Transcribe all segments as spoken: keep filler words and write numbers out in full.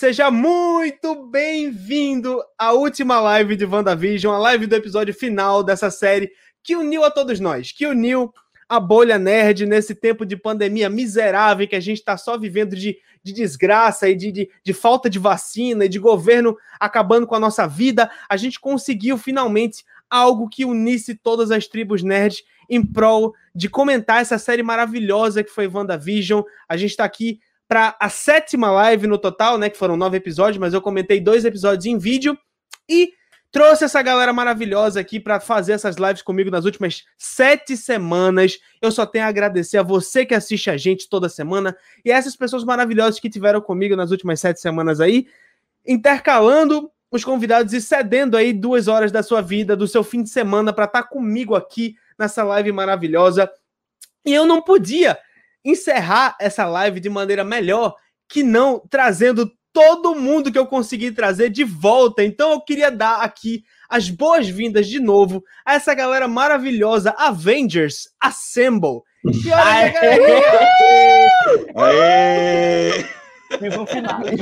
seja muito bem-vindo à última live de WandaVision, a live do episódio final dessa série que uniu a todos nós, que uniu a bolha nerd nesse tempo de pandemia miserável que a gente está só vivendo de, de desgraça e de, de, de falta de vacina e de governo acabando com a nossa vida. A gente conseguiu finalmente algo que unisse todas as tribos nerds em prol de comentar essa série maravilhosa que foi WandaVision. A gente está aqui para a sétima live no total, né, que foram nove episódios, mas eu comentei dois episódios em vídeo e trouxe essa galera maravilhosa aqui para fazer essas lives comigo nas últimas sete semanas. Eu só tenho a agradecer a você que assiste a gente toda semana e a essas pessoas maravilhosas que tiveram comigo nas últimas sete semanas aí, intercalando os convidados e cedendo aí duas horas da sua vida, do seu fim de semana para estar comigo aqui nessa live maravilhosa. E eu não podia encerrar essa live de maneira melhor que não trazendo todo mundo que eu consegui trazer de volta. Então eu queria dar aqui as boas-vindas de novo a essa galera maravilhosa, Avengers Assemble. E olha, galerinha! Aê! Season finale.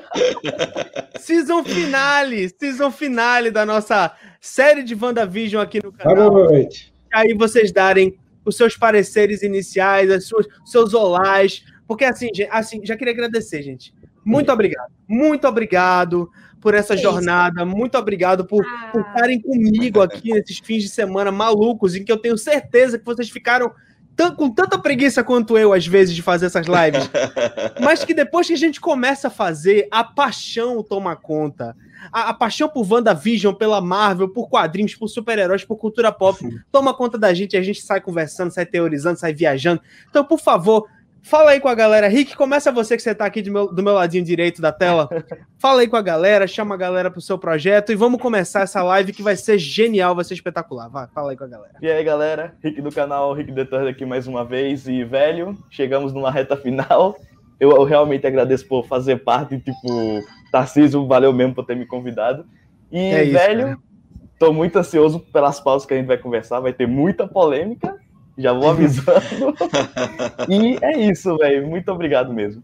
Season finale, season finale da nossa série de WandaVision aqui no canal. Boa noite. Aí vocês darem os seus pareceres iniciais, as suas, os seus olás, porque assim, assim, já queria agradecer, gente. Muito obrigado, muito obrigado por essa que jornada, isso? muito obrigado por, Ah. por estarem comigo aqui nesses fins de semana malucos, em que eu tenho certeza que vocês ficaram tão, com tanta preguiça quanto eu, às vezes, de fazer essas lives, mas que depois que a gente começa a fazer, a paixão toma conta. A, a paixão por WandaVision, pela Marvel, por quadrinhos, por super-heróis, por cultura pop, toma conta da gente, a gente sai conversando, sai teorizando, sai viajando. Então, por favor, fala aí com a galera. Rick, começa você que você tá aqui do meu, do meu ladinho direito da tela. Fala aí com a galera, chama a galera pro seu projeto e vamos começar essa live que vai ser genial, vai ser espetacular. Vai, fala aí com a galera. E aí, galera, Rick do canal Rick The Third aqui mais uma vez. E, velho, chegamos numa reta final. Eu, eu realmente agradeço por fazer parte, tipo, Tarcísio, valeu mesmo por ter me convidado. E, É isso, velho, cara. tô muito ansioso pelas pausas que a gente vai conversar, vai ter muita polêmica, já vou avisando. E é isso, velho, muito obrigado mesmo.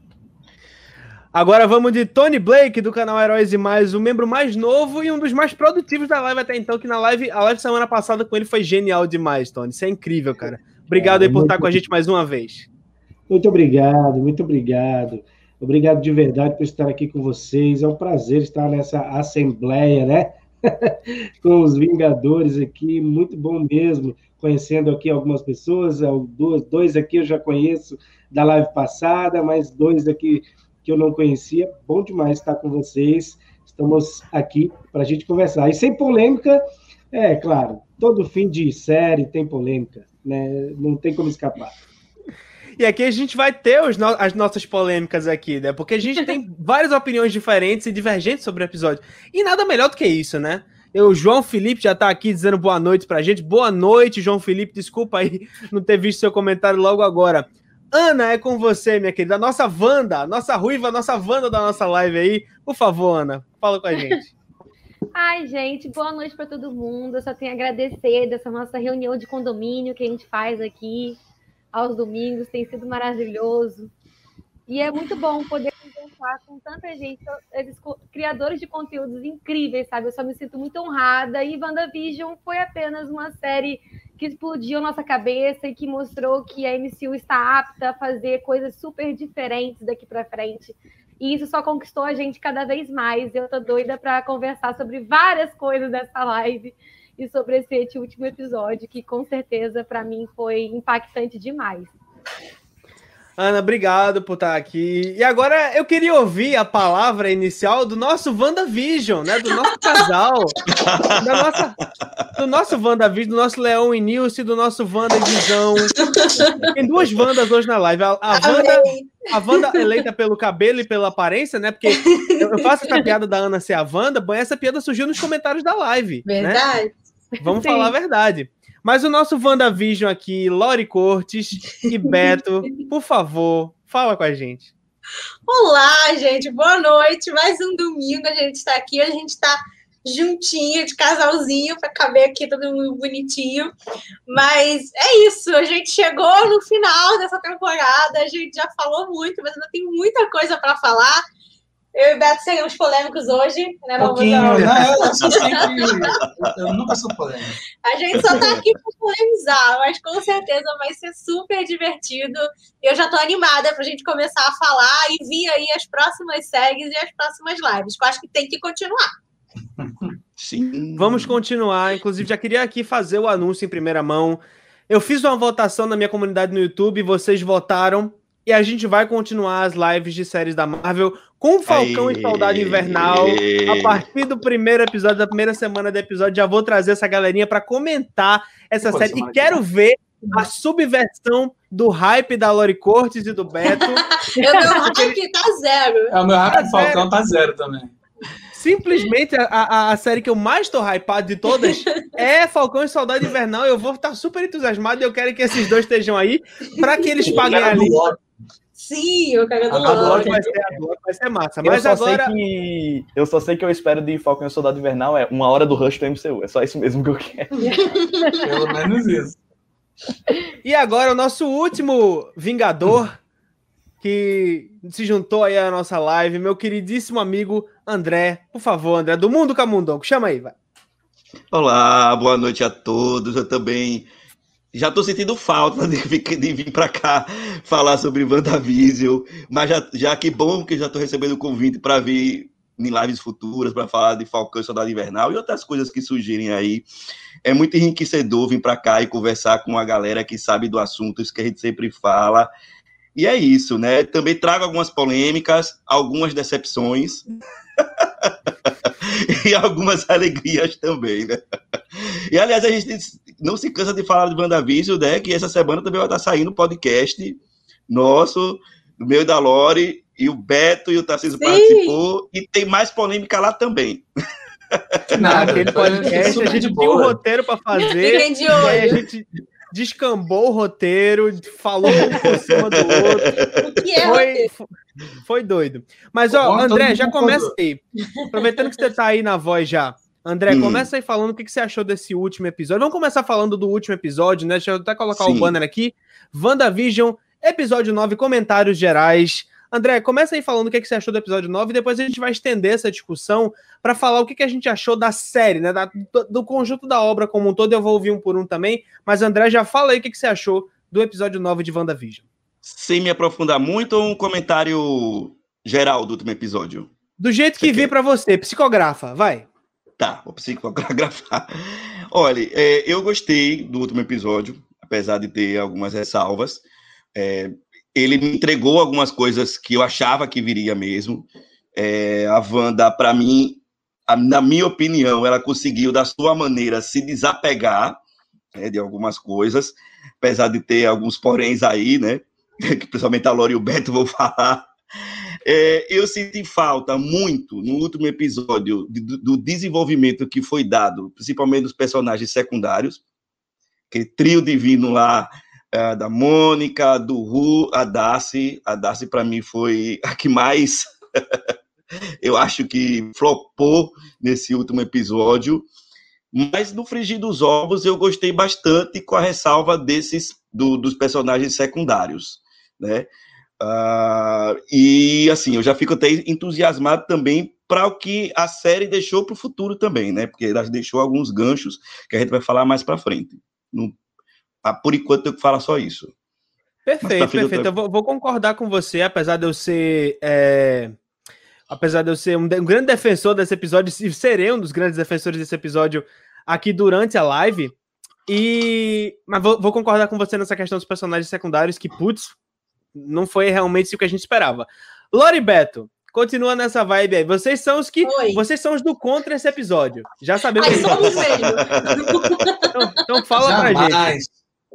Agora vamos de Tony Blake, do canal Heróis e Mais, o membro mais novo e um dos mais produtivos da live até então, que na live, a live semana passada com ele foi genial demais, Tony. Isso é incrível, cara. Obrigado É, aí por muito- estar com a gente mais uma vez. Muito obrigado, muito obrigado. Obrigado de verdade por estar aqui com vocês. É um prazer estar nessa assembleia, né? Com os Vingadores aqui, muito bom mesmo. Conhecendo aqui algumas pessoas, dois, dois aqui eu já conheço da live passada, mas dois aqui que eu não conhecia. Bom demais estar com vocês. Estamos aqui para a gente conversar. E sem polêmica, é claro, todo fim de série tem polêmica, né? Não tem como escapar. E aqui a gente vai ter os no- as nossas polêmicas aqui, né? Porque a gente tem várias opiniões diferentes e divergentes sobre o episódio. E nada melhor do que isso, né? Eu, o João Felipe já tá aqui dizendo boa noite pra gente. Boa noite, João Felipe. Desculpa aí não ter visto seu comentário logo agora. Ana, é com você, minha querida. A nossa Wanda, a nossa ruiva, a nossa Wanda da nossa live aí. Por favor, Ana, fala com a gente. Ai, gente, boa noite para todo mundo. Eu só tenho a agradecer dessa nossa reunião de condomínio que a gente faz aqui aos domingos. Tem sido maravilhoso. E é muito bom poder conversar com tanta gente, esses co- criadores de conteúdos incríveis, sabe? Eu só me sinto muito honrada. E WandaVision foi apenas uma série que explodiu a nossa cabeça e que mostrou que a M C U está apta a fazer coisas super diferentes daqui para frente. E isso só conquistou a gente cada vez mais. Eu tô doida para conversar sobre várias coisas dessa live e sobre esse último episódio, que com certeza para mim foi impactante demais. Ana, obrigado por estar aqui. E agora eu queria ouvir a palavra inicial do nosso WandaVision, né? Do nosso casal. da nossa, do nosso WandaVision, do nosso Leão e Nilce, do nosso WandaVision. Tem duas Wandas hoje na live. A, a, Wanda, a Wanda eleita pelo cabelo e pela aparência, né? Porque eu, eu faço essa piada da Ana ser a Wanda, bom, essa piada surgiu nos comentários da live. Verdade? Né? Vamos Sim. falar a verdade. Mas o nosso WandaVision aqui, Lori Cortes e Beto, por favor, fala com a gente. Olá, gente, boa noite. Mais um domingo a gente está aqui, a gente está juntinho, de casalzinho, para caber aqui todo mundo bonitinho. Mas é isso, a gente chegou no final dessa temporada, a gente já falou muito, mas ainda tem muita coisa para falar. Eu e o Beto seríamos polêmicos hoje, né? Um pouquinho, não, eu sou sempre... Eu nunca sou polêmico. A gente só tá aqui pra polemizar, mas com certeza vai ser super divertido. Eu já tô animada pra gente começar a falar e vir aí as próximas séries e as próximas lives, que eu acho que tem que continuar. Sim. Vamos continuar. Inclusive, já queria aqui fazer o anúncio em primeira mão. Eu fiz uma votação na minha comunidade no YouTube, vocês votaram, e a gente vai continuar as lives de séries da Marvel com Falcão Aê. e Soldado Invernal. A partir do primeiro episódio, da primeira semana do episódio, já vou trazer essa galerinha para comentar essa Pô, série. E quero ver a subversão do hype da Lori Cortes e do Beto. O meu hype tá zero. É, o meu hype do Falcão tá zero também. Simplesmente a, a, a série que eu mais tô hypado de todas é Falcão e Soldado Invernal. Eu vou estar super entusiasmado e eu quero que esses dois estejam aí para que eles paguem ali. Sim, eu quero do Loki. Vai ser, vai ser massa. Mas eu agora. Sei que, eu só sei que eu espero de Falcão e Soldado Invernal é uma hora do Rush do M C U. É só isso mesmo que eu quero. Pelo menos isso. E agora o nosso último Vingador que se juntou aí à nossa live, meu queridíssimo amigo André. Por favor, André, do Mundo Camundongo. Chama aí, vai. Olá, boa noite a todos. Eu também já tô sentindo falta de, de vir para cá falar sobre WandaVision, mas já, já que bom que já tô recebendo o convite para vir em lives futuras para falar de Falcão e Soldado Invernal e outras coisas que surgirem aí. É muito enriquecedor vir para cá e conversar com a galera que sabe do assunto, isso que a gente sempre fala. E é isso, né? Também trago algumas polêmicas, algumas decepções e algumas alegrias também, né? E, aliás, a gente não se cansa de falar de WandaVision, né? Que essa semana também vai estar saindo um podcast nosso, do meu e da Lori, e o Beto e o Tarcísio participou, e tem mais polêmica lá também. Nada, aquele podcast, a gente tem um roteiro para fazer, Fiquem de olho. E aí a gente descambou o roteiro, falou um por cima do outro. O que é foi, foi, foi doido. Mas, ó, André, já começa aí. Aproveitando que você tá aí na voz já. André, hum. começa aí falando o que você achou desse último episódio. Vamos começar falando do último episódio, né? Deixa eu até colocar Sim. o banner aqui. WandaVision, episódio nove, comentários gerais. André, começa aí falando o que você achou do episódio nove e depois a gente vai estender essa discussão para falar o que a gente achou da série, né? Da, do, do conjunto da obra como um todo. Eu vou ouvir um por um também. Mas, André, já fala aí o que você achou do episódio nove de WandaVision. Sem me aprofundar muito, um comentário geral do último episódio? Do jeito que vi para você. Psicografa, vai. Tá, vou psicografar. Olha, é, eu gostei do último episódio, apesar de ter algumas ressalvas. É, ele me entregou algumas coisas que eu achava que viria mesmo. É, a Wanda, para mim, a, na minha opinião, ela conseguiu, da sua maneira, se desapegar, né, de algumas coisas, apesar de ter alguns poréns aí, né? Que principalmente a Lori e o Beto vão falar. É, eu senti falta muito no último episódio do, do desenvolvimento que foi dado, principalmente dos personagens secundários, aquele trio divino lá, uh, da Mônica, do Ru, a Darcy. A Darcy, para mim, foi a que mais, eu acho que flopou nesse último episódio. Mas no frigir dos ovos eu gostei bastante, com a ressalva desses, do, dos personagens secundários, né? Uh, e assim, eu já fico até entusiasmado também para o que a série deixou para o futuro também, né? Porque ela deixou alguns ganchos que a gente vai falar mais para frente. No, ah, por enquanto, eu que falo só isso. Perfeito, perfeito. Eu, eu vou, vou concordar com você, apesar de eu ser. É... Apesar de eu ser um, um grande defensor desse episódio, e serei um dos grandes defensores desse episódio aqui durante a live. E... Mas vou, vou concordar com você nessa questão dos personagens secundários, que, putz, não foi realmente o que a gente esperava. Lori e Beto, continua nessa vibe aí. Vocês são os que. Oi. Vocês são os do contra esse episódio. Já sabemos. Ai, somos mesmo. Então, então fala Jamais. pra gente.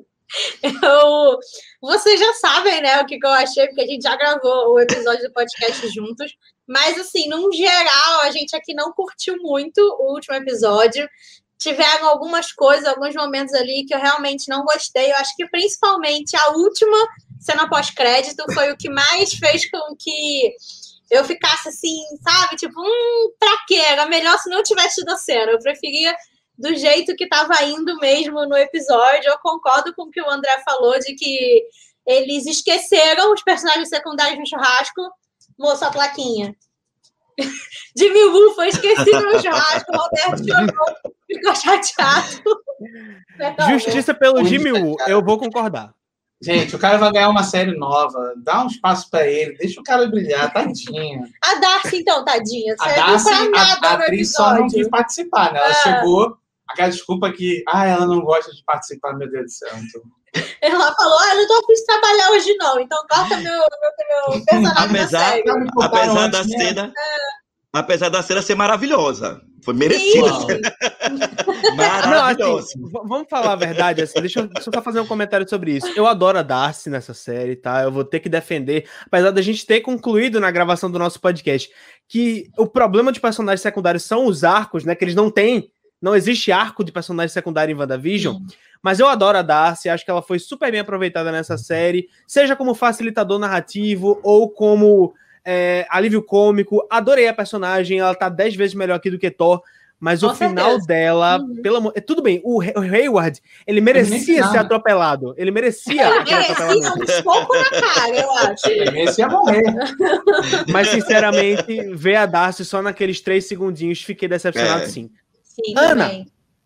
Eu... Vocês já sabem, né, o que, que eu achei, porque a gente já gravou o episódio do podcast juntos. Mas, assim, num geral, a gente aqui não curtiu muito o último episódio. Tiveram algumas coisas, alguns momentos ali que eu realmente não gostei. Eu acho que principalmente a última cena pós-crédito foi o que mais fez com que eu ficasse assim, sabe? Tipo, hum, pra quê? Era melhor se não tivesse tido a cena. Eu preferia do jeito que tava indo mesmo no episódio. Eu concordo com o que o André falou, de que eles esqueceram os personagens secundários no churrasco. Moço, a plaquinha. Jimmy Woo foi esquecido no churrasco, o Roberto chorou, ficou chateado. Justiça pelo Jimmy Woo, eu vou concordar. Gente, o cara vai ganhar uma série nova. Dá um espaço pra ele, deixa o cara brilhar, tadinho. A Darcy, então, tadinha. A Você Darcy, não a, nada a no atriz só não episódio. quis participar, né? Ela Ah. chegou, aquela desculpa que, ah, ela não gosta de participar, meu Deus do céu. Então... Ela falou, ah, eu não tô afim de trabalhar hoje não, então corta meu, meu, meu personagem da Apesar, série. me botaram apesar antes da mesmo. cena, apesar da cena ser maravilhosa, foi merecida. Sim. ser Não, Maravilhosa. assim, v- vamos falar a verdade, assim, deixa eu, deixa eu só fazer um comentário sobre isso. Eu adoro a Darcy nessa série, tá? Eu vou ter que defender, apesar da gente ter concluído na gravação do nosso podcast, que o problema de personagens secundários são os arcos, né? Que eles não têm, não existe arco de personagem secundário em WandaVision, mas eu adoro a Darcy, acho que ela foi super bem aproveitada nessa série, seja como facilitador narrativo ou como é, alívio cômico. Adorei a personagem, ela tá dez vezes melhor aqui do que Thor, mas Com o final certeza. dela, Uhum. pelo amor... Tudo bem, o, Hay- o Hayward, ele merecia Ele nem ser atropelado. Ele merecia Ele aquele merecia atropelamento. um soco na cara, eu acho. Esse ia morrer. Mas, sinceramente, ver a Darcy só naqueles três segundinhos, fiquei decepcionado, É. sim. Sim, Ana. também.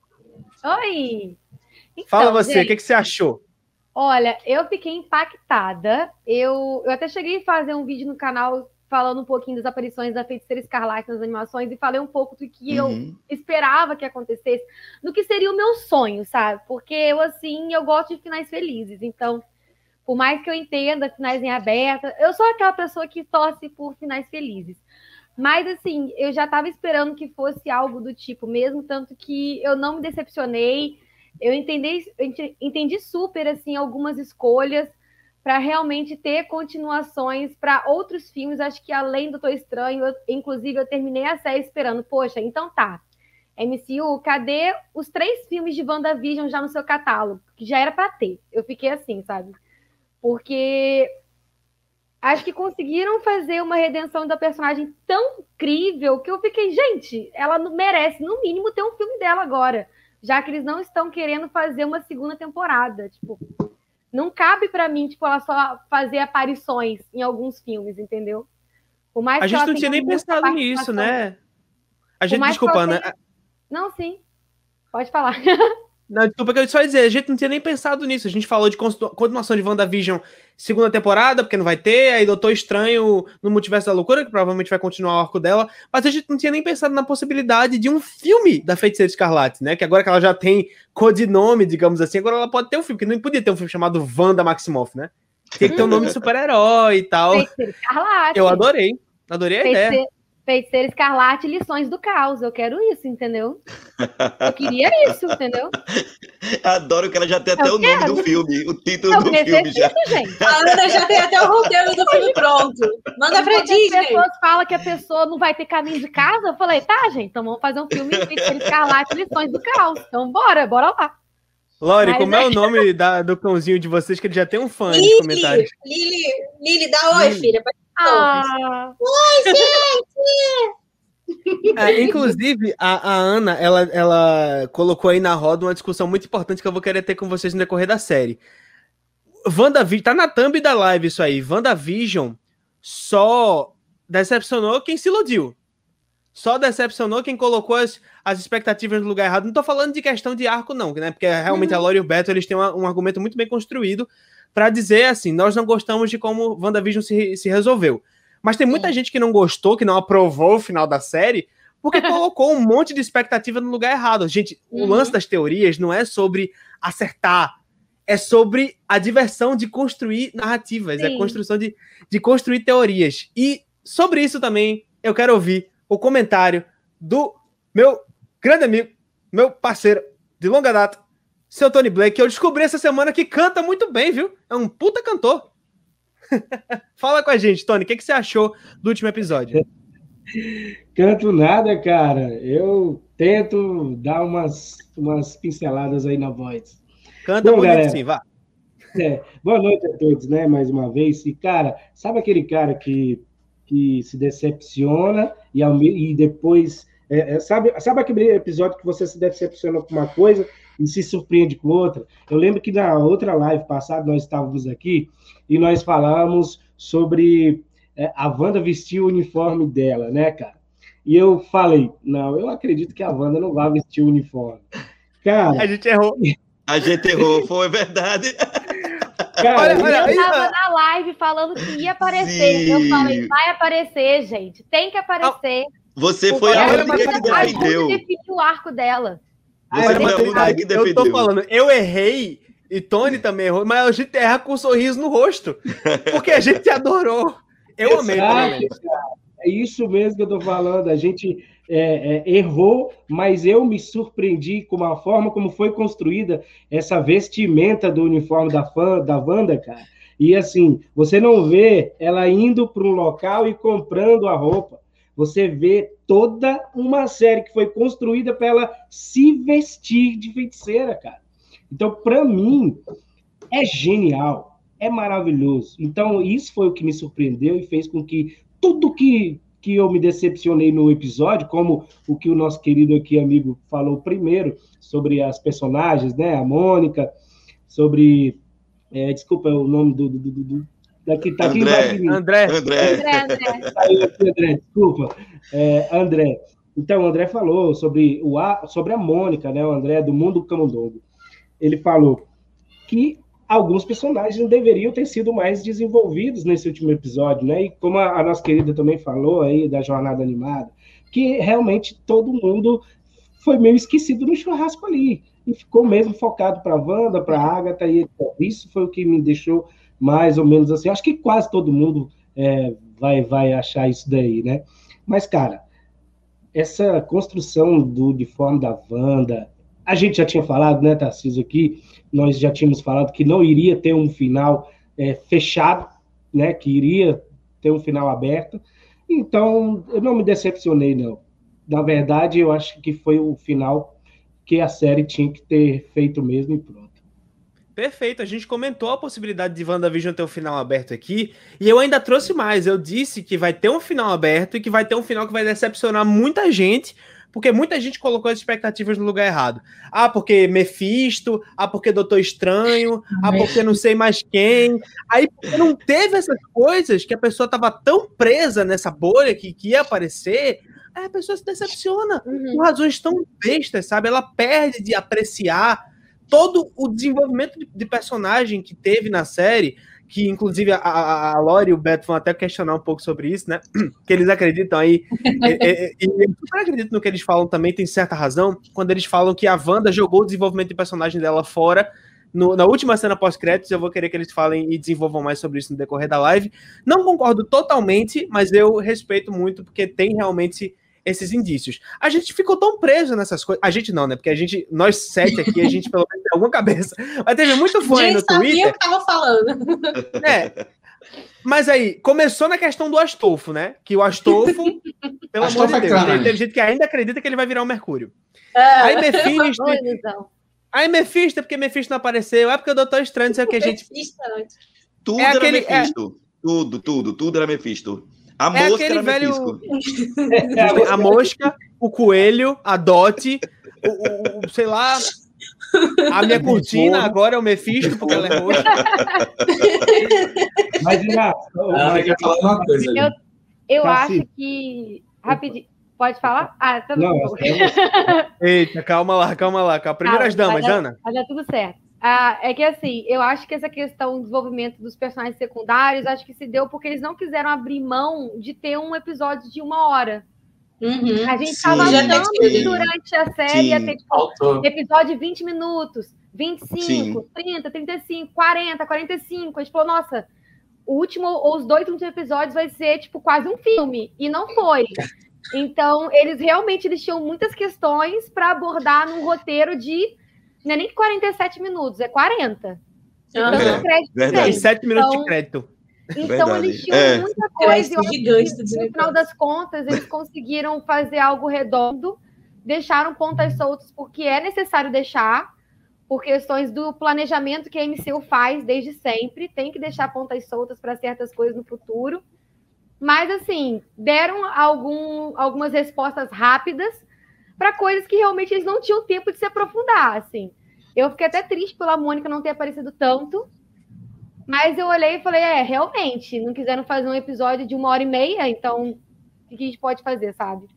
Oi! Então, Fala você, o gente, que, que você achou? olha, eu fiquei impactada. Eu, eu até cheguei a fazer um vídeo no canal falando um pouquinho das aparições da Feiticeira Escarlate nas animações e falei um pouco do que eu Uhum. esperava que acontecesse, do que seria o meu sonho, sabe? Porque eu, assim, eu gosto de finais felizes. Então, por mais que eu entenda finais em aberto, eu sou aquela pessoa que torce por finais felizes. Mas, assim, eu já estava esperando que fosse algo do tipo mesmo, tanto que eu não me decepcionei. Eu entendi, eu ente- entendi super, assim, algumas escolhas para realmente ter continuações para outros filmes. Acho que além do Doutor Estranho, eu- inclusive eu terminei a série esperando, poxa, então tá. M C U, cadê os três filmes de WandaVision já no seu catálogo? Que já era para ter. Eu fiquei assim, sabe? Porque acho que conseguiram fazer uma redenção da personagem tão incrível que eu fiquei, gente, ela não- merece, no mínimo, ter um filme dela agora, já que eles não estão querendo fazer uma segunda temporada. Tipo, não cabe pra mim, tipo, ela só fazer aparições em alguns filmes, entendeu? Por mais A que gente ela não tinha tenha nem muita pensado nisso, participação. né? A gente, mais que desculpa, ela né? tenha- Não, sim. Pode falar. Não, desculpa que eu só ia dizer, a gente não tinha nem pensado nisso. A gente falou de continu- continuação de WandaVision segunda temporada, porque não vai ter, aí Doutor Estranho no Multiverso da Loucura, que provavelmente vai continuar o arco dela, mas a gente não tinha nem pensado na possibilidade de um filme da Feiticeira Escarlate, né? Que agora que ela já tem codinome, digamos assim, agora ela pode ter um filme, que não podia ter um filme chamado Wanda Maximoff, né? Tinha que ter um nome de super-herói e tal. Feiticeira Escarlate. Eu adorei, adorei a ideia. Feiticeira, Feiticeira Escarlate, lições do caos. Eu quero isso, entendeu? Eu queria isso, entendeu? Adoro que ela já tem até Eu o nome quero. do filme, o título Eu do filme já. necessito, gente. A Ana já tem até o roteiro do filme pronto. Manda pra Enquanto as Disney. pessoas falam que a pessoa não vai ter caminho de casa, eu falei, tá, gente, então vamos fazer um filme de Feiticeira Escarlate, lições do caos. Então bora, bora lá. Lori, Mas como é o nome da- do cãozinho de vocês, que ele já tem um fã de Lili, comentários? Lili, Lili, dá oi, Lili. filha. Ah, É, inclusive, a, a Ana, ela, ela colocou aí na roda uma discussão muito importante que eu vou querer ter com vocês no decorrer da série. WandaVision, tá na thumb da live isso aí. WandaVision só decepcionou quem se iludiu. Só decepcionou quem colocou as, as expectativas no lugar errado. Não tô falando de questão de arco, não, né? Porque realmente Uhum. a Lori e o Beto, eles têm uma- um argumento muito bem construído pra dizer assim, nós não gostamos de como WandaVision se, se resolveu. Mas tem muita Sim. gente que não gostou, que não aprovou o final da série, porque colocou um monte de expectativa no lugar errado. Gente, o Uhum. lance das teorias não é sobre acertar, é sobre a diversão de construir narrativas, é a Sim. construção de, de construir teorias. E sobre isso também eu quero ouvir o comentário do meu grande amigo, meu parceiro de longa data, seu Tony Blake, que eu descobri essa semana que canta muito bem, viu? É um puta cantor. Fala com a gente, Tony, o que, que você achou do último episódio? Canto nada, cara. Eu tento dar umas, umas pinceladas aí na voz. Canta Bom, bonito galera. sim, vá. É, boa noite a todos, né? Mais uma vez. E, cara, sabe aquele cara que, que se decepciona e, ao me- e depois. é, é, sabe, sabe aquele episódio que você se decepciona com uma coisa e se surpreende com outra? Eu lembro que na outra live passada nós estávamos aqui e nós falamos sobre é, a Wanda vestir o uniforme dela, né, cara? E eu falei, não, eu acredito que a Wanda não vai vestir o uniforme. Cara, A gente errou. A gente errou, foi verdade. cara, Olha, Eu olha, tava isso- na live falando que ia aparecer. Sim. Eu falei, vai aparecer, gente. Tem que aparecer. Você Porque foi a olha, única que ajuda a defendeu. definir o arco dela. Você olha, foi a única maturidade. que Eu tô defendeu. falando, eu errei e Tony também errou, mas a gente erra com um sorriso no rosto. Porque a gente adorou. Eu amei, pelo Exato, menos. é isso mesmo que eu tô falando. A gente é, é, errou, mas eu me surpreendi com a forma como foi construída essa vestimenta do uniforme da fã, da Wanda, cara. E assim, você não vê ela indo para um local e comprando a roupa. Você vê toda uma série que foi construída para ela se vestir de feiticeira, cara. Então, para mim, é genial, é maravilhoso. Então, isso foi o que me surpreendeu e fez com que tudo que, que eu me decepcionei no episódio, como o que o nosso querido aqui amigo falou primeiro, sobre as personagens, né? A Mônica, sobre... É, desculpa o nome do... do, do, do daqui, tá aqui André. embaixo de mim. André, André, André, André. Saiu aqui, André, desculpa. É, André. Então, o André falou sobre, o, a- sobre a Mônica, né? O André do Mundo Camundongo. Ele falou que alguns personagens não deveriam ter sido mais desenvolvidos nesse último episódio, né? E como a, a nossa querida também falou aí da jornada animada, que realmente todo mundo foi meio esquecido no churrasco ali e ficou mesmo focado para Wanda, para Agatha e etcétera. Isso foi o que me deixou mais ou menos assim. Acho que quase todo mundo é, vai, vai achar isso daí, né? Mas, cara, essa construção do uniforme da Wanda, a gente já tinha falado, né, Tarcísio, aqui, nós já tínhamos falado que não iria ter um final é, fechado, né, que iria ter um final aberto. Então, eu não me decepcionei, não. Na verdade, eu acho que foi o final que a série tinha que ter feito mesmo e pronto. perfeito. A gente comentou a possibilidade de WandaVision ter um final aberto aqui. E eu ainda trouxe mais. Eu disse que vai ter um final aberto e que vai ter um final que vai decepcionar muita gente. Porque muita gente colocou as expectativas no lugar errado. Ah, porque Mephisto. Ah, porque Doutor Estranho. Ah, porque não sei mais quem. Aí, porque não teve essas coisas que a pessoa tava tão presa nessa bolha que, que ia aparecer. Aí a pessoa se decepciona. Uhum. Por razões tão bestas, sabe? Ela perde de apreciar todo o desenvolvimento de, de personagem que teve na série, que inclusive a, a, a Lore e o Beto vão até questionar um pouco sobre isso, né? Que eles acreditam aí, e, e, e eu super acredito no que eles falam também, tem certa razão, quando eles falam que a Wanda jogou o desenvolvimento de personagem dela fora. No, na última cena pós-créditos, eu vou querer que eles falem e desenvolvam mais sobre isso no decorrer da live. Não concordo totalmente, mas eu respeito muito, porque tem realmente esses indícios. A gente ficou tão preso nessas coisas. A gente não, né? Porque a gente, nós sete aqui, a gente pelo menos tem alguma cabeça. Mas teve muito fã aí no Gente, sabia Twitter. o que tava falando. É. Mas aí, começou na questão do Astolfo, né? Que o Astolfo, pelo amor Astolfo de é Deus, crânio. tem, tem gente que ainda acredita que ele vai virar o Mercúrio. É. Aí Mephisto, Boa ilusão. aí Mephisto, é porque Mephisto não apareceu, é porque o Doutor Estranho, não sei o que, a gente. Mephisto antes. tudo É era aquele- Mephisto. Tudo, tudo, tudo era Mephisto. A É mosca aquele era velho- Mephisto. A mosca, o coelho, a Dot, o, o- o- sei lá, a minha cortina agora é o Mephisto, porque ela é roxa. Mas, Renato, Ah, mas- eu ia falar uma coisa ali. Eu, eu Tá, acho sim. que. Rapidinho. Pode falar? Ah, tá não, bom. é- Eita, calma lá, calma lá. calma. Primeiras Calma, damas, vai dar- Ana. Vai dar tudo certo. Ah, é que assim, eu acho que essa questão do desenvolvimento dos personagens secundários, acho que se deu porque eles não quiseram abrir mão de ter um episódio de uma hora. Uhum. A gente Sim, estava já achando tem- que durante a série ia Sim. ter tipo, Faltou. episódio de vinte minutos, vinte e cinco, Sim. trinta, trinta e cinco, quarenta, quarenta e cinco. A gente falou, nossa, o último, ou os dois últimos episódios vai ser tipo quase um filme. E não foi. Então, eles realmente eles tinham muitas questões para abordar num roteiro de. Não é nem quarenta e sete minutos, é quarenta. Aham. Tanto É, crédito verdade. Tem tem. sete minutos de Então, crédito. Então, Verdade. eles tinham É. muita coisa. Crédito E eu acho gigante do que, Disney no final Plus. das contas, eles conseguiram fazer algo redondo, deixaram pontas soltas, porque é necessário deixar, por questões do planejamento que a M C U faz desde sempre, tem que deixar pontas soltas para certas coisas no futuro. Mas, assim, deram algum, algumas respostas rápidas para coisas que realmente eles não tinham tempo de se aprofundar, assim. Eu fiquei até triste pela Mônica não ter aparecido tanto, mas eu olhei e falei, é, realmente, não quiseram fazer um episódio de uma hora e meia, então o que a gente pode fazer, sabe?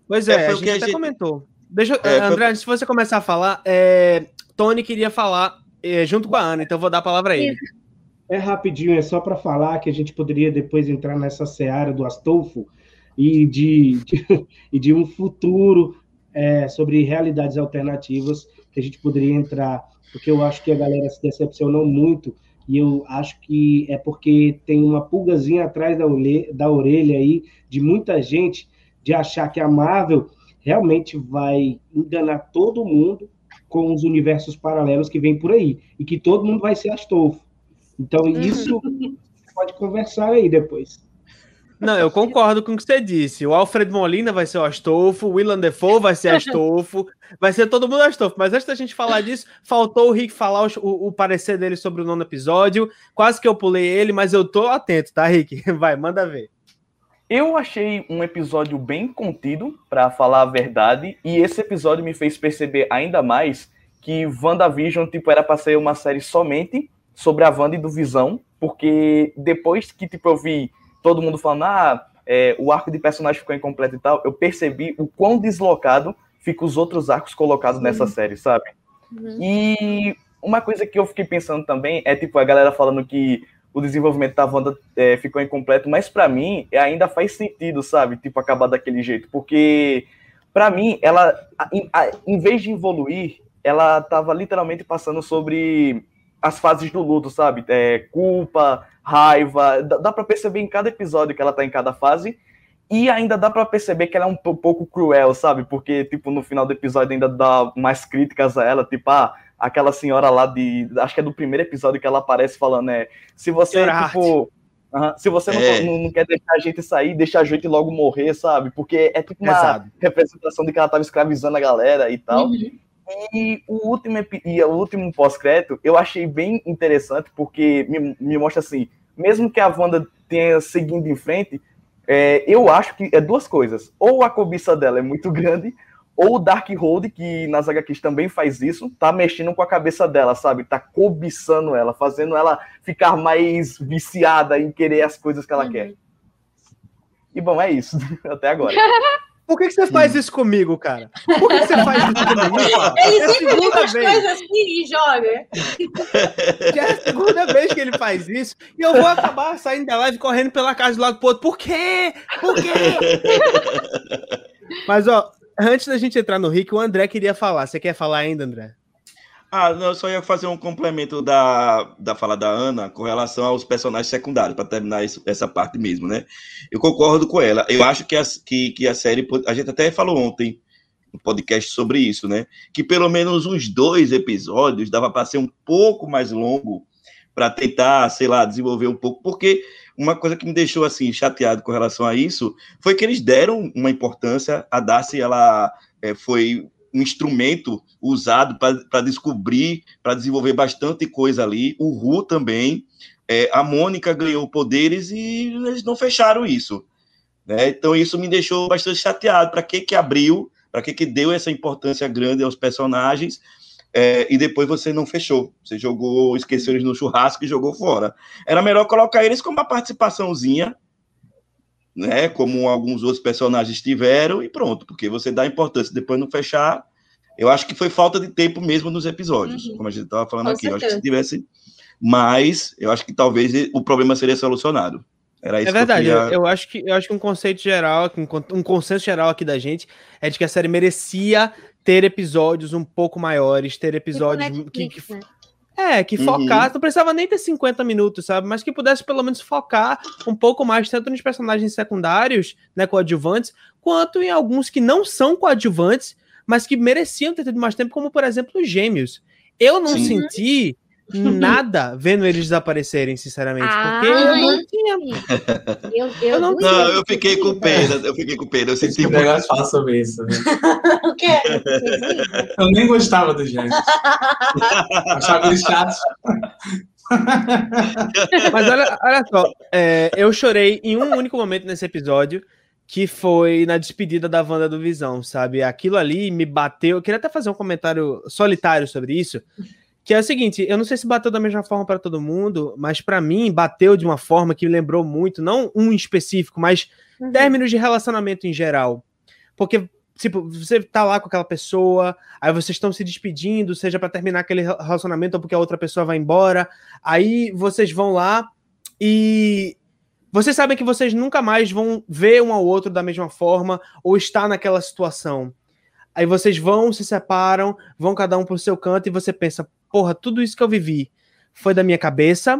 Pois é, É, foi a o que gente a até gente- comentou. Deixa, eu- É, foi- André, antes de você começar a falar, é, Tony queria falar é, junto com a Ana, então eu vou dar a palavra a ele. É rapidinho, é só para falar que a gente poderia depois entrar nessa seara do Astolfo e de, de- e de um futuro é, sobre realidades alternativas que a gente poderia entrar, porque eu acho que a galera se decepcionou muito e eu acho que é porque tem uma pulgazinha atrás da, orelha, da orelha aí de muita gente de achar que a Marvel realmente vai enganar todo mundo com os universos paralelos que vem por aí e que todo mundo vai ser Astolfo. Então, isso pode conversar aí depois. Não, eu concordo com o que você disse. O Alfred Molina vai ser o Astolfo, o Willem Dafoe vai ser Astolfo, vai ser todo mundo Astolfo. Mas antes da gente falar disso, faltou o Rick falar o, o, o parecer dele sobre o nono episódio. Quase que eu pulei ele, mas eu tô atento, tá, Rick? Vai, manda ver. Eu achei um episódio bem contido, pra falar a verdade, e esse episódio me fez perceber ainda mais que WandaVision, tipo, era pra ser uma série somente sobre a Wanda e do Visão, porque depois que, tipo, eu vi todo mundo falando, ah, é, o arco de personagem ficou incompleto e tal, eu percebi o quão deslocado ficam os outros arcos colocados Sim. nessa série, sabe? Uhum. E uma coisa que eu fiquei pensando também é, tipo, a galera falando que o desenvolvimento da Wanda é, ficou incompleto, mas pra mim ainda faz sentido, sabe? Tipo, acabar daquele jeito, porque pra mim, ela, em, a, em vez de evoluir, ela tava literalmente passando sobre as fases do luto, sabe? É, culpa, raiva, dá, dá pra perceber em cada episódio que ela tá em cada fase, e ainda dá pra perceber que ela é um, um pouco cruel, sabe? Porque, tipo, no final do episódio ainda dá mais críticas a ela, tipo, ah, aquela senhora lá de... Acho que é do primeiro episódio que ela aparece falando, né? Se você, Senhora tipo... Uh-huh, se você não, É. não, não quer deixar a gente sair, deixa a gente logo morrer, sabe? Porque é tipo uma Pesado. representação de que ela tava escravizando a galera e tal. Uhum. E o último, epi- e o último pós-crédito eu achei bem interessante, porque me, me mostra assim, mesmo que a Wanda tenha seguindo em frente, é, eu acho que é duas coisas. Ou a cobiça dela é muito grande, ou o Darkhold, que nas H Qs também faz isso, tá mexendo com a cabeça dela, sabe? Tá cobiçando ela, fazendo ela ficar mais viciada em querer as coisas que ela Uhum. quer. E bom, é isso, até agora. Por que, que você faz isso comigo, cara? Por que, que você faz isso comigo? Me fala. Ele É a sempre pega segunda as vez. coisas assim e joga. Já é a segunda vez que ele faz isso. E eu vou acabar saindo da live correndo pela casa de lado pro outro. Por quê? Por quê? Mas, ó, antes da gente entrar no Rick, o André queria falar. Você quer falar ainda, André? Ah, não, eu só ia fazer um complemento da, da fala da Ana com relação aos personagens secundários, para terminar isso, essa parte mesmo, né? Eu concordo com ela. Eu acho que a, que, que a série, a gente até falou ontem no podcast sobre isso, né? Que pelo menos uns dois episódios dava para ser um pouco mais longo para tentar, sei lá, desenvolver um pouco, porque uma coisa que me deixou assim chateado com relação a isso foi que eles deram uma importância. A Darcy, ela é, foi um instrumento usado para descobrir, para desenvolver bastante coisa ali. O Ru também, é, a Mônica ganhou poderes e eles não fecharam isso, né? Então isso me deixou bastante chateado. Para que que abriu? Para que que deu essa importância grande aos personagens? É, e depois você não fechou. Você jogou, esqueceu eles no churrasco e jogou fora. Era melhor colocar eles com uma participaçãozinha, né, como alguns outros personagens tiveram, e pronto, porque você dá importância, depois não fechar. Eu acho que foi falta de tempo mesmo nos episódios, Uhum. como a gente estava falando Com aqui. Eu acho que se certeza. tivesse mais, eu acho que talvez o problema seria solucionado. Era isso É verdade, que eu eu, queria... eu acho que, eu acho que um conceito geral, um, con- um consenso geral aqui da gente é de que a série merecia ter episódios um pouco maiores, ter Tipo episódios que, Netflix, que né? é, que Uhum. focasse, não precisava nem ter cinquenta minutos, sabe? Mas que pudesse pelo menos focar um pouco mais, tanto nos personagens secundários, né, coadjuvantes, quanto em alguns que não são coadjuvantes, mas que mereciam ter tido mais tempo, como por exemplo os Gêmeos. Eu não Sim. senti nada vendo eles desaparecerem, sinceramente, Ah, porque eu não sim. tinha. Eu, eu, Eu não- doía, Não, eu fiquei com doía. pena, eu fiquei com pena, eu Esse senti muito. negócio fala sobre isso. Né? O quê? Eu fiquei doída. Eu nem gostava do Gêmeos. Achava eles chatos. Mas olha, olha só, é, eu chorei em um único momento nesse episódio, que foi na despedida da Wanda do Visão, sabe? Aquilo ali me bateu. Eu queria até fazer um comentário solitário sobre isso, que é o seguinte, eu não sei se bateu da mesma forma para todo mundo, mas para mim bateu de uma forma que me lembrou muito, não um em específico, mas Uhum. términos de relacionamento em geral. Porque tipo, você tá lá com aquela pessoa, aí vocês estão se despedindo, seja pra terminar aquele relacionamento ou porque a outra pessoa vai embora, aí vocês vão lá e vocês sabem que vocês nunca mais vão ver um ao outro da mesma forma ou estar naquela situação. Aí vocês vão, se separam, vão cada um pro seu canto e você pensa, porra, tudo isso que eu vivi foi da minha cabeça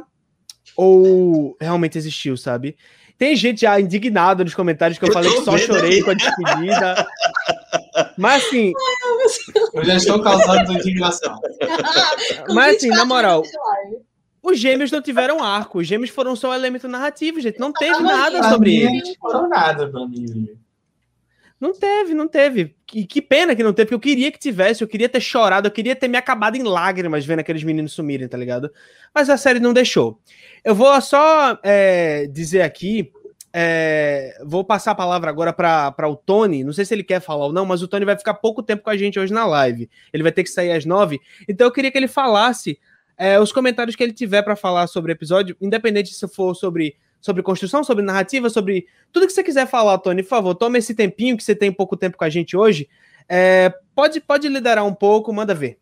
ou realmente existiu, sabe? Tem gente já indignada nos comentários que eu, eu falei que só chorei com a despedida. Mas assim... Eu já estou causando indignação. Mas assim, na moral... Os gêmeos não tiveram arco. Os gêmeos foram só um elemento narrativo, gente. Não teve nada sobre eles. Não foram nada pra mim. Não teve, não teve. E que pena que não teve, porque eu queria que tivesse, eu queria ter chorado, eu queria ter me acabado em lágrimas vendo aqueles meninos sumirem, tá ligado? Mas a série não deixou. Eu vou só é, dizer aqui, é, vou passar a palavra agora para o Tony, não sei se ele quer falar ou não, mas o Tony vai ficar pouco tempo com a gente hoje na live. Ele vai ter que sair às nove, então eu queria que ele falasse é, os comentários que ele tiver para falar sobre o episódio, independente se for sobre... sobre construção, sobre narrativa, sobre tudo que você quiser falar, Tony, por favor, toma esse tempinho que você tem pouco tempo com a gente hoje, é, pode, pode liderar um pouco, manda ver.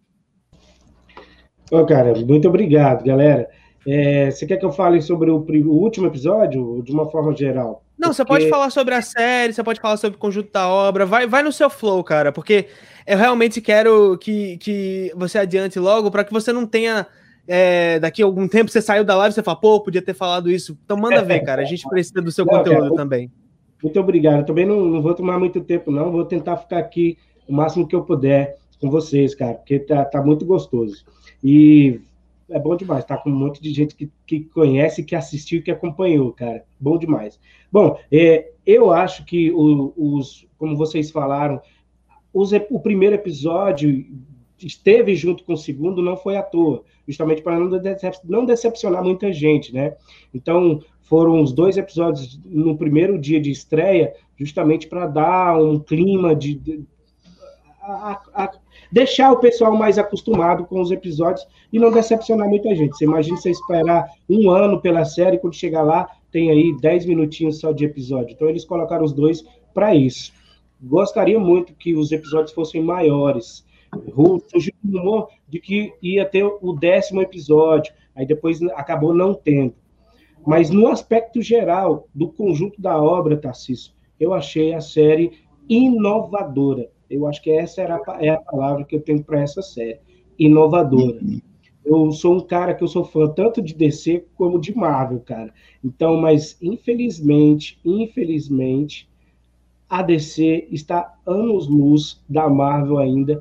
Ô, cara, muito obrigado, galera. É, você quer que eu fale sobre o, o último episódio, de uma forma geral? Não, porque... você pode falar sobre a série, você pode falar sobre o conjunto da obra, vai, vai no seu flow, cara, porque eu realmente quero que, que você adiante logo, para que você não tenha... É, daqui a algum tempo você saiu da live e você fala, pô, podia ter falado isso. Então manda ver, cara. A gente precisa do seu não, conteúdo cara, também. Muito obrigado. Eu também não, não vou tomar muito tempo, não. Vou tentar ficar aqui o máximo que eu puder com vocês, cara, porque tá, tá muito gostoso. E é bom demais. Tá com um monte de gente que, que conhece, que assistiu, que acompanhou, cara. Bom demais. Bom, é, eu acho que o, os, como vocês falaram, os, o primeiro episódio esteve junto com o segundo, não foi à toa, justamente para não, decep não decepcionar muita gente, né? Então, foram os dois episódios no primeiro dia de estreia, justamente para dar um clima de... de a, a, deixar o pessoal mais acostumado com os episódios e não decepcionar muita gente. Você imagina você esperar um ano pela série, quando chegar lá, tem aí dez minutinhos só de episódio. Então, eles colocaram os dois para isso. Gostaria muito que os episódios fossem maiores. Surgiu um rumor de que ia ter o décimo episódio, aí depois acabou não tendo. Mas no aspecto geral do conjunto da obra, Tarcísio, eu achei a série inovadora. Eu acho que essa era a, é a palavra que eu tenho para essa série, inovadora. Eu sou um cara que eu sou fã tanto de D C como de Marvel, cara. Então, mas infelizmente, infelizmente, a D C está anos-luz da Marvel ainda,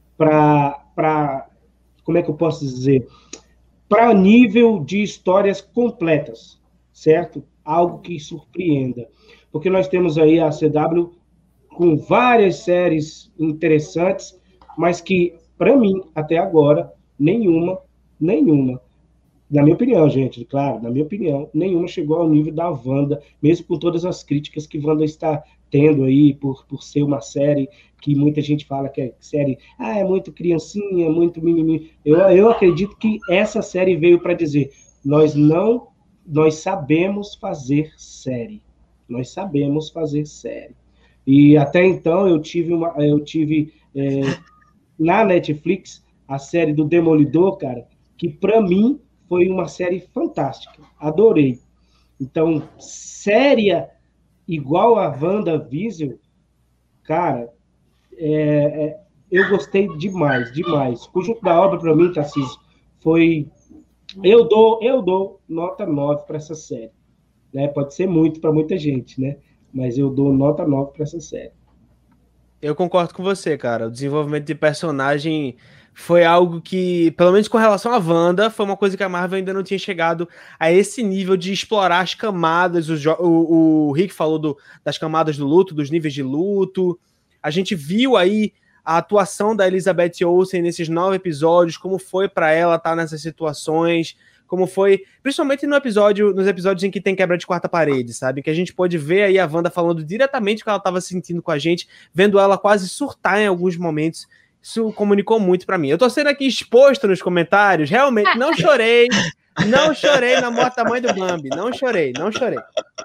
para, como é que eu posso dizer, para nível de histórias completas, certo? Algo que surpreenda. Porque nós temos aí a C W com várias séries interessantes, mas que, para mim, até agora, nenhuma, nenhuma, na minha opinião, gente, claro, na minha opinião, nenhuma chegou ao nível da Wanda, mesmo com todas as críticas que Wanda está tendo aí, por, por ser uma série que muita gente fala que é série, ah, é muito criancinha, muito mimimi. Eu, eu acredito que essa série veio para dizer, nós não, nós sabemos fazer série. Nós sabemos fazer série. E até então eu tive, uma, eu tive é, na Netflix a série do Demolidor, cara, que para mim foi uma série fantástica. Adorei. Então, séria igual a WandaVision, cara, é, é, eu gostei demais, demais. O conjunto da obra, para mim, Tarcísio, foi... Eu dou, eu dou nota nove para essa série. Né? Pode ser muito para muita gente, né? Mas eu dou nota nove para essa série. Eu concordo com você, cara. O desenvolvimento de personagem foi algo que, pelo menos com relação à Wanda, foi uma coisa que a Marvel ainda não tinha chegado a esse nível de explorar as camadas. O, o, o Rick falou do, das camadas do luto, dos níveis de luto. A gente viu aí a atuação da Elizabeth Olsen nesses nove episódios, como foi para ela estar nessas situações, como foi, principalmente no episódio, nos episódios em que tem quebra de quarta parede, sabe? Que a gente pode ver aí a Wanda falando diretamente o que ela estava sentindo com a gente, vendo ela quase surtar em alguns momentos. Isso comunicou muito para mim. Eu tô sendo aqui exposto nos comentários, realmente não chorei, não chorei na morte da mãe do Bambi, não chorei, não chorei.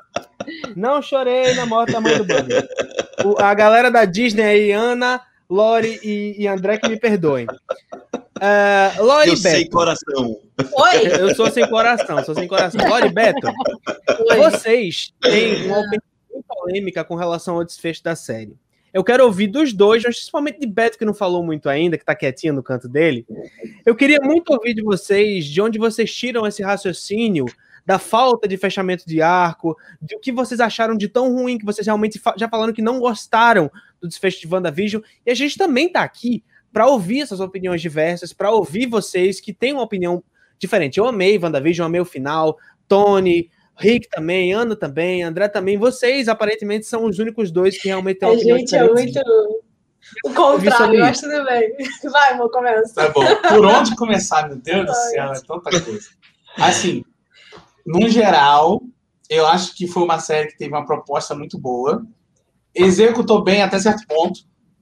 Não chorei na morte da mãe do Bambi. O, a galera da Disney aí, Ana, Lori e, e André, que me perdoem. Uh, Lori Eu Beto. sei coração. Oi? Eu sou sem coração, sou sem coração. Lori Beto, Oi. vocês têm uma opinião polêmica com relação ao desfecho da série. Eu quero ouvir dos dois, mas principalmente de Beto, que não falou muito ainda, que tá quietinho no canto dele. Eu queria muito ouvir de vocês, de onde vocês tiram esse raciocínio da falta de fechamento de arco, de o que vocês acharam de tão ruim, que vocês realmente fa- já falaram que não gostaram do desfecho de WandaVision. E a gente também tá aqui para ouvir essas opiniões diversas, para ouvir vocês que têm uma opinião diferente. Eu amei WandaVision, amei o final, Tony, Rick também, Ana também, André também. Vocês, aparentemente, são os únicos dois que realmente têm A uma opinião gente é diferente. muito o contrário, mas tudo bem. Vai, amor, começa. Tá bom. Por onde começar, meu Deus do céu, é tanta coisa. Assim, no geral, eu acho que foi uma série que teve uma proposta muito boa, executou bem até certo ponto,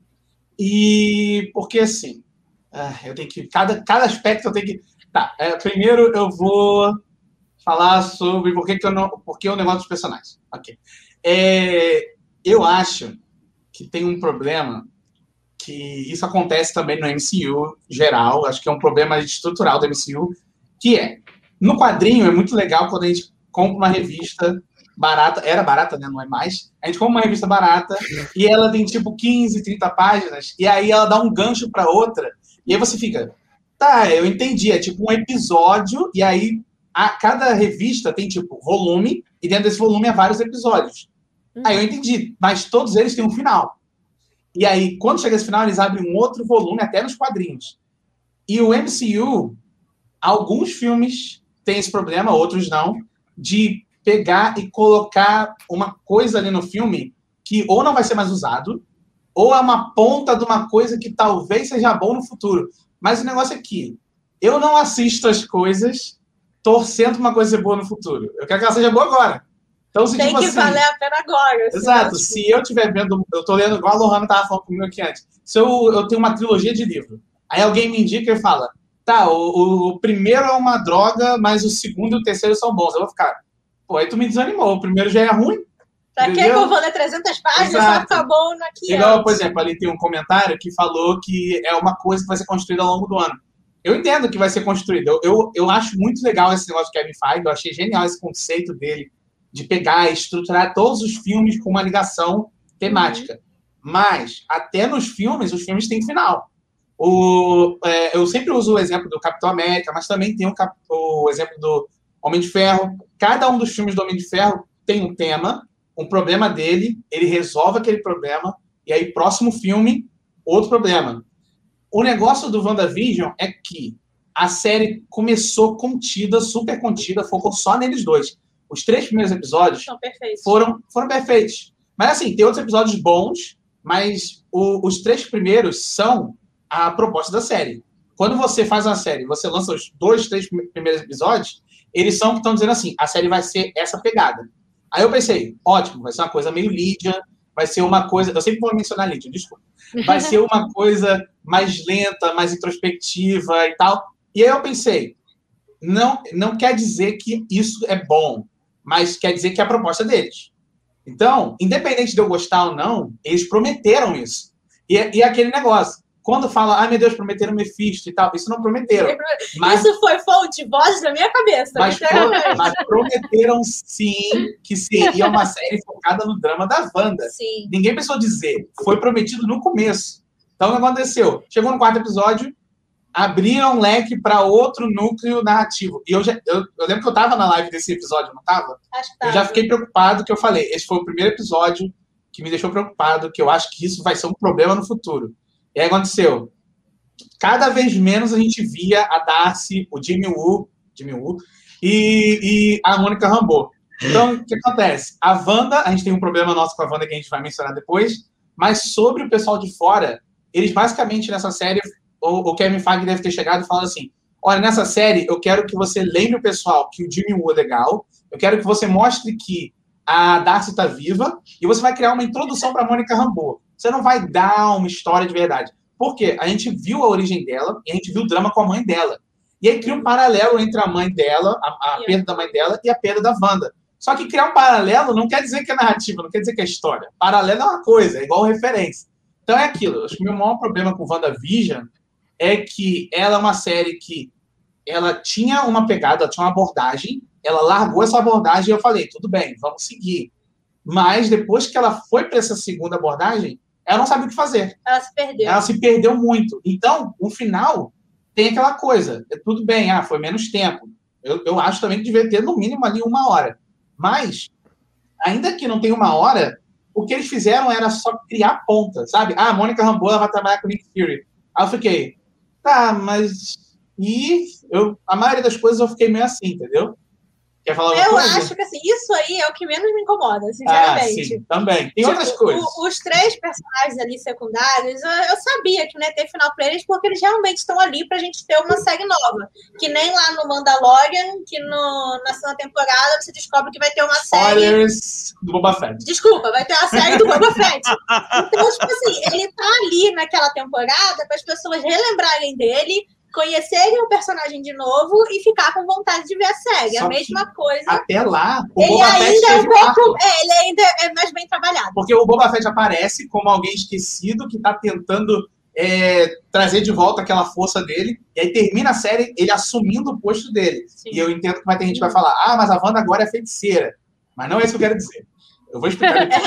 e porque assim, ah, eu tenho que, cada, cada aspecto eu tenho que, tá, é, primeiro eu vou falar sobre por que, que eu não, por que o negócio dos personagens, ok, é, eu acho que tem um problema, que isso acontece também no M C U geral, acho que é um problema estrutural do M C U, que é, no quadrinho é muito legal quando a gente compra uma revista barata, era barata, né? Não é mais. A gente compra uma revista barata e ela tem tipo quinze, trinta páginas, e aí ela dá um gancho para outra, e aí você fica, tá, eu entendi, é tipo um episódio, e aí a, cada revista tem tipo volume, e dentro desse volume há vários episódios. Aí eu entendi, mas todos eles têm um final. E aí, quando chega esse final, eles abrem um outro volume, até nos quadrinhos. E o M C U, alguns filmes têm esse problema, outros não, de pegar e colocar uma coisa ali no filme que ou não vai ser mais usado, ou é uma ponta de uma coisa que talvez seja bom no futuro. Mas o negócio é que eu não assisto as coisas torcendo uma coisa ser boa no futuro. Eu quero que ela seja boa agora. Então, se, Tem tipo que assim, valer a pena agora. exato. senão, Se eu estiver vendo, eu tô lendo, igual a Lohana estava falando comigo aqui antes, se eu, eu tenho uma trilogia de livro, aí alguém me indica e fala, tá, o, o primeiro é uma droga, mas o segundo e o terceiro são bons. Eu vou ficar, pô, aí tu me desanimou, o primeiro já é ruim. Pra que entendeu? eu vou ler trezentas páginas só Exato. ficar bom aqui? Igual, antes? por exemplo, ali tem um comentário que falou que é uma coisa que vai ser construída ao longo do ano. Eu entendo que vai ser construída. Eu, eu, eu acho muito legal esse negócio do Kevin Feige, eu achei genial esse conceito dele, de pegar e estruturar todos os filmes com uma ligação temática. Uhum. Mas, até nos filmes, os filmes têm final. O, é, eu sempre uso o exemplo do Capitão América, mas também tem o, o exemplo do Homem de Ferro. Cada um dos filmes do Homem de Ferro tem um tema, um problema dele, ele resolve aquele problema, e aí, próximo filme, outro problema. O negócio do WandaVision é que a série começou contida, super contida, focou só neles dois. Os três primeiros episódios São perfeitos. Foram, foram perfeitos. Mas, assim, tem outros episódios bons, mas o, os três primeiros são a proposta da série. Quando você faz uma série, você lança os dois, três primeiros episódios, eles são que estão dizendo assim, a série vai ser essa pegada. Aí eu pensei, ótimo, vai ser uma coisa meio Lídia, vai ser uma coisa... Eu sempre vou mencionar Lídia, desculpa. Vai ser uma coisa mais lenta, mais introspectiva e tal. E aí eu pensei, não, não quer dizer que isso é bom, mas quer dizer que é a proposta deles. Então, independente de eu gostar ou não, eles prometeram isso. E, e aquele negócio, quando fala, ai meu Deus, prometeram Mephisto e tal, isso não prometeram. Mas, isso foi fonte, voz na minha cabeça. Mas, pro, mas prometeram sim que seria uma série focada no drama da Wanda. Sim. Ninguém pensou dizer, foi prometido no começo. Então, o que aconteceu? Chegou no quarto episódio, abriram um leque para outro núcleo narrativo. E eu, já, eu, eu lembro que eu estava na live desse episódio, não estava? Acho que tá. Eu já fiquei preocupado, que eu falei, esse foi o primeiro episódio que me deixou preocupado, que eu acho que isso vai ser um problema no futuro. E aí aconteceu. Cada vez menos a gente via a Darcy, o Jimmy Woo, Jimmy Woo e, e a Mônica Rambeau. Então, o que acontece? A Wanda, a gente tem um problema nosso com a Wanda que a gente vai mencionar depois, mas sobre o pessoal de fora, eles basicamente nessa série... O Kevin Feige deve ter chegado e falado assim, olha, nessa série eu quero que você lembre o pessoal que o Jimmy Woo é legal, eu quero que você mostre que a Darcy está viva e você vai criar uma introdução para a Mônica Rambeau. Você não vai dar uma história de verdade. Por quê? A gente viu a origem dela e a gente viu o drama com a mãe dela. E aí cria um paralelo entre a mãe dela, a, a perda da mãe dela e a perda da Wanda. Só que criar um paralelo não quer dizer que é narrativa, não quer dizer que é história. Paralelo é uma coisa, é igual referência. Então é aquilo. Acho que o meu maior problema com WandaVision é que ela é uma série que ela tinha uma pegada, ela tinha uma abordagem, ela largou essa abordagem e eu falei, tudo bem, vamos seguir. Mas depois que ela foi para essa segunda abordagem, ela não sabia o que fazer. Ela se perdeu. Ela se perdeu muito. Então, o final tem aquela coisa. É tudo bem, ah, foi menos tempo. Eu, eu acho também que devia ter, no mínimo, ali uma hora. Mas, ainda que não tenha uma hora, o que eles fizeram era só criar ponta, sabe? Ah, a Mônica Rambeau vai trabalhar com o Nick Fury. Aí eu fiquei, tá, mas... E eu, a maioria das coisas eu fiquei meio assim, entendeu? Quer falar alguma Eu coisa? acho que assim, isso aí é o que menos me incomoda, sinceramente. Ah, sim, também. Tem Tipo, outras coisas. o- os três personagens ali secundários, eu, eu sabia que não ia ter final pra eles, porque eles realmente estão ali pra gente ter uma série nova. Que nem lá no Mandalorian, que no, na segunda temporada você descobre que vai ter uma série. Spoilers do Boba Fett. Desculpa, vai ter a série do Boba Fett. Então, tipo assim, ele tá ali naquela temporada para as pessoas relembrarem dele, conhecerem o personagem de novo e ficar com vontade de ver a série. Só a mesma coisa. Até lá, o Ele Boba Fett ainda é um teve um arco. pouco. É, ele ainda é mais bem trabalhado. Porque o Boba Fett aparece como alguém esquecido que tá tentando é, trazer de volta aquela força dele. E aí termina a série ele assumindo o posto dele. Sim. E eu entendo que vai ter gente que vai falar, ah, mas a Wanda agora é feiticeira. Mas não é isso que eu quero dizer. Eu vou explicar depois.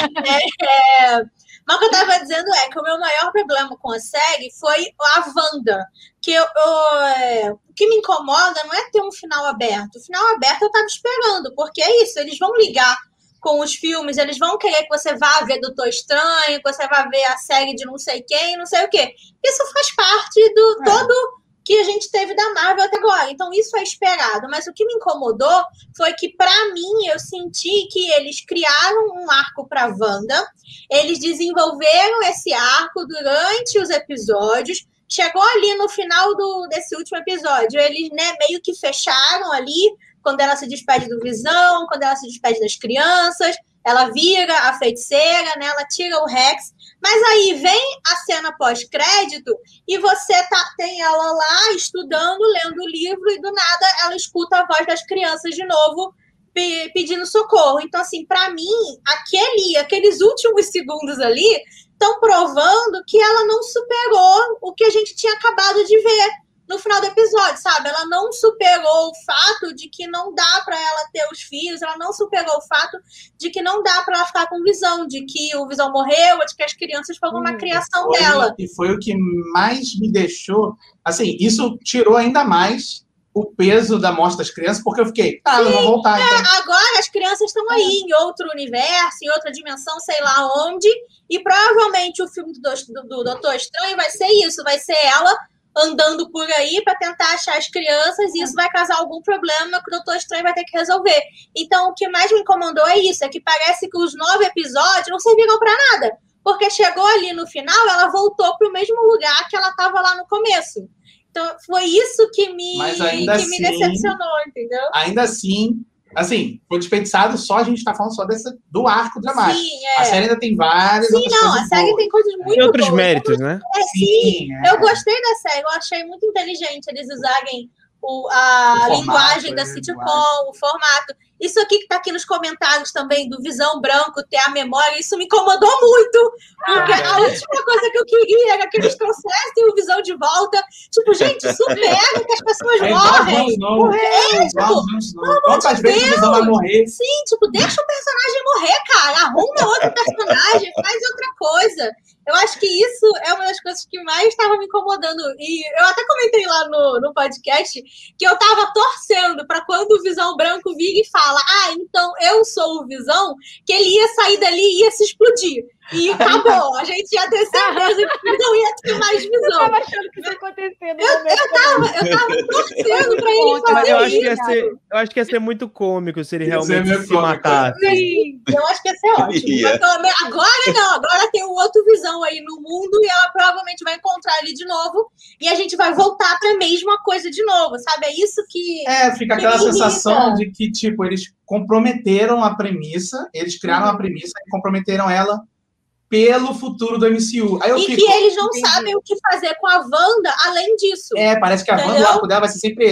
É, mas o que eu tava dizendo é que o meu maior problema com a série foi a Wanda. Que eu, eu, é, o que me incomoda não é ter um final aberto. O final aberto eu tava esperando, porque é isso, eles vão ligar com os filmes, eles vão querer que você vá ver Doutor Estranho, que você vá ver a série de não sei quem, não sei o quê. Isso faz parte do É. todo que a gente teve da Marvel até agora. Então, isso é esperado. Mas o que me incomodou foi que, para mim, eu senti que eles criaram um arco para Wanda, eles desenvolveram esse arco durante os episódios, chegou ali no final do, desse último episódio, eles, né, meio que fecharam ali, quando ela se despede do Visão, quando ela se despede das crianças, ela vira a feiticeira, né, ela tira o Rex, mas aí vem a cena pós-crédito e você tá, tem ela lá estudando, lendo o livro e do nada ela escuta a voz das crianças de novo pe- pedindo socorro. Então, assim, para mim, aquele, aqueles últimos segundos ali estão provando que ela não superou o que a gente tinha acabado de ver no final do episódio, sabe? Ela não superou o fato de que não dá para ela ter os filhos, ela não superou o fato de que não dá para ela ficar com Visão, de que o Visão morreu, de que as crianças foram na criação Foi- dela. E foi o que mais me deixou... Assim, isso tirou ainda mais o peso da morte das crianças, porque eu fiquei, tá, elas vão voltar, então. Agora as crianças estão aí em outro universo, em outra dimensão, sei lá onde, e provavelmente o filme do, do, do Doutor Estranho vai ser isso, vai ser ela andando por aí para tentar achar as crianças e isso vai causar algum problema que o Doutor Estranho vai ter que resolver. Então, o que mais me incomodou é isso, é que parece que os nove episódios não serviram para nada, porque chegou ali no final, ela voltou para o mesmo lugar que ela estava lá no começo. Então, foi isso que me, Mas ainda que me assim- decepcionou, entendeu? Ainda assim, assim, foi desperdiçado só, a gente tá falando só desse, do arco dramático. Sim, é. A série ainda tem várias Sim, outras não, a coisas série boas. tem coisas muito Tem outros boas. méritos, né? É, sim, é. eu gostei da série, eu achei muito inteligente eles usarem o, a O formato, linguagem da é, sitcom, linguagem. o formato. Isso aqui que tá aqui nos comentários também, do Visão Branco ter a memória, isso me incomodou muito, porque Ah, a última coisa que eu queria era que eles trouxessem o Visão de volta. Tipo, gente, supera que as pessoas É igual o morrem. Jon Snow. É, igual o Jon Snow. Quantas vezes o Visão vai morrer? Sim, tipo, deixa o personagem morrer, cara. Arruma outro personagem, faz outra coisa. Eu acho que isso é uma das coisas que mais estava me incomodando. E eu até comentei lá no, no podcast que eu tava torcendo para quando o Visão Branco vira e fala, ah, então eu sou o Visão, que ele ia sair dali e ia se explodir. E acabou. A gente ia ter certeza que não ia ter mais Eu Visão. tava achando que isso ia acontecer no Eu, momento. eu, tava, eu tava torcendo pra ele Mas Mas fazer eu acho, que isso. ia ser, eu acho que ia ser muito cômico se ele Ia ser realmente meio se cômico, matasse. Sim, eu acho que ia ser ótimo. Ia. Mas pelo menos- agora não, agora tem um outro Visão aí no mundo e ela provavelmente vai encontrar ele de novo e a gente vai voltar pra mesma coisa de novo, sabe? É isso que... É, fica Que aquela me irrita. sensação de que, tipo, eles comprometeram a premissa, eles criaram Uhum. a premissa e comprometeram ela pelo futuro do M C U. Aí eu E fico, que eles não entendi. sabem o que fazer com a Wanda além disso. É, parece que a Wanda, Entendeu? o arco dela vai ser sempre esse.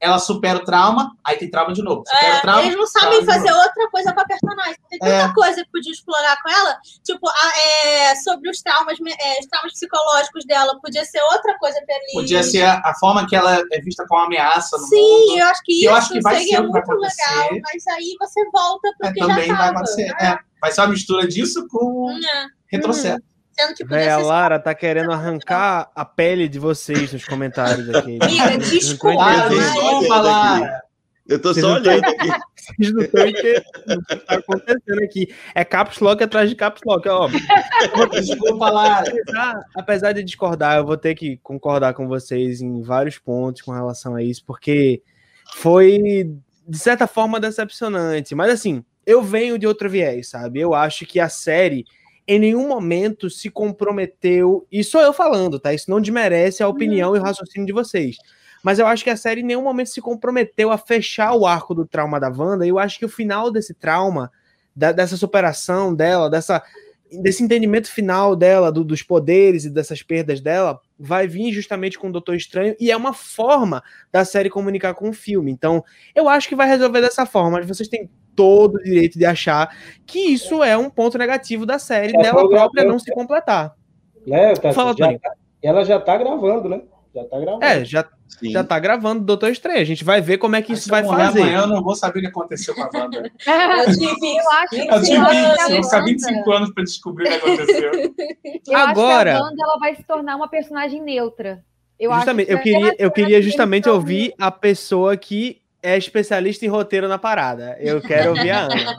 ela supera o trauma, aí tem trauma de novo. Supera É, o trauma, eles não sabem trauma de fazer novo. outra coisa com a personagem. Tem tanta É. coisa que podia explorar com ela. Tipo, a- é, sobre os traumas, me- é, os traumas psicológicos dela. Podia ser outra coisa pra eles. Podia ser a, a forma que ela é vista como ameaça no Sim, mundo. eu acho que Que isso eu acho que vai seria ser o que vai muito legal. acontecer. Mas aí você volta pro É, que também já vai tava. acontecer. É, vai ser uma mistura disso com É. retrocesso. Sendo que podia Véi, a ser. Lara tá querendo arrancar a pele de vocês nos comentários aqui. Amiga, Vocês não desculpa. tão Ah, entendendo. desculpa, Lara. Eu tô Vocês só não tão- olhando aqui. Vocês não estão entendendo o que tá acontecendo aqui. É caps lock atrás de caps lock, ó. Desculpa, Lara. Apesar, apesar de discordar, eu vou ter que concordar com vocês em vários pontos com relação a isso, porque foi, de certa forma, decepcionante. Mas, assim, eu venho de outro viés, sabe? Eu acho que a série, em nenhum momento, se comprometeu, e sou eu falando, tá? Isso não desmerece a opinião e o raciocínio de vocês. Mas eu acho que a série em nenhum momento se comprometeu a fechar o arco do trauma da Wanda, e eu acho que o final desse trauma, da- dessa superação dela, dessa, desse entendimento final dela, do- dos poderes e dessas perdas dela, vai vir justamente com o Doutor Estranho, e é uma forma da série comunicar com o filme. Então, eu acho que vai resolver dessa forma, mas vocês têm todo o direito de achar que isso é um ponto negativo da série, É, dela foi própria gravando. não se completar. Né, Tati? Fala, Já Tony. tá- ela já tá gravando, né? Já tá gravando. É, já, Sim. já tá gravando o Doutor Estranho, a gente vai ver como é que Mas isso se vai eu morrer fazer. amanhã, eu não vou saber o que aconteceu com a Wanda. Eu tive Eu acho, Eu eu tive acho vinte, que a eu vou ficar Wanda- vinte e cinco anos pra descobrir o que aconteceu. Eu Agora- acho que a Wanda ela vai se tornar uma personagem neutra. Eu Justamente, acho eu que queria, ela eu vai queria ser justamente uma ouvir a pessoa que é especialista em roteiro na parada. Eu quero ouvir a Ana.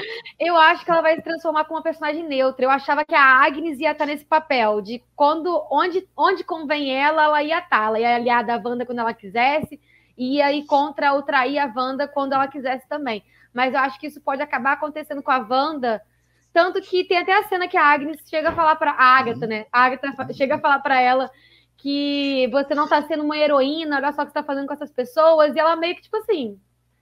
Eu acho que ela vai se transformar com uma personagem neutra. Eu achava que a Agnes ia estar nesse papel de quando, onde, onde convém ela, ela ia estar. Ela ia aliar da Wanda quando ela quisesse, e ia ir contra ou trair a Wanda quando ela quisesse também. Mas eu acho que isso pode acabar acontecendo com a Wanda, tanto que tem até a cena que a Agnes chega a falar para a Agatha, né? A Agatha fa- chega a falar para ela que você não tá sendo uma heroína, olha só o que você tá fazendo com essas pessoas, e ela meio que, tipo assim,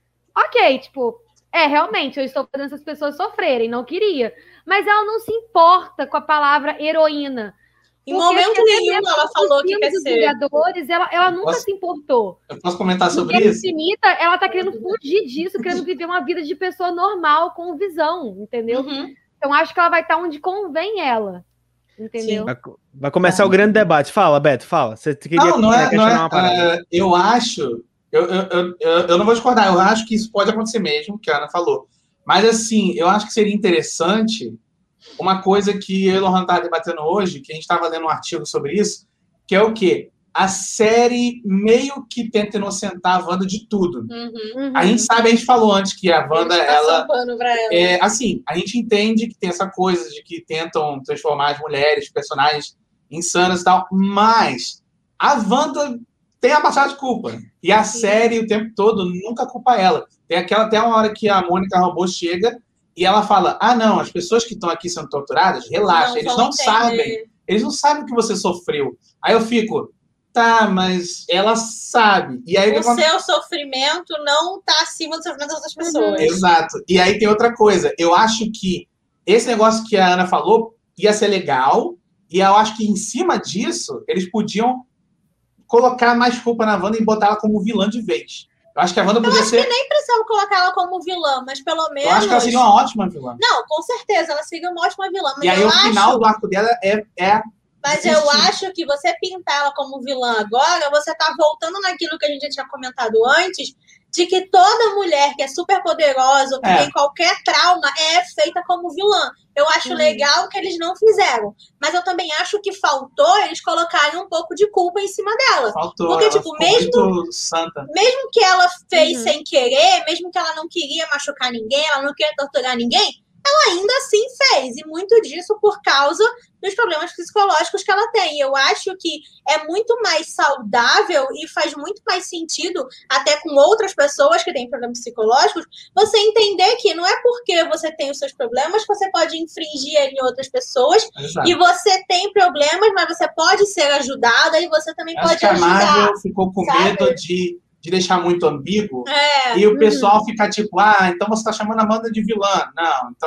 ok, tipo, é, realmente, eu estou fazendo essas pessoas sofrerem, não queria. Mas ela não se importa com a palavra heroína. Em Porque momento até nenhum mesmo ela nos falou que filmes quer dos ser. Vingadores, ela, ela nunca Posso- se importou. Eu posso comentar No sobre Guerra isso? Infinita, ela tá querendo fugir disso, querendo viver uma vida de pessoa normal, com visão, entendeu? Uhum. Então acho que ela vai estar onde convém ela, entendeu? Vai, vai começar o grande debate. Fala, Beto, fala. Você queria Não, não é. Não questionar é uma parada. é, eu acho. Eu, eu, eu, eu eu não vou discordar, eu acho que isso pode acontecer mesmo, que a Ana falou. Mas, assim, eu acho que seria interessante uma coisa que eu e o Lohan estava debatendo hoje, que a gente estava lendo um artigo sobre isso, que é o quê? A série meio que tenta inocentar a Wanda de tudo. Uhum. Uhum. A gente sabe, a gente falou antes que a Wanda, Eles ela. passam pano pra ela. É, assim, a gente entende que tem essa coisa de que tentam transformar as mulheres, personagens insanas e tal, mas a Wanda tem a passagem de culpa. E a Sim. série, o tempo todo, nunca culpa ela. Tem aquela até uma hora que a Mônica Rambeau chega e ela fala: ah, não, as pessoas que estão aqui sendo torturadas, relaxa, eles vão não entender. sabem. Eles não sabem o que você sofreu. Aí eu fico, tá, mas ela sabe. E aí o que O acontece? seu sofrimento não tá acima do sofrimento das outras pessoas. Exato. E aí tem outra coisa. Eu acho que esse negócio que a Ana falou ia ser legal, e eu acho que em cima disso, eles podiam colocar mais culpa na Wanda e botar ela como vilã de vez. Eu acho que a Wanda podia ser. Nem precisamos colocar ela como vilã, mas pelo menos. Eu acho que ela seria uma ótima vilã. Não, com certeza, ela seria uma ótima vilã. Mas E aí eu o final acho... do arco dela é. é... Mas Existe. eu acho que você pintar ela como vilã agora, você tá voltando naquilo que a gente já tinha comentado antes, de que toda mulher que é super poderosa ou que É. tem qualquer trauma é feita como vilã. Eu acho Uhum. legal que eles não fizeram. Mas eu também acho que faltou eles colocarem um pouco de culpa em cima dela. Faltou. Porque, ela tipo, ficou mesmo- muito santa. Mesmo que ela fez Uhum. sem querer, mesmo que ela não queria machucar ninguém, ela não queria torturar ninguém, ela ainda assim fez. E muito disso por causa dos problemas psicológicos que ela tem. Eu acho que é muito mais saudável e faz muito mais sentido, até com outras pessoas que têm problemas psicológicos, você entender que não é porque você tem os seus problemas que você pode infringir em outras pessoas. Exato. E você tem problemas, mas você pode ser ajudada e você também Acho pode que a ajudar. Marvel ficou com sabe? medo de, de deixar muito ambíguo. É. E o pessoal fica tipo, ah, então você tá chamando a Wanda de vilã. Não, então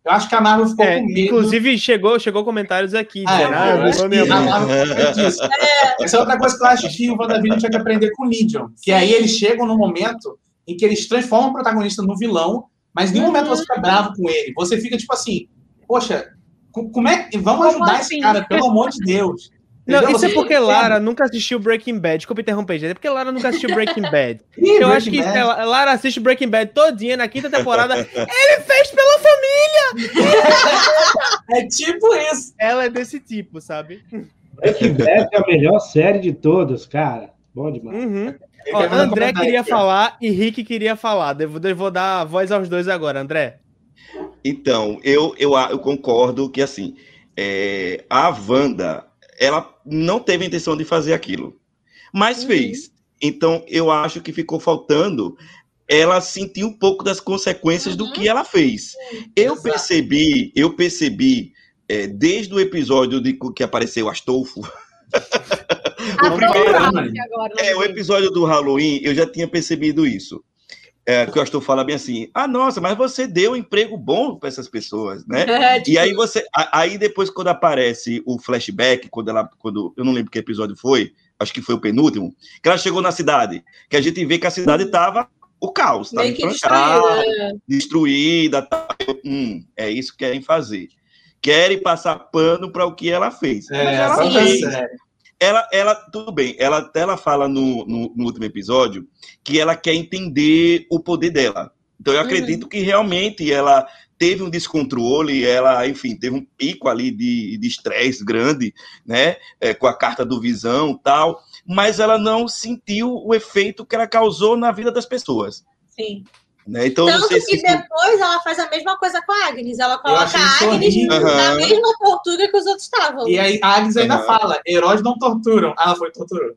Eu acho que a Marvel ficou É, com medo. inclusive, chegou, chegou comentários aqui. Ah, dizendo, é, ah, eu acho Vilão que é a bom. Marvel ficou com medo disso. Essa é outra coisa que eu acho que o WandaVision tinha que aprender com o Legion. Que aí eles chegam no momento em que eles transformam o protagonista no vilão, mas em nenhum momento você fica bravo com ele. Você fica tipo assim, poxa, co- como é que. Vamos Como ajudar assim? esse cara, pelo amor de Deus. Não, Entendeu? isso é Você porque entende? Lara nunca assistiu Breaking Bad. Desculpa interromper, gente. É porque Lara nunca assistiu Breaking Bad. Ih, Eu Breaking acho que Bad. ela, Lara assiste Breaking Bad todinha na quinta temporada. Ele fez pela família! É tipo isso. Ela é desse tipo, sabe? Breaking Bad é a melhor série de todas, cara. Bom demais. Uhum. Ele Ó, quer mandar André comentário queria aqui, ó. falar e Rick queria falar. Devo, devo vou dar a voz aos dois agora, André. Então, eu, eu, eu concordo que, assim, é, a Wanda, ela não teve a intenção de fazer aquilo, mas Uhum. fez. Então, eu acho que ficou faltando ela sentir um pouco das consequências do Uhum. que ela fez. Eu Exato. percebi, eu percebi, é, desde o episódio de que apareceu Astolfo, A O primeiro, Tom mano. Cruise agora, é, o nome dele. episódio do Halloween, eu já tinha percebido isso. É, que o Astor fala bem assim, ah, nossa, mas você deu um emprego bom para essas pessoas, né? É, tipo, E aí você, a- aí depois quando aparece o flashback, quando ela, quando eu não lembro que episódio foi, acho que foi o penúltimo, que ela chegou na cidade, que a gente vê que a cidade tava o caos, tava meio que enfrancada, destruída. né? destruída, tá? Hum, é isso que querem fazer. Querem passar pano para o que ela fez. Mas É, ela agora fez. tá sério. Ela, ela, tudo bem, ela até ela fala no, no, no último episódio que ela quer entender o poder dela. Então eu Uhum. acredito que realmente ela teve um descontrole, ela, enfim, teve um pico ali de de estresse grande, né, é, com a carta do Visão e tal, mas ela não sentiu o efeito que ela causou na vida das pessoas. Sim. Né? Então, eu não Tanto sei que se... depois ela faz a mesma coisa com a Agnes. Ela coloca achei a isso Agnes horrível. na Aham. mesma tortura que os outros estavam. E aí a Agnes ainda Aham. fala, heróis não torturam. Ah, ela foi torturou.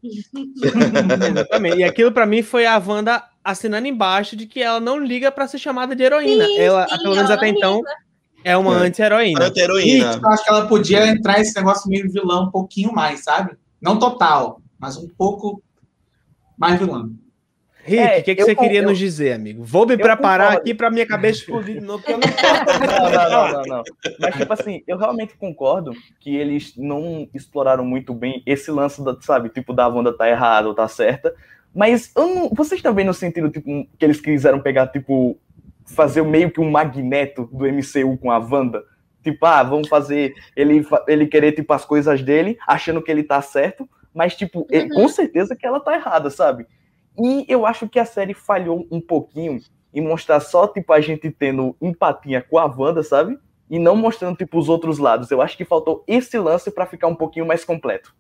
Exatamente. E aquilo pra mim foi a Wanda assinando embaixo de que ela não liga pra ser chamada de heroína. Sim, ela, sim, pelo menos ela até não então, liga. é uma É. anti-heroína. Anti-heroína. Eu acho que ela podia entrar esse negócio meio vilão um pouquinho mais, sabe? Não total, mas um pouco mais vilão. Rick, o É, que, que eu você con- queria eu- nos dizer, amigo? Vou me eu preparar concordo. aqui pra minha cabeça explodir de novo, porque eu não Não, não, não, não, não. Mas, tipo assim, eu realmente concordo que eles não exploraram muito bem esse lance, da, sabe, tipo, da Wanda tá errada ou tá certa. Mas eu não, vocês também no sentido, tipo, que eles quiseram pegar, tipo, fazer meio que um Magneto do M C U com a Wanda? Tipo, ah, vamos fazer ele, fa- ele querer, tipo, as coisas dele, achando que ele tá certo, mas, tipo, ele- com certeza que ela tá errada, sabe? E eu acho que a série falhou um pouquinho em mostrar só, tipo, a gente tendo empatia com a Wanda, sabe? E não mostrando, tipo, os outros lados. Eu acho que faltou esse lance pra ficar um pouquinho mais completo.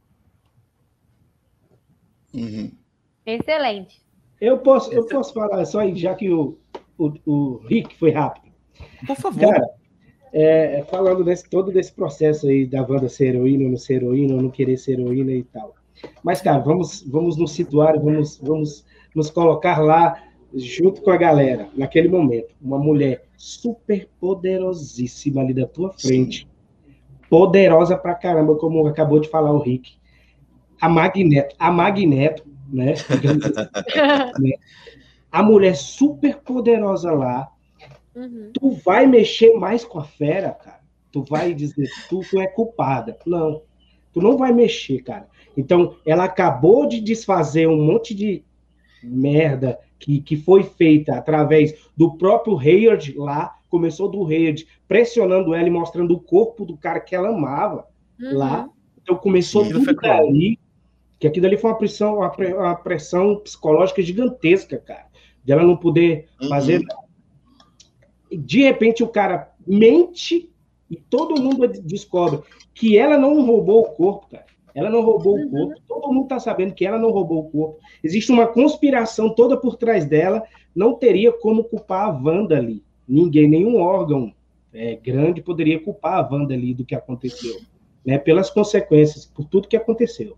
Uhum. Excelente. Eu posso, eu posso falar só aí, já que o, o, o Rick foi rápido. Por favor. Cara, é, falando desse, todo desse processo aí da Wanda ser heroína ou não ser heroína, ou não querer ser heroína e tal. Mas, cara, vamos, vamos nos situar, vamos, vamos nos colocar lá junto com a galera, naquele momento. Uma mulher super poderosíssima ali da tua frente. Poderosa pra caramba, como acabou de falar o Rick. A Magneto, a Magneto, né? né? A mulher super poderosa lá. Uhum. Tu vai mexer mais com a fera, cara. Tu vai dizer, tu, tu é culpada. Não. Tu não vai mexer, cara. Então, ela acabou de desfazer um monte de merda que, que foi feita através do próprio Hayward lá. Começou do Hayward pressionando ela e mostrando o corpo do cara que ela amava lá. Então, começou Aquilo tudo foi cruel. dali. Que aquilo ali foi uma pressão, uma, pre- uma pressão psicológica gigantesca, cara. De ela não poder Uhum. fazer nada. E, de repente, o cara mente e todo mundo descobre que ela não roubou o corpo, cara. Ela não roubou o corpo. Todo mundo tá sabendo que ela não roubou o corpo. Existe uma conspiração toda por trás dela. Não teria como culpar a Wanda ali. Ninguém, nenhum órgão é, grande poderia culpar a Wanda ali do que aconteceu. Né? Pelas consequências, por tudo que aconteceu.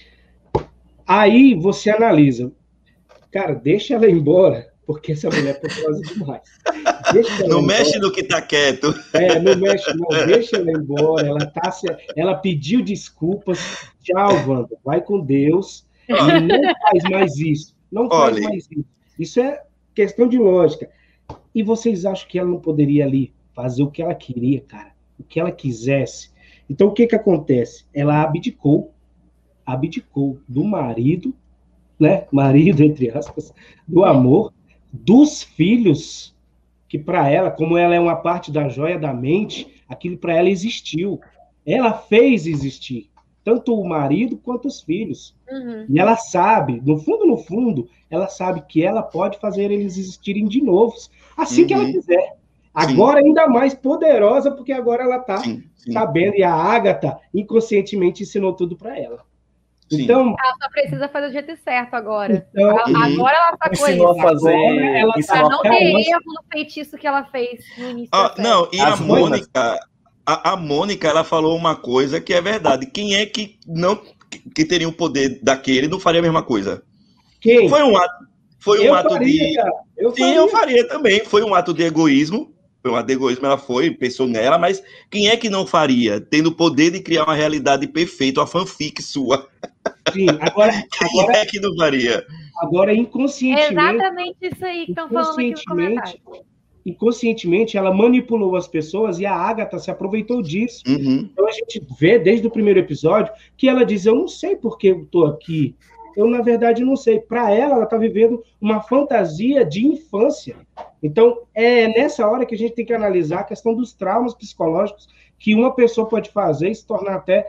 Aí você analisa. Cara, deixa ela embora, porque essa mulher é poderosa demais. Deixa ela Não embora. mexe no que tá quieto. É, não mexe, não. Deixa ela embora. Ela, tá se... ela pediu desculpas. Tchau, Wanda. Vai com Deus. E não faz mais isso. Não faz Olha. mais isso. Isso é questão de lógica. E vocês acham que ela não poderia ali fazer o que ela queria, cara, o que ela quisesse. Então, o que que acontece? Ela abdicou, abdicou do marido, né? Marido, entre aspas, do amor, dos filhos, que para ela, como ela é uma parte da joia da mente, aquilo para ela existiu. Ela fez existir, tanto o marido quanto os filhos. Uhum. E ela sabe, no fundo, no fundo, ela sabe que ela pode fazer eles existirem de novo, assim Uhum. que ela quiser. Agora ainda mais poderosa, porque agora ela está sabendo, e a Agatha inconscientemente ensinou tudo para ela. Sim. Então, ela só precisa fazer do jeito certo agora. Então, Ela- uhum. Agora ela sacou Ensinou a isso. fazer. Agora ela ensinou Pra a não Cara, ter nós- erro no feitiço que ela fez no início Ah, da série. não, e As a mães. Mônica, a, a Mônica, ela falou uma coisa que é verdade. Quem é que não que, que teria o poder daquele não faria a mesma coisa? quem? Foi um ato, foi um eu ato faria, de. cara. Eu Sim, faria. eu faria também. Foi um ato de egoísmo. Foi um ato de egoísmo, ela foi, pensou nela, mas quem é que não faria? Tendo o poder de criar uma realidade perfeita, uma fanfic sua. Sim, agora, Quem agora, é que não faria? agora É inconscientemente, exatamente isso aí que estão falando aqui no comentário. inconscientemente, inconscientemente, ela manipulou as pessoas e a Agatha se aproveitou disso. Uhum. Então a gente vê desde o primeiro episódio que ela diz: eu não sei por que eu estou aqui. Eu, na verdade, não sei. Para ela, ela está vivendo uma fantasia de infância. Então, é nessa hora que a gente tem que analisar a questão dos traumas psicológicos que uma pessoa pode fazer e se tornar até,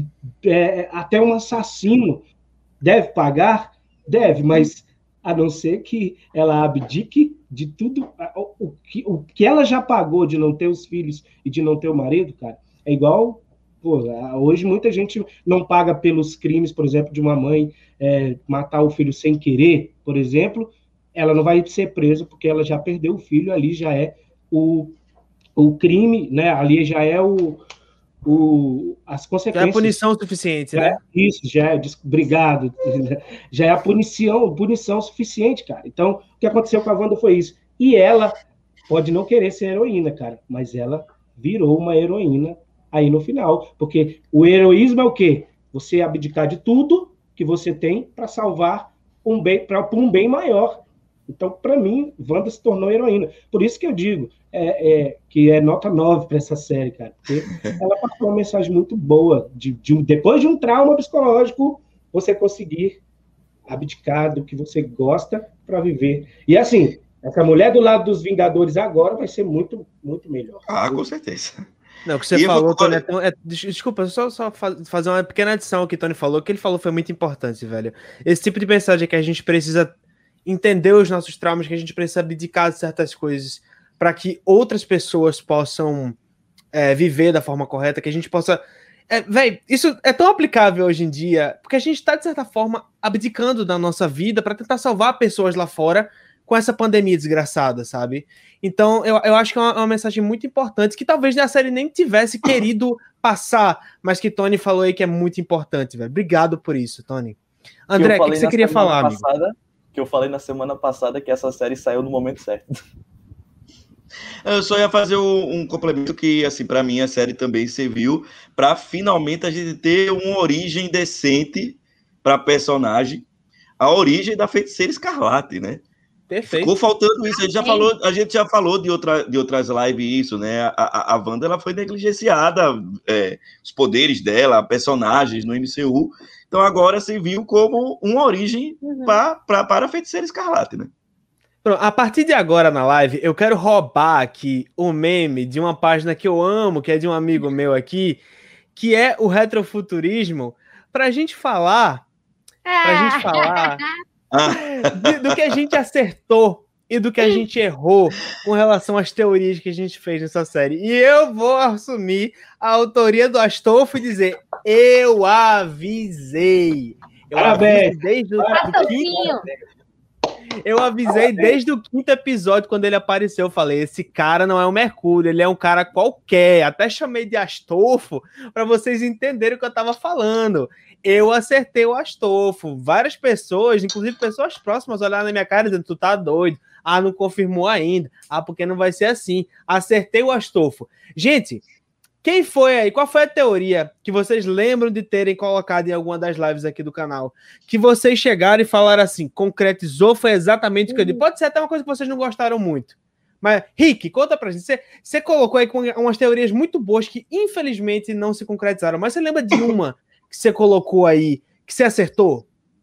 é, até um assassino. Deve pagar? Deve, mas a não ser que ela abdique de tudo. O, o, que, o que ela já pagou de não ter os filhos e de não ter o marido, cara, é igual... Pô, hoje muita gente não paga pelos crimes, por exemplo, de uma mãe é, matar o filho sem querer, por exemplo, ela não vai ser presa porque ela já perdeu o filho, ali já é o, o crime, né? Ali já é o, o as Já consequências. é punição suficiente, já, né? Isso, já é, obrigado, já é a punição, punição suficiente, cara. Então, o que aconteceu com a Wanda foi isso. E ela pode não querer ser heroína, cara, mas ela virou uma heroína aí no final, porque o heroísmo é o quê? Você abdicar de tudo que você tem para salvar um bem, para um bem maior. Então, para mim, Wanda se tornou heroína. Por isso que eu digo é, é, que é nota nove para essa série, cara, porque ela passou uma mensagem muito boa, de, de, depois de um trauma psicológico, você conseguir abdicar do que você gosta para viver. E assim, essa mulher do lado dos Vingadores agora vai ser muito, muito melhor. Ah, com certeza. Não, o que você E eu falou, vou- Tony, é tão- é- des- desculpa, só, só fa- fazer uma pequena adição ao que o Tony falou, que ele falou foi muito importante, velho. Esse tipo de mensagem que a gente precisa entender os nossos traumas, que a gente precisa abdicar de certas coisas para que outras pessoas possam é, viver da forma correta, que a gente possa... É, velho, isso é tão aplicável hoje em dia, porque a gente está, de certa forma, abdicando da nossa vida para tentar salvar pessoas lá fora com essa pandemia desgraçada, sabe? Então, eu, eu acho que é uma, uma mensagem muito importante, que talvez a série nem tivesse querido passar, mas que Tony falou aí que é muito importante, velho. Obrigado por isso, Tony. André, o que, que você queria falar, amigo? passada, que eu falei na semana passada que essa série saiu no momento certo. Eu só ia fazer um, um complemento que, assim, para mim a série também serviu para finalmente a gente ter uma origem decente para personagem, a origem da Feiticeira Escarlate, né? Perfeito. Ficou faltando isso. A gente já falou, a gente já falou de, outra, de outras lives isso, né? A, a, a Wanda ela foi negligenciada, é, os poderes dela, personagens no M C U. Então agora se viu como uma origem Uhum. pra, pra, para a Feiticeira Escarlate, né? Pronto, a partir de agora na live, eu quero roubar aqui o meme de uma página que eu amo, que é de um amigo meu aqui, que é o retrofuturismo, pra gente falar, pra gente falar Ah, de- do que a gente acertou e do que a gente errou com relação às teorias que a gente fez nessa série. E eu vou assumir a autoria do Astolfo e dizer: eu avisei. Eu Parabéns. avisei desde o do quinto, Pastorzinho. eu avisei desde o quinto episódio, quando ele apareceu. Eu falei: esse cara não é o Mercúrio, ele é um cara qualquer. Até chamei de Astolfo para vocês entenderem o que eu tava falando. Eu acertei o Astolfo. Várias pessoas, inclusive pessoas próximas, olharam na minha cara dizendo: tu tá doido. Ah, não confirmou ainda. Ah, porque não vai ser assim. Acertei o Astolfo. Gente, quem foi aí? Qual foi a teoria que vocês lembram de terem colocado em alguma das lives aqui do canal? Que vocês chegaram e falaram assim, concretizou, foi exatamente o que eu disse. Pode ser até uma coisa que vocês não gostaram muito. Mas, Rick, conta pra gente. Você, você colocou aí com umas teorias muito boas que, infelizmente, não se concretizaram. Mas você lembra de uma que você colocou aí, que você acertou?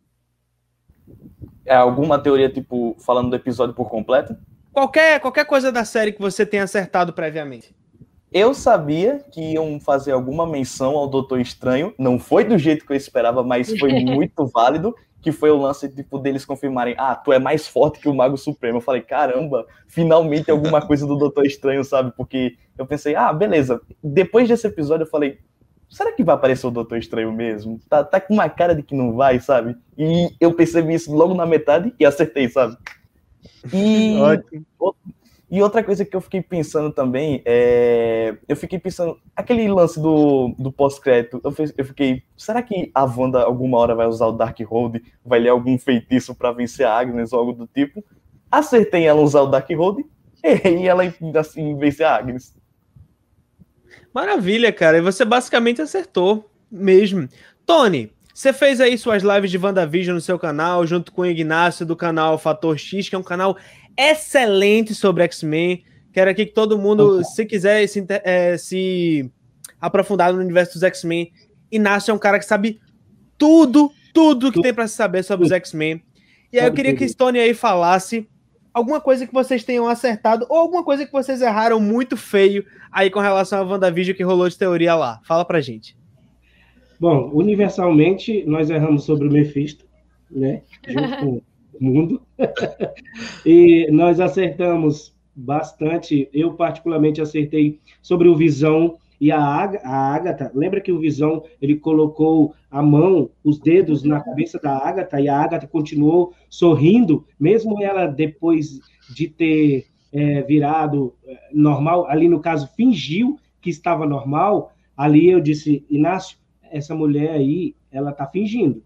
É alguma teoria, tipo, falando do episódio por completo? Qualquer, qualquer coisa da série que você tenha acertado previamente. Eu sabia que iam fazer alguma menção ao Doutor Estranho. Não foi do jeito que eu esperava, mas foi muito válido. Que foi o lance, tipo, deles confirmarem, ah, tu é mais forte que o Mago Supremo. Eu falei, caramba, finalmente alguma coisa do Doutor Estranho, sabe? Porque eu pensei, ah, beleza. Depois desse episódio eu falei, será que vai aparecer o Doutor Estranho mesmo? Tá, tá com uma cara de que não vai, sabe? E eu percebi isso logo na metade e acertei, sabe? E, e outra coisa que eu fiquei pensando também, é... eu fiquei pensando, aquele lance do, do pós-crédito, eu, eu fiquei, será que a Wanda alguma hora vai usar o Darkhold, vai ler algum feitiço pra vencer a Agnes ou algo do tipo? Acertei ela usar o Darkhold, e ela assim, vencer a Agnes. Maravilha, cara, e você basicamente acertou mesmo. Tony, você fez aí suas lives de WandaVision no seu canal, junto com o Ignácio do canal Fator X, que é um canal excelente sobre X-Men. Quero aqui que todo mundo, se quiser se, é, se aprofundar no universo dos X-Men, Inácio é um cara que sabe tudo, tudo que tem para se saber sobre os X-Men. E aí eu queria que Tony aí falasse alguma coisa que vocês tenham acertado ou alguma coisa que vocês erraram muito feio aí com relação a WandaVision que rolou de teoria lá. Fala pra gente. Bom, universalmente, nós erramos sobre o Mephisto, né? Junto com o mundo. E nós acertamos bastante. Eu, particularmente, acertei sobre o Visão e a, Ag a Agatha. Lembra que o Visão, ele colocou a mão, os dedos na cabeça da Agatha e a Agatha continuou sorrindo, mesmo ela, depois de ter é, virado normal, ali no caso, fingiu que estava normal. Ali eu disse, Inácio, essa mulher aí, ela tá fingindo.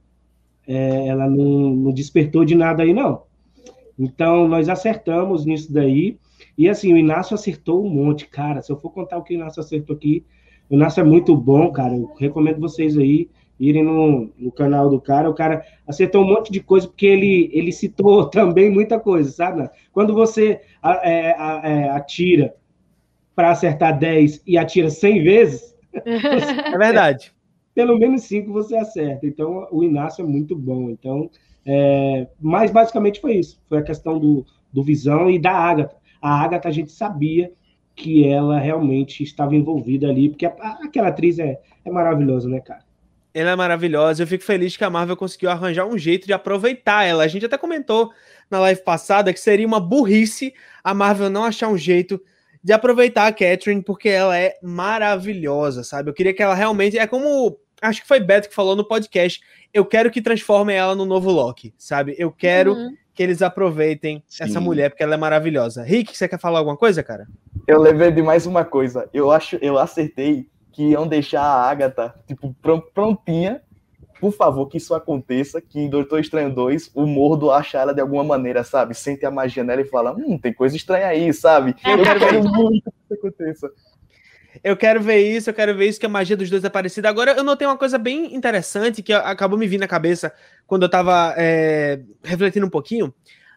É, ela não, não despertou de nada aí, não. Então, nós acertamos nisso daí. E, assim, o Inácio acertou um monte, cara. Se eu for contar o que o Inácio acertou aqui, o Inácio é muito bom, cara. Eu recomendo vocês aí irem no, no canal do cara. O cara acertou um monte de coisa, porque ele, ele citou também muita coisa, sabe? Quando você é, é, atira para acertar dez e atira cem vezes... É verdade. Pelo menos cinco você acerta. Então, o Inácio é muito bom. Então, é... mas basicamente foi isso. Foi a questão do, do Visão e da Agatha. A Agatha, a gente sabia que ela realmente estava envolvida ali, porque a, a, aquela atriz é, é maravilhosa, né, cara? Ela é maravilhosa. Eu fico feliz que a Marvel conseguiu arranjar um jeito de aproveitar ela. A gente até comentou na live passada que seria uma burrice a Marvel não achar um jeito de aproveitar a Catherine, porque ela é maravilhosa, sabe? Eu queria que ela realmente... É como... Acho que foi Beto que falou no podcast. Eu quero que transformem ela no novo Loki, sabe? Eu quero uhum. que eles aproveitem Sim. essa mulher, porque ela é maravilhosa. Rick, você quer falar alguma coisa, cara? Eu lembrei de mais uma coisa. Eu acho, eu acertei que iam deixar a Agatha, tipo, prontinha. Por favor, que isso aconteça, que em Doutor Estranho dois, o Mordo acha ela de alguma maneira, sabe? Sente a magia nela e fala, hum, tem coisa estranha aí, sabe? Eu quero muito que isso aconteça. Eu quero ver isso, eu quero ver isso, que a magia dos dois é parecida. Agora, eu notei uma coisa bem interessante, que acabou me vindo na cabeça quando eu tava é, refletindo um pouquinho.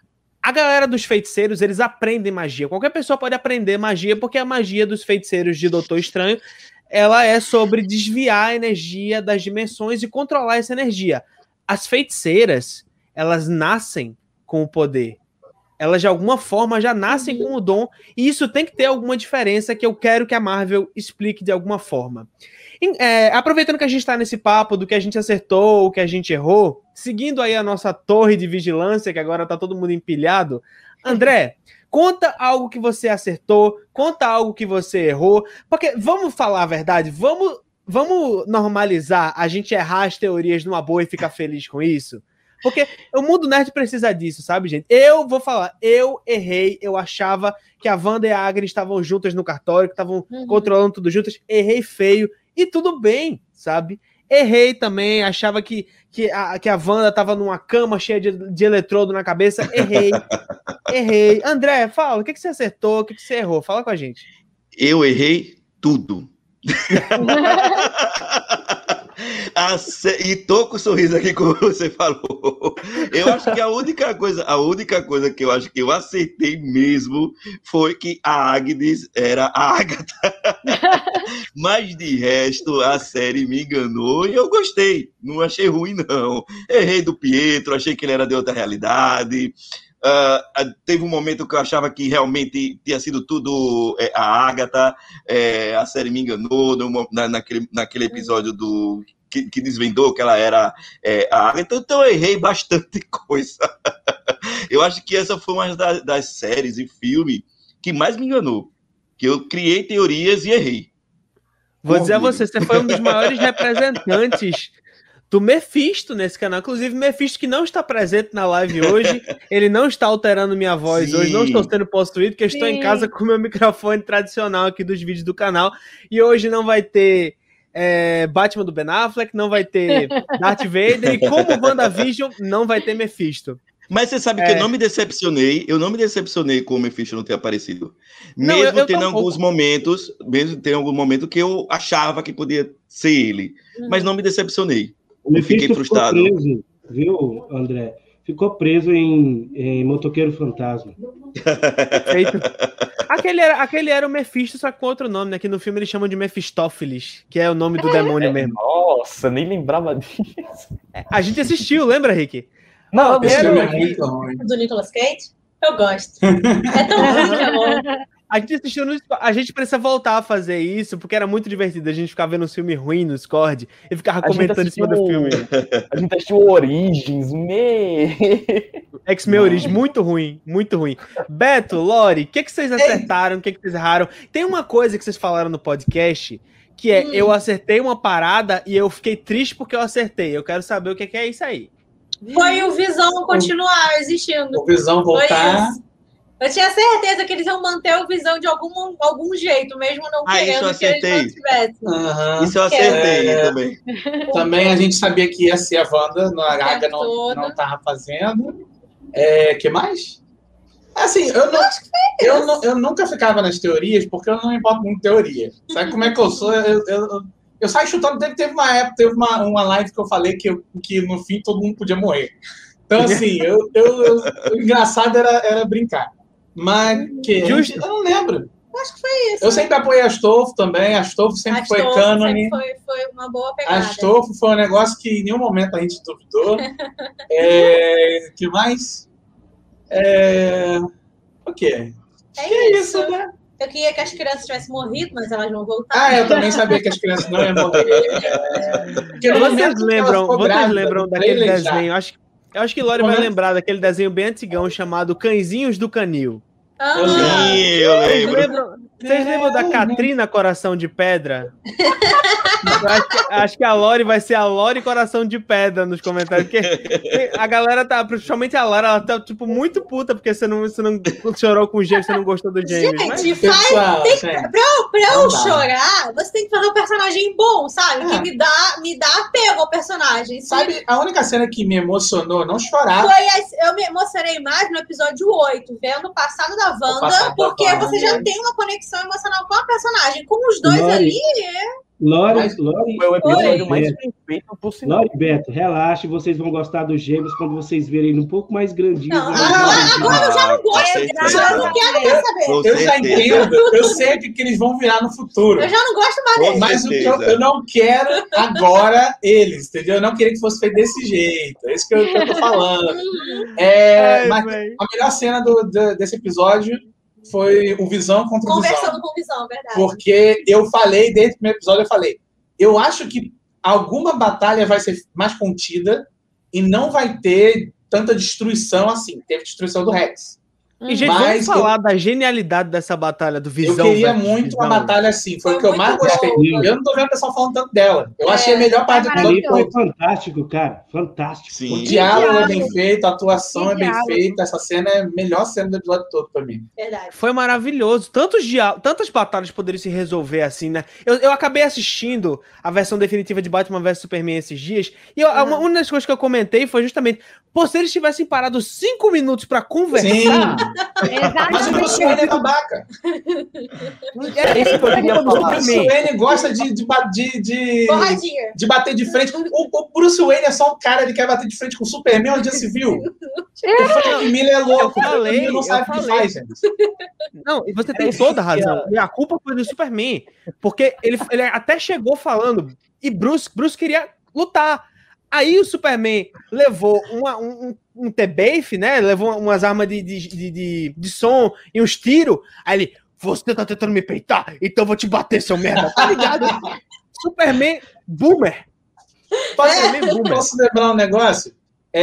A galera dos feiticeiros, eles aprendem magia. Qualquer pessoa pode aprender magia, porque a magia dos feiticeiros de Doutor Estranho, ela é sobre desviar a energia das dimensões e controlar essa energia. As feiticeiras, elas nascem com o poder. Elas, de alguma forma, já nascem com o dom, e isso tem que ter alguma diferença que eu quero que a Marvel explique de alguma forma. É, aproveitando que a gente está nesse papo do que a gente acertou, o que a gente errou, seguindo aí a nossa torre de vigilância, que agora tá todo mundo empilhado, André, conta algo que você acertou, conta algo que você errou, porque, vamos falar a verdade, vamos, vamos normalizar a gente errar as teorias numa boa e ficar feliz com isso? Porque o mundo nerd precisa disso, sabe, gente? Eu vou falar, eu errei, eu achava que a Wanda e a Agnes estavam juntas no cartório, que estavam uhum. controlando tudo juntas, errei feio, e tudo bem, sabe? Errei também, achava que, que, a, que a Wanda estava numa cama cheia de, de eletrodo na cabeça, errei, errei. André, fala, o que, que você acertou, o que, que você errou? Fala com a gente. Eu errei tudo. A sé- E tô com o sorriso aqui, como você falou. Eu acho que a única coisa, a única coisa que eu acho que eu acertei mesmo foi que a Agnes era a Agatha. Mas de resto, a série me enganou e eu gostei. Não achei ruim, não. Errei do Pietro, achei que ele era de outra realidade. Uh, teve um momento que eu achava que realmente tinha sido tudo é, a Agatha, é, a série me enganou no, na, naquele, naquele episódio do, que, que desvendou que ela era é, a Agatha, então eu errei bastante coisa. Eu acho que essa foi uma das, das séries e filme que mais me enganou, que eu criei teorias e errei. Vou dizer a você, você foi um dos maiores representantes do Mephisto nesse canal. Inclusive, Mephisto que não está presente na live hoje, ele não está alterando minha voz Sim. hoje, não estou sendo possuído, porque eu estou Sim. em casa com o meu microfone tradicional aqui dos vídeos do canal, e hoje não vai ter é, Batman do Ben Affleck, não vai ter Darth Vader, e como WandaVision, não vai ter Mephisto. Mas você sabe É. que eu não me decepcionei, eu não me decepcionei com o Mephisto não ter aparecido. Não, Mesmo eu- eu tendo tampouco. alguns momentos, mesmo tendo algum momento que eu achava que podia ser ele, mas não me decepcionei. O Eu fiquei Mephisto ficou frustrado. preso, viu, André? Ficou preso em, em Motoqueiro Fantasma. Perfeito. Aquele era, aquele era o Mephisto, só que com outro nome, né? Que no filme eles chamam de Mephistófeles, que é o nome do demônio mesmo. Nossa, nem lembrava disso. A gente assistiu, lembra, Rick? Não, Esse Era- filme é muito ruim. Do Nicolas Cage? Eu gosto. É tão ruim que é bom. A gente assistiu no Discord. A gente precisa voltar a fazer isso, porque era muito divertido. A gente ficava vendo um filme ruim no Discord e ficava A gente comentando em cima do assistiu- filme. A gente assistiu Origins, me. X-Men Origins, muito ruim, muito ruim. Beto, Lori, o que, que vocês acertaram? O que, que vocês erraram? Tem uma coisa que vocês falaram no podcast, que é, Hum. eu acertei uma parada e eu fiquei triste porque eu acertei. Eu quero saber o que, que é isso aí. Foi o Visão continuar existindo. O Visão Foi voltar. isso. Eu tinha certeza que eles iam manter o Visão de algum, algum jeito, mesmo não Ah, isso eu querendo que eles não acertei. tivessem. Aham. Isso eu acertei É. também. Também a gente sabia que ia ser a Wanda, a Gaga não, todo. não tava fazendo. É, que mais? Assim, eu, não, eu, não- eu nunca ficava nas teorias, porque eu não me importo muito em teoria. Sabe como é que eu sou? Eu, eu, eu, eu saio chutando. Teve, teve uma época, teve uma, uma live que eu falei que, eu- que no fim todo mundo podia morrer. Então, assim, eu, eu, eu- o engraçado era, era brincar. Mas que, Justo. eu não lembro. Acho que foi isso. Eu sempre apoiei a Astolfo também. A Astolfo sempre A foi Astolfo cânone. sempre Foi, foi uma boa A pegada. Astolfo foi um negócio que em nenhum momento a gente duvidou. É, que mais? É, o quê? É Que é isso. isso, né? Eu queria que as crianças tivessem morrido, mas elas vão voltar. Ah, eu também sabia que as crianças não iam morrer. É, porque no Vocês momento que ela lembram, ficou vocês grávida, lembram no daquele trailer já. desenho? Acho, eu acho que Lori vai Momento- lembrar daquele desenho bem antigão chamado Cãezinhos do Canil. Ah, Eu lembro. Sim, eu Vocês lembro. lembram, vocês lembram da Catrina Coração de Pedra? Eu acho, que, acho que a Lori vai ser a Lori Coração de Pedra nos comentários. Porque a galera tá, principalmente a Lara, ela tá tipo muito puta porque você não, você não chorou com o James, você não gostou do James. Mas- gente, faz, Pessoal, tem, gente, pra eu, pra eu Não dá. chorar, você tem que fazer um personagem bom, sabe? É. Que me dá, me dá apego ao personagem. Se sabe, a única cena que me emocionou, não chorar, Foi as- eu me emocionei mais no episódio oito, vendo o passado da O Wanda, passado da porque Wanda. você já tem uma conexão emocional com a personagem. Com os dois Lori. ali, Lori, Mas- Lori, Foi o episódio Oi. mais bem feito por sinal. Lori Beto, relaxe, vocês vão gostar dos gêmeos quando vocês verem ele um pouco mais grandinho. Não, né? agora- agora eu já não Ah, gosto. com Eu certeza. já não quero mais saber. Com eu já certeza. entendo, eu sei o que que eles vão virar no futuro. Eu já não gosto mais Com dele. Mas o que eu, certeza. eu não quero agora eles, entendeu? Eu não queria que fosse feito desse jeito. É isso que eu, que eu tô falando. É, Ai, mas véi. a melhor cena do- do- desse episódio foi o Visão contra o Visão. Conversando com visão, verdade. Porque eu falei, desde o primeiro episódio, eu falei, eu acho que alguma batalha vai ser mais contida e não vai ter tanta destruição assim. Teve destruição do Rex. E, gente, Mas vamos falar da genialidade dessa batalha do Visão. eu queria versus muito uma Visão. batalha assim. Foi, Foi o que eu mais muito gostei. boa. Eu não tô vendo o pessoal falando tanto dela. Eu É, achei a melhor parte do é episódio Ali foi todo. fantástico, cara. Fantástico. Sim. O diálogo é diálogo. bem feito, a atuação Que é bem diálogo. feita. Essa cena é a melhor cena do episódio todo pra mim. Verdade. Foi maravilhoso. Tantos dia... Tantas batalhas poderiam se resolver assim, né? Eu, eu acabei assistindo a versão definitiva de Batman versus Superman esses dias. E eu, uma, uma das coisas que eu comentei foi justamente: pô, se eles tivessem parado cinco minutos pra conversar, Sim. Mas o Bruce Wayne é babaca. É isso que eu queria O falar. Bruce Wayne gosta de, de, ba- de, de, Porradinha. de bater de frente. O, o Bruce Wayne é só um cara, ele quer bater de frente com o Superman onde já se viu. O Frank Miller é louco. Eu falei, o Frank Miller não sabe eu o que falei. faz, gente. Não, e você tem isso toda a que razão. E a culpa foi do Superman. Porque ele, ele até chegou falando. E Bruce, Bruce queria lutar. Aí o Superman levou uma, um, um, um T-Bafe, né? Levou umas armas de, de, de, de, de som e uns tiros. Aí ele, você tá tentando me peitar? Então eu vou te bater, seu merda. Tá ligado? Superman Boomer. Superman Boomer. Posso lembrar um negócio?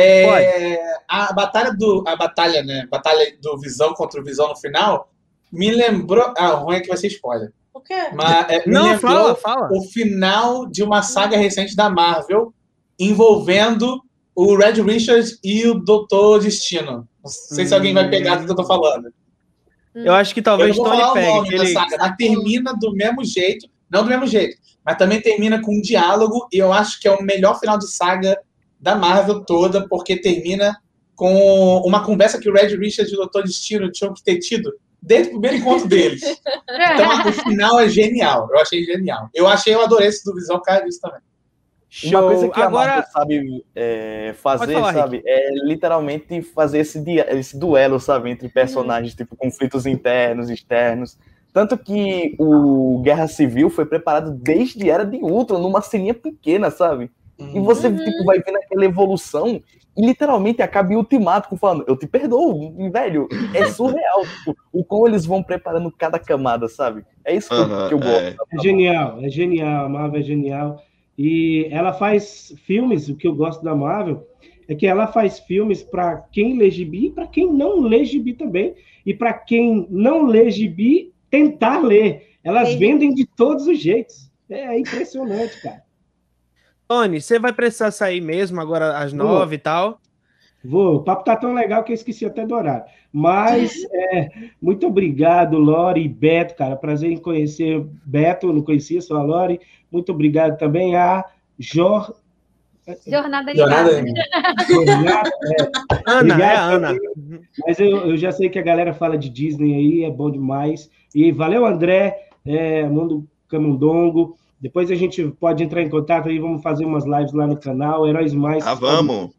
É, a batalha do. A batalha, né? Batalha do Visão contra o Visão no final me lembrou. Ah, o ruim é que vai ser spoiler. O quê? Mas é, me Não, lembrou fala, fala. o final de uma saga recente da Marvel envolvendo o Red Richards e o Doutor Destino. Não sei se alguém vai pegar do que eu tô falando. Eu acho que Eu talvez não vou Tony falar o pegue. nome que da ele... saga, mas termina do mesmo jeito. Não do mesmo jeito, mas também termina com um diálogo, e eu acho que é o melhor final de saga da Marvel toda, porque termina com uma conversa que o Red Richards e o Doutor Destino tinham que ter tido desde o primeiro encontro deles. Então, o final é genial. Eu achei genial. Eu achei, eu adorei esse do Visão, por causa disso também. Uma coisa Show. que a Agora, Marvel sabe é, fazer, falar, sabe, é literalmente fazer esse, dia, esse duelo, sabe, entre personagens, tipo, conflitos internos, externos. Tanto que o Guerra Civil foi preparado desde Era de Ultron, numa ceninha pequena, sabe? E você Uhum. tipo, vai vendo aquela evolução e literalmente acaba em Ultimato, falando, eu te perdoo, e, velho, é surreal, tipo, o como eles vão preparando cada camada, sabe? É isso que, eu- Aham, que eu é. gosto. É genial, é genial, a Marvel é genial. E ela faz filmes, o que eu gosto da Marvel é que ela faz filmes para quem lê gibi e para quem não lê gibi também. E para quem não lê gibi, tentar ler. Elas Entendi. vendem de todos os jeitos. É impressionante, cara. Tony, você vai precisar sair mesmo agora às nove e tal. Vou. O papo tá tão legal que eu esqueci até do horário. Mas, é, muito obrigado, Lori e Beto, cara. Prazer em conhecer Beto, não conhecia só a Lori. Muito obrigado também a Jor... Jornada Jornada ligada. Jornada. Ana, Obrigado, é a Ana. Mas eu, eu já sei que a galera fala de Disney aí, é bom demais. E valeu, André, é, Mundo Camundongo. Depois a gente pode entrar em contato aí, vamos fazer umas lives lá no canal. Heróis Mais. Ah, vamos.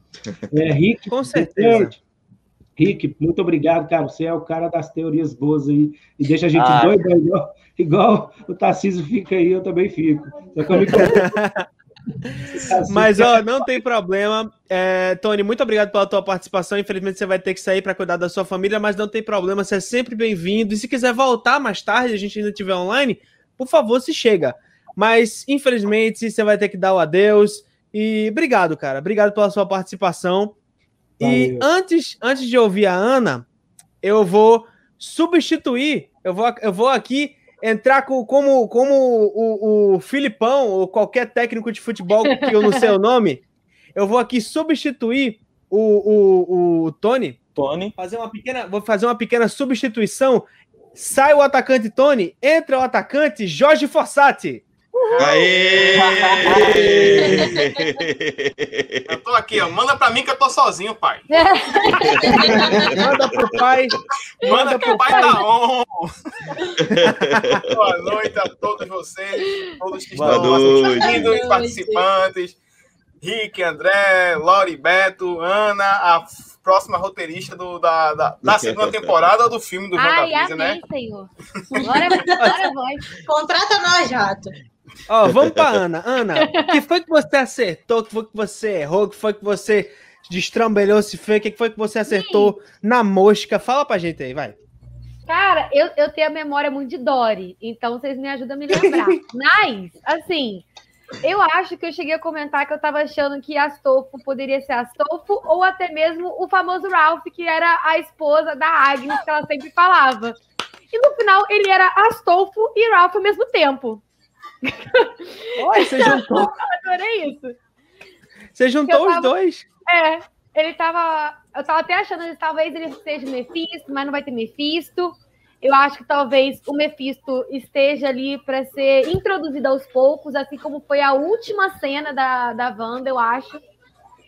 É, Rick, Com certeza. Rick, muito obrigado, cara. Você é o cara das teorias boas aí. E deixa a gente Ah. doido, igual, igual o Tarcísio fica aí, eu também fico. Só que eu me Mas, ó, não tem problema. É, Tony, muito obrigado pela tua participação. Infelizmente, você vai ter que sair para cuidar da sua família, mas não tem problema, você é sempre bem-vindo. E se quiser voltar mais tarde, a gente ainda estiver online, por favor, se chega. Mas, infelizmente, você vai ter que dar o adeus. E obrigado, cara. Obrigado pela sua participação. E Valeu. antes, antes de ouvir a Ana, eu vou substituir, eu vou, eu vou aqui entrar com, como, como o, o Filipão ou qualquer técnico de futebol que eu não sei o nome, eu vou aqui substituir o, o, o Tony, Tony, fazer uma pequena, vou fazer uma pequena substituição. Sai o atacante Tony, entra o atacante Jorge Fossati. Aê! Eu tô aqui, ó. Manda pra mim que eu tô sozinho, pai. Manda pro pai. Manda que o pai tá on. Boa noite a todos vocês, todos que Boa estão noite. assistindo, os participantes. Rick, André, Lori, Beto, Ana, a próxima roteirista do, da, da, da segunda temporada do filme do Ai, WandaVision, né? amém, Senhor. Glória, glória a voz. Contrata nós, Rato. Ó, vamos pra Ana. Ana, o que foi que você acertou? O que foi que você errou? O que foi que você destrambelhou, se foi? O que foi que você acertou na mosca? Fala pra gente aí, vai. Cara, eu, eu tenho a memória muito de Dory, então vocês me ajudam a me lembrar. Mas, assim, eu acho que eu cheguei a comentar que eu tava achando que Astolfo poderia ser Astolfo ou até mesmo o famoso Ralph, que era a esposa da Agnes, que ela sempre falava. E no final ele era Astolfo e Ralph ao mesmo tempo. Olha, você juntou, Eu adorei isso. você juntou Eu os tava- dois. É, ele tava. Eu tava até achando que talvez ele seja Mephisto, mas não vai ter Mephisto. Eu acho que talvez o Mephisto esteja ali para ser introduzido aos poucos, assim como foi a última cena da, da Wanda, eu acho.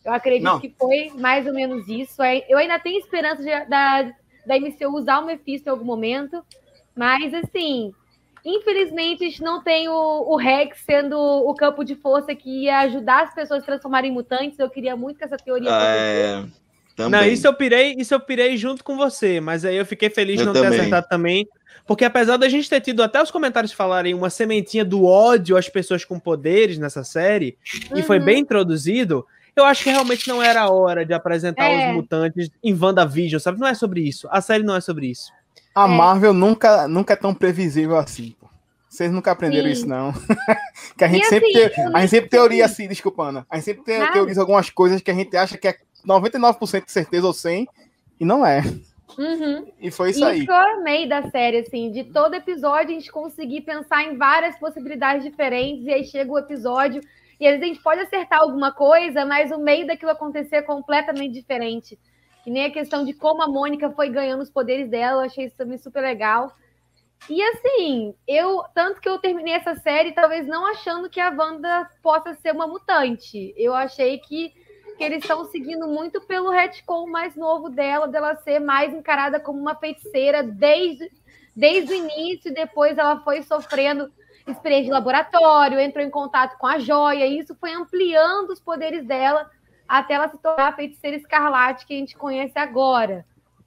Eu acredito Não. que foi mais ou menos isso. Eu ainda tenho esperança de, da, da M C U usar o Mephisto em algum momento, mas, assim, infelizmente, a gente não tem o, o Rex sendo o campo de força que ia ajudar as pessoas a se transformarem em mutantes. Eu queria muito que essa teoria É, também. Não, isso eu pirei, isso eu pirei junto com você, mas aí eu fiquei feliz de Eu não também. ter acertado também, porque apesar da gente ter tido até os comentários falarem uma sementinha do ódio às pessoas com poderes nessa série, Uhum. e foi bem introduzido, eu acho que realmente não era a hora de apresentar É. os mutantes em WandaVision, sabe? Não é sobre isso. A série não é sobre isso. A É. Marvel nunca, nunca é tão previsível assim, pô. Vocês nunca aprenderam Sim. isso, não. que a gente E sempre, assim, te- eu a nem gente sempre sei. teoria assim, desculpa, Ana. A gente sempre te- Nada. teoriza algumas coisas que a gente acha que é noventa e nove por cento de certeza ou cem, e não é. Uhum. E foi isso Isso aí. que eu amei da série, assim, de todo episódio a gente conseguir pensar em várias possibilidades diferentes, e aí chega o episódio, e às vezes a gente pode acertar alguma coisa, mas o meio daquilo acontecer é completamente diferente. Que nem a questão de como a Mônica foi ganhando os poderes dela, eu achei isso também super legal. E assim, eu tanto que eu terminei essa série talvez não achando que a Wanda possa ser uma mutante. Eu achei que, que eles estão seguindo muito pelo retcon mais novo dela, dela ser mais encarada como uma feiticeira desde, desde o início, e depois ela foi sofrendo experiência de laboratório, entrou em contato com a joia, e isso foi ampliando os poderes dela até ela se tornar a feiticeira escarlate que a gente conhece agora.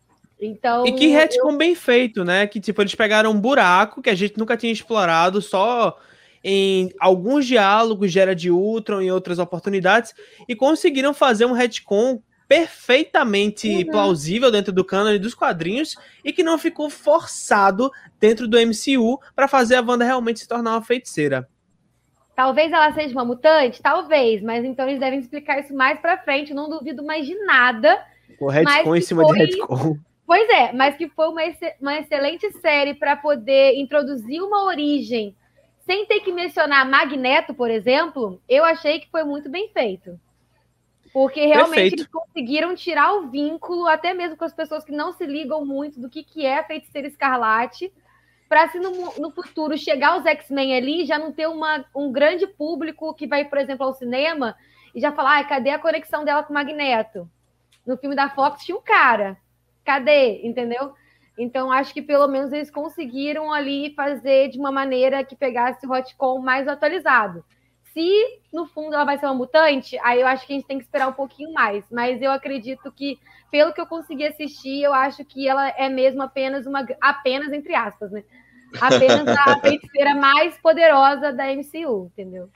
Então, E que eu- retcon bem feito, né? Que, tipo, eles pegaram um buraco que a gente nunca tinha explorado, só em alguns diálogos de Era de Ultron e outras oportunidades, e conseguiram fazer um retcon perfeitamente Uhum. plausível dentro do cânone dos quadrinhos e que não ficou forçado dentro do M C U para fazer a Wanda realmente se tornar uma feiticeira. Talvez ela seja uma mutante? Talvez, mas então eles devem explicar isso mais pra frente. Eu não duvido mais de nada. O retcon Mas em que cima foi- de retcon. Pois é, mas que foi uma, exce- uma excelente série para poder introduzir uma origem sem ter que mencionar Magneto, por exemplo. Eu achei que foi muito bem feito. Porque realmente Perfeito. eles conseguiram tirar o vínculo, até mesmo com as pessoas que não se ligam muito do que, que é a Feiticeira Escarlate, para se no, no futuro chegar os X-Men ali, já não ter uma, um grande público que vai, por exemplo, ao cinema e já falar, ah, cadê a conexão dela com o Magneto? No filme da Fox tinha um cara. Cadê? Entendeu? Então, acho que pelo menos eles conseguiram ali fazer de uma maneira que pegasse o retcon mais atualizado. Se, no fundo, ela vai ser uma mutante, aí eu acho que a gente tem que esperar um pouquinho mais. Mas eu acredito que, pelo que eu consegui assistir, eu acho que ela é mesmo apenas uma... Apenas, entre aspas, né? Apenas a feiticeira mais poderosa da M C U, entendeu?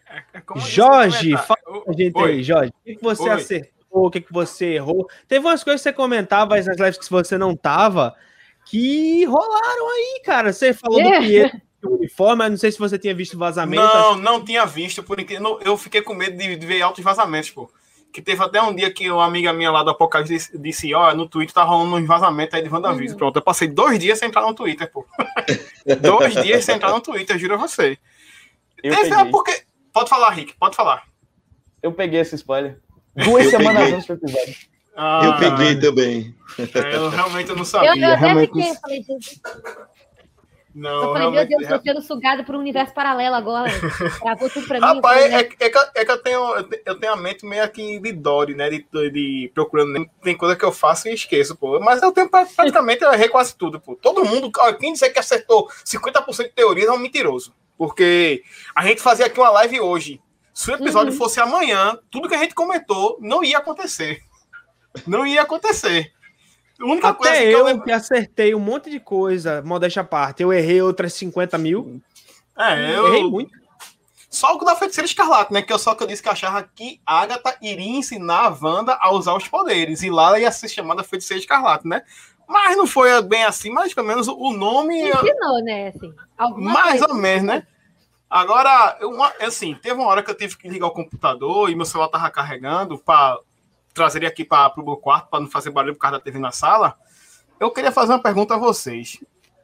É como eu disse Jorge, no fala comentário. pra gente Oi. aí, Jorge. O que, que você Oi. acertou? O que, que você errou? Teve umas coisas que você comentava aí nas lives que você não tava, que rolaram aí, cara. Você falou do É. Pietro do uniforme, mas não sei se você tinha visto vazamento. Não, acho- não tinha visto, por incrível. não, Eu fiquei com medo de, de ver altos vazamentos, pô. Que teve até um dia que uma amiga minha lá do Apocalipse disse, disse ó, no Twitter tá rolando uns vazamentos aí de WandaVision. Uhum. Pronto, eu passei dois dias sem entrar no Twitter, pô. dois dias sem entrar no Twitter, juro a você. Eu Teve, peguei. porque... Pode falar, Rick, pode falar. Eu peguei esse spoiler. Duas Eu semanas peguei. antes do episódio. Ah, Eu peguei também. é, eu realmente não Eu, sabia. eu até realmente fiquei, não- eu falei, Jesus, Não, eu falei, meu realmente- Deus, tô sendo sugado por um universo paralelo agora. Travou tudo pra mim. Rapaz, eu falei, é, é, que, eu- é que eu tenho, eu te- eu tenho a mente meio que de Dory, né? De, de procurando. Tem coisa que eu faço e esqueço, pô. Mas eu tenho pra- praticamente, eu errei quase tudo, pô. Todo mundo, ó, quem disser que acertou cinquenta por cento de teorias é um mentiroso. Porque a gente fazia aqui uma live hoje. Se o episódio Uhum. fosse amanhã, tudo que a gente comentou não ia acontecer. Não ia acontecer. A única coisa Até que eu eu lembro. que acertei um monte de coisa, modéstia à parte. Eu errei outras cinquenta mil. É, eu. Errei muito. Só o da Feiticeira Escarlate, né? Que eu só que eu disse que achava que Agatha iria ensinar a Wanda a usar os poderes. E lá ela ia ser chamada Feiticeira Escarlate, né? Mas não foi bem assim, mas pelo menos o nome. ensinou, né? Assim, alguma Mais coisa. ou menos, né? Agora, eu, assim, teve uma hora que eu tive que ligar o computador e meu celular tava carregando para trazer ele aqui para o meu quarto, para não fazer barulho por causa da T V na sala. Eu queria fazer uma pergunta a vocês.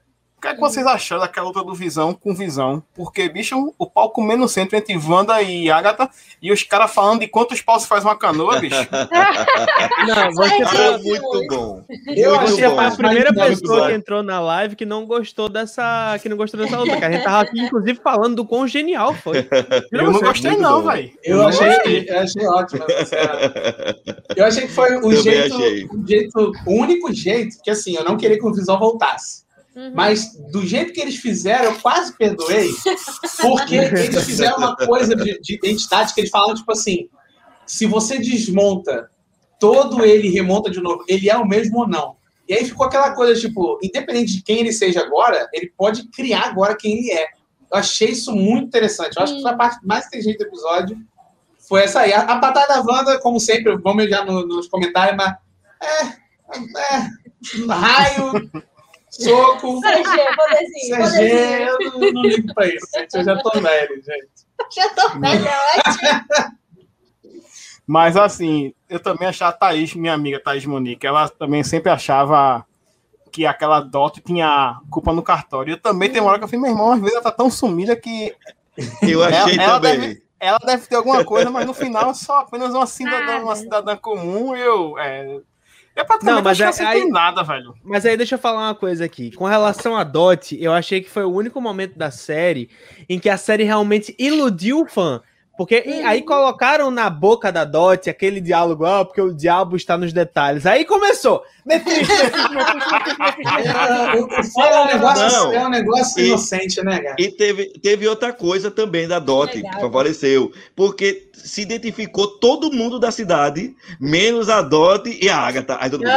que é que vocês acharam daquela luta do Visão com Visão? Porque, bicho, o pau comendo no centro entre Wanda e Agatha e os caras falando de quantos paus faz uma canoa, bicho. Não, você Ah, foi, muito bom. Eu Muito você bom. foi a primeira mais pessoa que dinâmico, entrou na live que não gostou dessa, que não gostou dessa luta, que a gente tava aqui, inclusive, falando do quão genial foi. Eu não gostei, muito não, bom. velho. Eu achei, eu achei ótimo. Eu achei que foi o Também jeito, achei. o jeito, o único jeito, que assim, eu não queria que o Visão voltasse. Uhum. Mas do jeito que eles fizeram, eu quase perdoei, porque eles fizeram uma coisa de, de identidade que eles falaram, tipo assim, se você desmonta todo ele e remonta de novo, ele é o mesmo ou não? E aí ficou aquela coisa, tipo, independente de quem ele seja agora, ele pode criar agora quem ele é. Eu achei isso muito interessante. Eu acho que foi a parte mais inteligente do episódio. Foi essa aí. A, a batalha da Wanda, como sempre, vamos já no, nos comentários, mas é, é raio, soco, C G, poderzinho, C G, eu não, não ligo pra isso, gente. Eu já tô velho, gente. Já tô melhor. Mas assim, eu também achava a Thaís, minha amiga Thaís Monique, ela também sempre achava que aquela Dot tinha culpa no cartório. Eu também tem uma hora que eu falei, meu irmão, às vezes ela tá tão sumida que Eu achei ela, ela também. deve, ela deve ter alguma coisa, mas no final é só apenas uma cidadã, uma cidadã comum. Eu, é, eu praticamente Não, mas acho que é- não tem aí- nada, velho. Mas aí deixa eu falar uma coisa aqui. Com relação a Dot, eu achei que foi o único momento da série em que a série realmente iludiu o fã. Porque e- aí colocaram na boca da Dot aquele diálogo, ó, porque o diabo está nos detalhes. Aí começou. Mephisto, Mephisto, Mephisto, Mephisto, Mephisto. É, o- o foda é um negócio, Não. é um negócio E- inocente, né, cara? E teve, teve outra coisa também da Dot Legal. que favoreceu, porque se identificou todo mundo da cidade, menos a Dot e a Agatha. Aí todo mundo.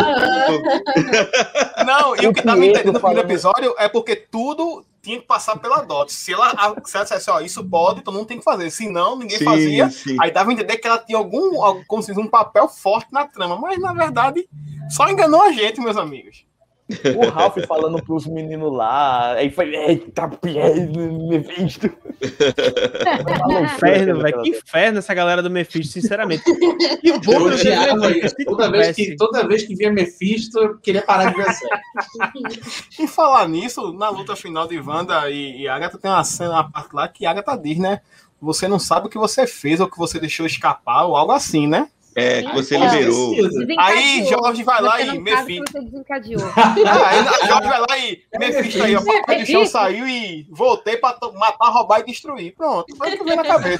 Não, e o que O dá pra Pietro entender no primeiro falando- episódio é porque tudo tinha que passar pela Dot. Se ela, se ela dissesse, ó, isso pode, todo mundo tem que fazer. Se não, ninguém fazia. sim. Aí dava a entender que ela tinha algum, algum como se diz, um papel forte na trama. Mas, na verdade, só enganou a gente, meus amigos. O Ralph falando pros meninos lá, aí foi, eita, Mephisto. Que inferno, velho. Que inferno essa galera do Mephisto, sinceramente. Que Eu bom odiava que isso. Toda vez que, toda vez que via Mephisto, eu queria parar de ver a série. E falar nisso, na luta final de Wanda e, e Agatha, tem uma cena, uma parte lá que Agatha diz, né? Você não sabe o que você fez ou o que você deixou escapar ou algo assim, né? É, que você É, liberou. esquecido. Aí Jorge vai lá Você e não sabe Mephisto. que você desencadeou. Ah, aí a Jorge vai lá e Mephisto aí, ó, papai do chão saiu e voltei pra to- matar, roubar e destruir. Pronto, foi o que veio na cabeça.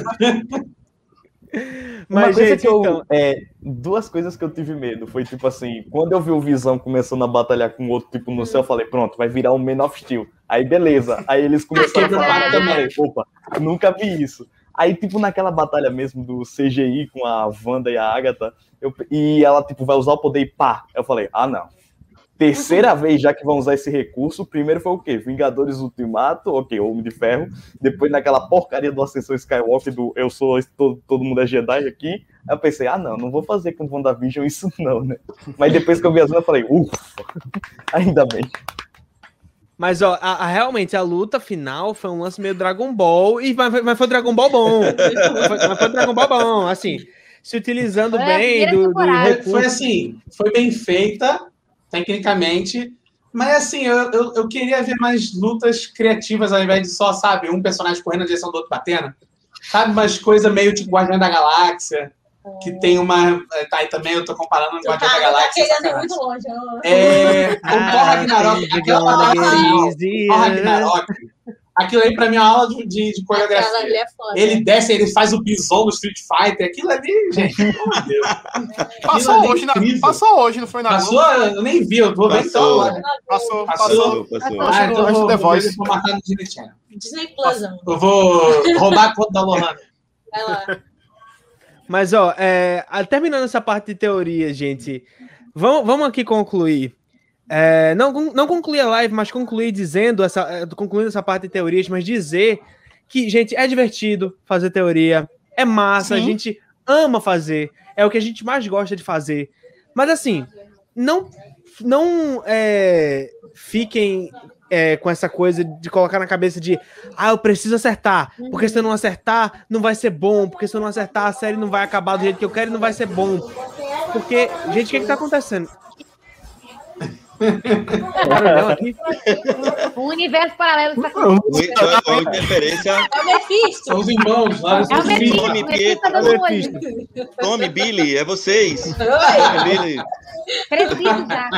Uma Mas, coisa gente, que eu, então. é, duas coisas que eu tive medo. Foi tipo assim, quando eu vi o Visão começando a batalhar com outro tipo no céu, eu falei, pronto, vai virar um Man of Steel. Aí beleza. Aí eles começaram a falar também. Opa, nunca vi isso. Aí, tipo, naquela batalha mesmo do C G I com a Wanda e a Agatha, eu, e ela, tipo, vai usar o poder e pá. Eu falei, ah, não. Terceira vez já que vão usar esse recurso, primeiro foi o quê? Vingadores Ultimato, ok, Homem de Ferro. Depois naquela porcaria do Ascensão Skywalker do eu sou, todo, todo mundo é Jedi aqui. Aí eu pensei, ah, não, não vou fazer com WandaVision isso não, né? Mas depois que eu vi as eu falei, ufa, ainda bem. Mas, ó, a, a- realmente, a luta final foi um lance meio Dragon Ball, e, mas, foi- mas foi Dragon Ball bom. Foi, mas foi Dragon Ball bom, assim, se utilizando Foi a bem primeira do, do temporada. Foi, recurso. foi assim, foi bem feita, tecnicamente, mas assim, eu, eu, eu queria ver mais lutas criativas ao invés de só, sabe, um personagem correndo na direção do outro batendo. Sabe, umas coisas meio tipo Guardião da Galáxia, que tem uma... Tá, aí também eu tô comparando com Tu Guardião da tá, tá Galáxia. querendo ir sacanagem. muito longe. ó. É, o Thor Ah, Ragnarok, things are aquela gonna aula get final, easier. Thor Ragnarok, aquilo aí pra mim é uma aula de, de, de Aquela ali coreografia. é foda. Ele desce, ele faz o bison no Street Fighter, aquilo ali, gente, pelo amor de Deus. Passou ali é hoje, na, incrível. passou hoje, não foi na Passou, Globo? eu nem vi, eu vou ver então Passou. agora. Passou, Passou. passou. Passou, passou. Acho Ah, que então eu eu vou, The vou, Voice. vou marcar no Disney Channel. Disney Plus, amor. Eu vou roubar a conta da Lohana. Vai lá. Mas, ó, é, a- terminando essa parte de teoria, gente, vamos, vamos aqui concluir. É, não, não concluir a live, mas concluir dizendo, essa, é, concluindo essa parte de teorias, mas dizer que, gente, é divertido fazer teoria, é massa, Sim. a gente ama fazer, é o que a gente mais gosta de fazer. Mas, assim, não, não é, fiquem é, com essa coisa de colocar na cabeça de ah, eu preciso acertar, porque se eu não acertar, não vai ser bom, porque se eu não acertar, a série não vai acabar do jeito que eu quero e não vai ser bom. Porque, gente, o que que tá acontecendo? Um universo paralelo. Tá Muito, uma interferência. É o Mephisto. São os irmãos, lá os É o Mephisto, Tome, o Mephisto tá dando olho. Tome, Billy, é vocês. Oi. Billy. Preciso já.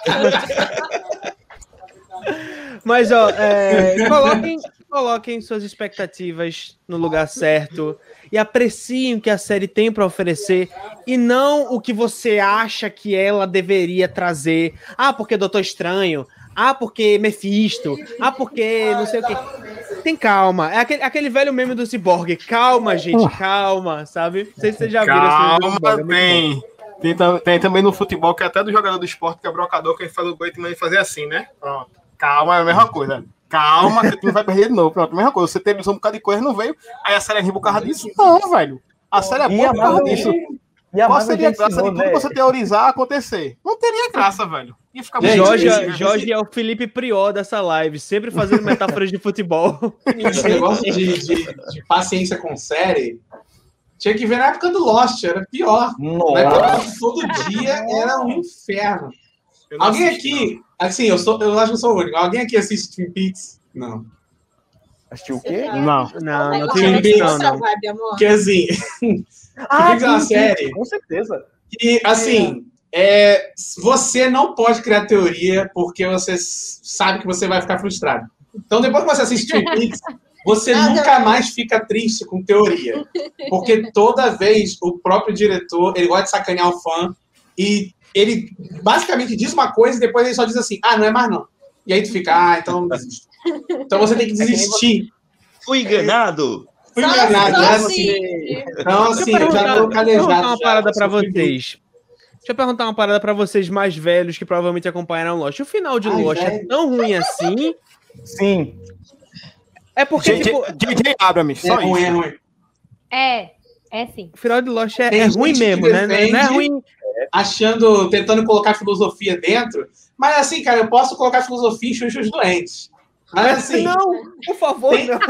Mas, ó, é, coloquem, coloquem suas expectativas no lugar certo e apreciem o que a série tem para oferecer e não o que você acha que ela deveria trazer. Ah, porque Doutor Estranho. Ah, porque Mephisto. Ah, porque não sei o quê. Tem calma. É aquele, aquele velho meme do Cyborg. Calma, gente, calma, sabe? Não sei se vocês já viram esse meme do Calma, Cyborg, é muito tem. Tem, tam- tem também no futebol, que é até do jogador do esporte, que é brocador, que ele faz o gol e tem que fazer assim, né? Pronto. Calma, é a mesma coisa. Calma, que tu não vai perder de novo. Pronto, a mesma coisa. Você teve um bocado de coisa, não veio. Aí a série é riba por causa disso? Não, velho. A série é E boa a por causa Marvel- disso. E a Qual Marvel seria já a graça ensinou, de tudo né? você teorizar acontecer? Não teria graça, velho. Ia ficar Gente, muito Jorge, difícil, né? Jorge é o Felipe Prior dessa live, sempre fazendo metáforas de futebol. Esse negócio de, de, de paciência com série, tinha que ver na época do Lost, era pior. Na época do Nossa. Lost, todo dia era um inferno. Eu não Alguém assisti, aqui, assim, eu, sou, eu acho que eu sou o único. Alguém aqui assiste Twin Peaks? Não. Assistiu o quê? Não, não, não Twin tem Peaks, isso, não, Outra não. vibe, amor. Porque assim, Ah, Peaks é uma sim, série. sim, com certeza. e assim, é, você não pode criar teoria porque você s- sabe que você vai ficar frustrado. Então, depois que você assiste Twin Peaks, você Ah, nunca mais fica triste com teoria. Porque toda vez o próprio diretor, ele gosta de sacanear o fã e ele basicamente diz uma coisa e depois ele só diz assim, ah, não é mais não. E aí tu fica, ah, então não desisto. Então você tem que desistir. Fui enganado. Fui Só- enganado, só né? assim. Então, assim, Deixa eu eu já perguntar, tô deixa eu perguntar calejado. uma já, parada eu pra sou Twin Peaks. vocês. Deixa eu perguntar uma parada pra vocês mais velhos que provavelmente acompanharam Lost. O final de Ai, Lost é velho. tão ruim assim? Sim. É porque, J tipo, J Abrams, É só ruim, é isso. ruim. É, é sim. o final de Lost é, Tem é ruim gente que mesmo, né? Não é- não é defende- ruim. Achando, tentando colocar filosofia dentro. Mas assim, cara, eu posso colocar filosofia em Xuxos doentes. Mas assim, Não, por favor, Tem- não.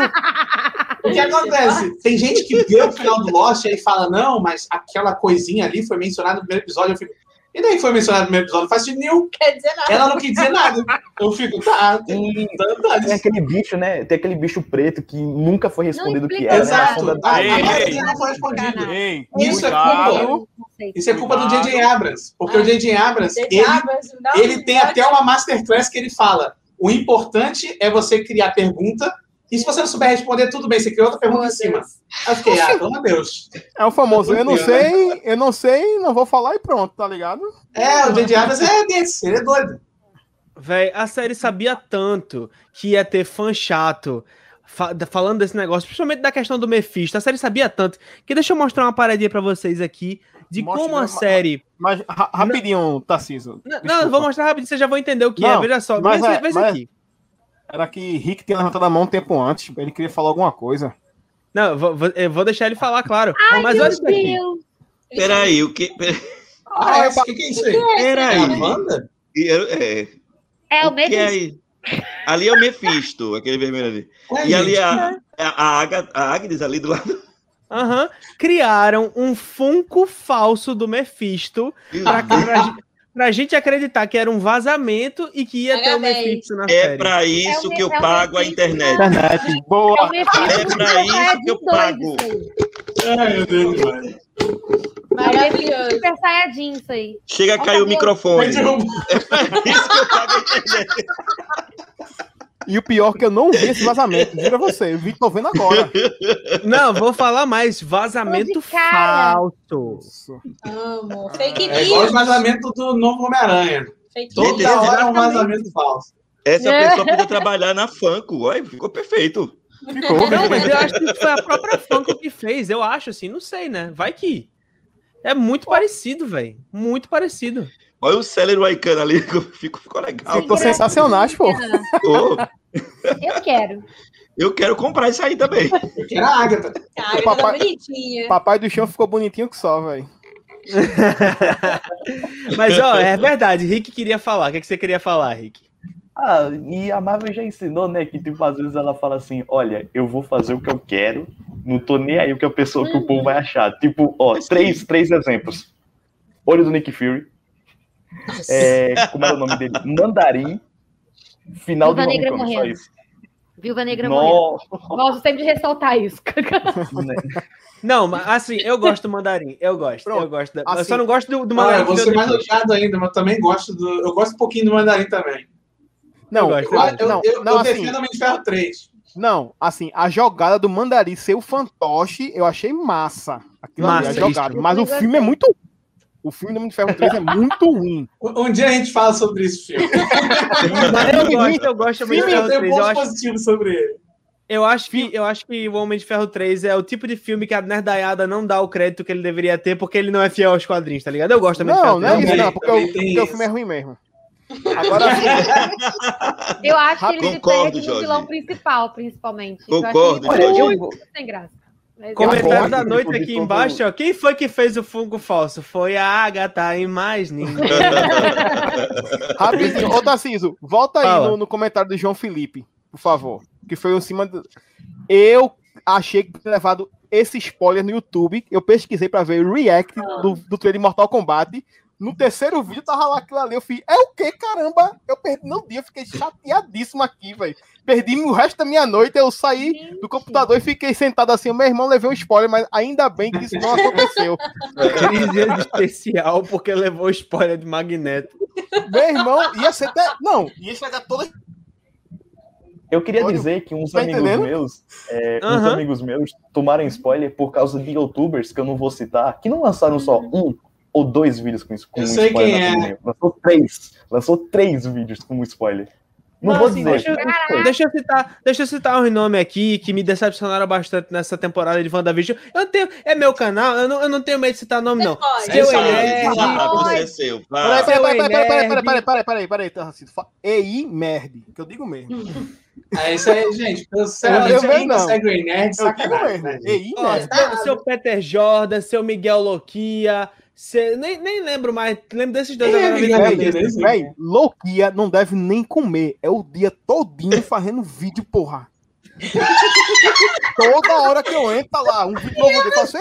o que acontece? Tem gente que vê o final do Lost e aí fala, não, mas aquela coisinha ali foi mencionada no primeiro episódio. Eu fico, e daí que foi mencionado no primeiro episódio? Não faz sentido nenhum. Quer dizer nada. Ela não quis dizer nada. Eu fico, tá, E tá, tem aquele bicho, né? Tem aquele bicho preto que nunca foi respondido o que explica era, né? A Exato. sonda- A, Ei, a ei. maioria não foi respondido. Ei, Isso é cuidado. culpa. Isso é culpa do J J Abrams. Porque Ah. o J J Abrams, J J ele Abrams, me dá um Ele tem ódio. até uma masterclass que ele fala: o importante é você criar pergunta, e se você não souber responder, tudo bem, você cria outra pergunta em cima. Aí eu fiquei, ah, pelo amor de Deus. É o famoso, eu não Meu sei, eu não sei, não vou falar e pronto, tá ligado? É, o J J Abrams é desse, ele é doido. Véi, a série sabia tanto que ia ter fã chato fa- da- falando desse negócio, principalmente da questão do Mephisto. A série sabia tanto que deixa eu mostrar uma paradinha pra vocês aqui de Mostra, como a ma- série. Mas ra- rapidinho, Tarcísio. Não, desculpa. não, vou mostrar rapidinho, vocês já vão entender o que é. Não, Veja só, mas veja, é- veja mas- aqui. Era que Rick tinha levantado a mão um tempo antes, ele queria falar alguma coisa. Não, eu vou, vou- eu vou deixar ele falar, claro. Mas olha Meu isso aqui. Deus. Peraí, o que. Peraí. Ah, é, o que, que é isso aí? É Peraí. a banda? E eu- É, É o o que é mesmo. aí? Ali é o Mephisto, aquele vermelho ali. Ué, E ali gente, a, a, a, Aga- a Agnes ali do lado. Aham. Criaram um Funko falso do Mephisto pra, pra, gen- pra gente acreditar que era um vazamento e que ia ter o Parabéns. Mephisto na É série. pra isso É o que eu Me- é o pago a Mephisto. internet. Internet, É boa. o Mephisto É com pra Super isso Saiyajin que eu dois, pago. isso aí. Ai, meu Deus, velho. Maravilhoso. Super Saiyajin, isso aí. Chega a cair o Olha, microfone. Mas eu- É pra isso que eu pago a internet. E o pior é que eu não vi esse vazamento, juro a você, eu vi, tô vendo agora. Não, vou falar mais. Vazamento Tô de cara. falso. Amo. Fake É igual o news. vazamento do novo Homem-Aranha. Fake Toda news. hora é um Exatamente. vazamento falso. Essa pessoa podia trabalhar na Funko. Olha, ficou perfeito. Ficou, Não, mas eu acho que foi a própria Funko que fez. Eu acho, assim, não sei, né? Vai que. É muito parecido, velho. Muito parecido. Olha o Celery Waikana ali, ficou, ficou legal. ficou sensacional, pô. Ô, Eu quero. eu quero comprar isso aí também. Eu quero a Agatha. Cara, Papai- tá bonitinha. Papai do chão ficou bonitinho que só, velho. Mas, ó, é verdade. Rick queria falar. O que, é que você queria falar, Rick? Ah, e a Marvel já ensinou, né? Que tipo, às vezes ela fala assim: olha, eu vou fazer o que eu quero, não tô nem aí o que a pessoa, que o povo vai achar. Tipo, ó, três, três exemplos: olho do Nick Fury, É, como era o nome dele? Mandarim. Final Viúva de Negra Homecoming, só morrendo. isso. Viúva Negra morrendo. Nossa. Gosto sempre de ressaltar isso. Não, mas assim, eu gosto do Mandarim. Eu gosto. Pronto, Eu gosto. Da... assim- eu só não gosto do, do Ah, Mandarim. eu vou que ser veio mais depois. odiado ainda, mas também gosto do. Eu gosto um pouquinho do Mandarim também. Não, Eu gosto, Eu, eu, não, eu, não, eu assim, defendo Homem de Ferro três. não, assim, a jogada do Mandarim ser o fantoche, eu achei massa. Aquilo ali, a Massa, jogada. isso. Mas Eu o também filme é muito ruim. O filme do Homem de Ferro três é muito ruim. Um um dia a gente fala sobre esse filme. Mas eu gosto, eu gosto também de Eu Ferro tenho três. Eu pontos acho, positivos sobre ele. eu, acho que, eu acho que o Homem de Ferro três é o tipo de filme que a nerdaiada não dá o crédito que ele deveria ter porque ele não é fiel aos quadrinhos, tá ligado? Eu gosto também de Não, Ferro não é três. isso, Também- não, porque, também o, tem porque o isso. filme é ruim mesmo. Agora, assim, Eu acho que ele se Concordo, perde no Jorge. vilão principal, principalmente. Concordo, eu acho ele Jorge. muito sem graça. Mas eu- Comentário gosto da de noite tudo, aqui de tudo. embaixo, ó. Quem foi que fez o fungo falso? Foi a Agatha e mais ninguém. rapidinho. Ô, Tarcísio, volta aí Fala. no, no comentário do João Felipe, por favor. Que foi em cima do... Eu achei que tinha levado esse spoiler no YouTube. Eu pesquisei pra ver o react do, do trailer de Mortal Kombat. No terceiro vídeo tava lá aquilo ali. Eu fiz, é o que, caramba? Eu perdi no dia, eu fiquei chateadíssimo aqui, velho. Perdi o resto da minha noite. Eu saí do computador e fiquei sentado assim. O meu irmão levei um spoiler, mas ainda bem que isso não aconteceu. Três dias de especial porque levou spoiler de Magneto. Meu irmão ia ser até. Não, ia chegar toda. Eu queria Olha, dizer que uns tá amigos entendendo? meus, é, uns Aham. amigos meus tomaram spoiler por causa de youtubers que eu não vou citar, que não lançaram só um ou dois vídeos com, com Eu sei spoiler quem na é. thumbnail. Lançou três. Lançou três vídeos com spoiler. Não Não, vou assim, dizer. deixa, eu- deixa eu citar, deixa eu citar um nome aqui que me decepcionaram bastante nessa temporada de WandaVision. Eu não tenho, é meu canal, eu não, eu não tenho medo de citar nome, não. pode. Seu Isso aí, Enerd, Ah, você é seu. Peraí, Vá. peraí, peraí, Seu peraí, peraí, Enerd. peraí, peraí, peraí, peraí, peraí, Tarcísio. Fa- E I, merde. Que eu digo mesmo. É isso aí, gente. Eu, Eu- sinceramente, eu se alguém não. segue o Nerd, Eu digo sacanagem. mesmo. Né? E I, ó, merde. seu, seu Peter Jordan, seu Miguel Loquia, seu- nem, nem lembro mais, lembro desses dois Quem é agora. Miguel na Loquia? lista. Nem sei. Véi, louquia não deve nem comer. É o dia todinho fazendo vídeo, porra. Toda hora que eu entro, tá lá, um vídeo novo dele. Eu falo,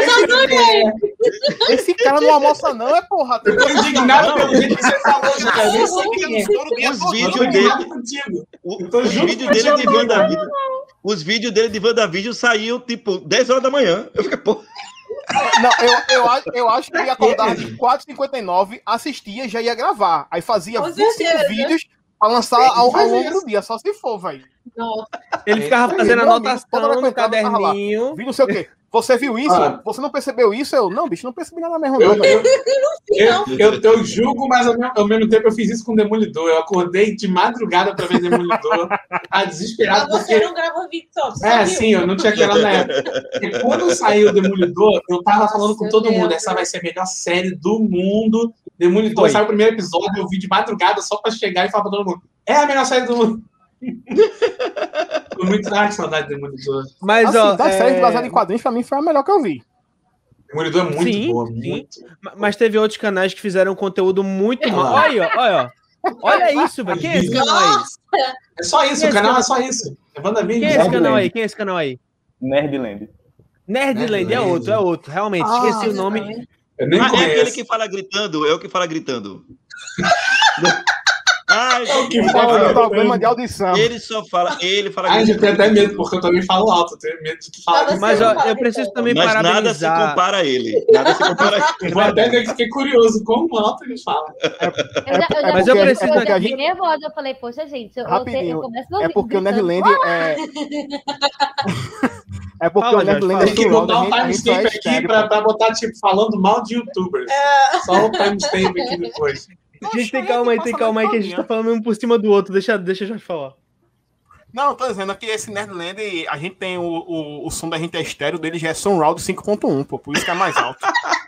esse, esse cara não almoça não, é porra. Tem Eu tô indignado pelo jeito que você falou, cara. Eu nem sei Fica quem é. no todo dia Os todo. Eu tô vídeos indignado dele, contigo. o- Eu tô os junto vídeos contigo dele de também, WandaVision, os vídeos dele de WandaVision saíam tipo dez horas da manhã. Eu fiquei, pô, Não, eu, eu, acho, eu acho que ele acordava de quatro e cinquenta e nove, assistia e já ia gravar. Aí fazia Com vinte e cinco certeza. vídeos pra lançar Ele ao, ao faz longo isso. do dia, só se for, velho. Nossa. Ele ficava Aí, fazendo meu amigo, toda anotação hora que eu no entrava, eu tava lá. caderninho. Vi não sei o quê. Você viu isso? Ah. Você não percebeu isso? Eu, não, bicho, não percebi nada mesmo, Eu, não, velho. eu, eu, eu, eu julgo, mas ao mesmo, ao mesmo tempo eu fiz isso com Demolidor. Eu acordei de madrugada pra ver Demolidor. Ah, desesperado. Mas você Porque... não grava vídeo só. Você É, só viu? sim, eu não tinha aquela na época. E quando saiu o Demolidor, eu tava Nossa, falando com eu todo mundo. lembro. Essa vai ser a melhor série do mundo. Demolidor, Foi. saiu o primeiro episódio, eu vi de madrugada só pra chegar e falar pra todo mundo. É a melhor série do mundo. Tô muito ah, que saudade de Demolidor. Mas, Assim, ó, das é, séries baseadas em quadrinhos, pra mim, foi a melhor que eu vi. Demolidor é muito Sim, boa, sim. muito. ma- mas teve outros canais que fizeram conteúdo muito É mal. lá. Olha aí, ó, olha, ó. Olha isso, velho. Quem é esse canal aí? Nossa, É só isso, Quem é o canal esse é só isso. É WandaVision. Quem é esse canal aí? Quem é esse canal aí? Nerdland. Nerdland, é Nerdland. outro, é outro. Realmente, Ah, esqueci o nome. Eu nem ah, é aquele conheço. que fala gritando, é o que fala gritando. Ai, É o que Eu fala. tenho problema de audição. ele só fala, ele fala Ai, eu gritando. tenho até medo, porque eu também falo alto. Eu tenho medo de tu falar. Mas Mas, Você ó, não fala eu preciso gritando. também Mas nada se parabenizar. compara a ele. Nada se compara a ele. Eu vou até ver que fiquei curioso como alto ele fala. Eu já, eu já, Mas eu fiquei- preciso- eu já é que a fiquei gente- nervosa. Eu falei, poxa, gente, eu, eu, te- Rapidinho, eu começo É porque o gritando. Nerdland é. É porque Fala, o Nerdland Jorge, é Tem que atual, botar a um gente- a gente só é timestamp aqui estéreo, pra, pô. pra botar, tipo, falando mal de youtubers. Só o timestamp aqui depois. Gente, tem calma aí, tem calma aí, que a gente tá falando um por cima do outro. Deixa, deixa eu já falar. Não, tô dizendo que esse Nerdland, a gente tem o, o, o som da gente é estéreo, dele já é Soundround cinco ponto um, pô, por isso que é mais alto.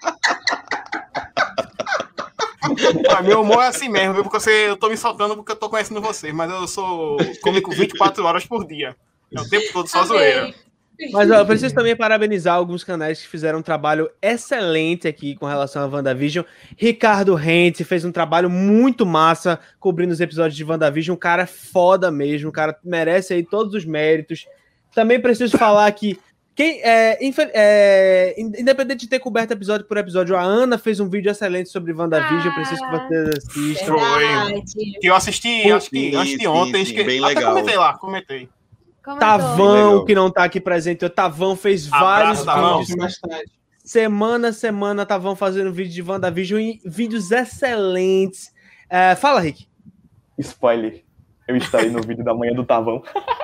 Ah, meu humor é assim mesmo, viu? Porque você, eu tô me soltando porque eu tô conhecendo vocês, mas eu sou cômico vinte e quatro horas por dia. É o tempo todo só zoeira. amei. Mas ó, eu preciso também parabenizar alguns canais que fizeram um trabalho excelente aqui com relação a WandaVision. Ricardo Rente fez um trabalho muito massa cobrindo os episódios de WandaVision. Um cara foda mesmo, o cara merece aí todos os méritos. Também preciso falar que Quem, é, é, independente de ter coberto episódio por episódio, a Ana fez um vídeo excelente sobre WandaVision, ah, preciso que vocês assistam. Foi. Que eu assisti, acho que sim, antes de ontem. Sim, sim, bem Até legal. comentei lá, comentei. Tavão, que não tá aqui presente, o Tavão fez Abraço, vários Tavão. vídeos. Semana a semana, Tavão fazendo vídeo de WandaVision e vídeos excelentes. É, fala, Rick. Spoiler. Eu estarei no vídeo da manhã do Tavão.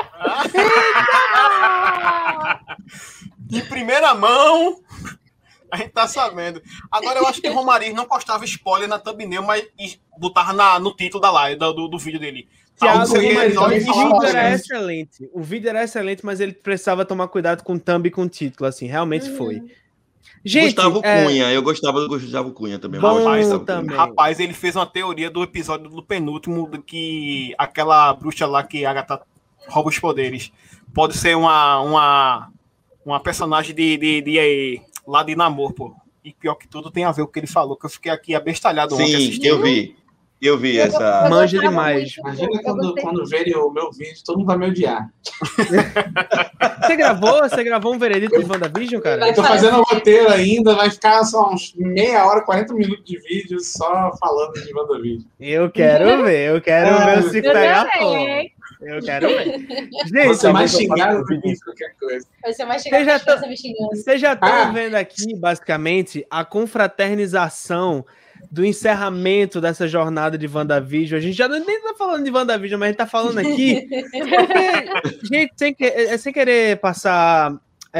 Em primeira mão, a gente tá sabendo. Agora, eu acho que o Romariz não postava spoiler na thumbnail, mas botava na, no título da live, do, do vídeo dele. Thiago, o vídeo era excelente. O vídeo era excelente, mas ele precisava tomar cuidado com o thumb e com o título, assim, realmente uhum. foi. Gente, Gustavo é... Cunha, eu gostava do Gustavo Cunha também. Bom Gustavo também. Cunha. Rapaz, ele fez uma teoria do episódio do penúltimo, do que aquela bruxa lá que a Agatha rouba os poderes pode ser uma, uma, uma personagem de, de, de, de lá de namoro, pô. E pior que tudo tem a ver com o que ele falou, que eu fiquei aqui abestalhado ontem assistindo. Sim, eu vi. Eu vi eu, essa... Eu Manja demais. Imagina quando, quando verem o meu vídeo, todo mundo vai me odiar. Você gravou? Você gravou um veredito de WandaVision, cara? Eu tô fazendo o roteiro ainda, vai ficar só uns meia hora, quarenta minutos de vídeo só falando de WandaVision. Eu quero ver, eu quero é, ver se pegar fogo. Eu quero ver. Gente, você é mais xingado do que qualquer coisa. Você é mais xingado que me xingando. Vocês já estão ah. vendo aqui, basicamente, a confraternização do encerramento dessa jornada de WandaVision. A gente já nem tá falando de WandaVision, mas a gente tá falando aqui porque, gente, sem, que, sem querer passar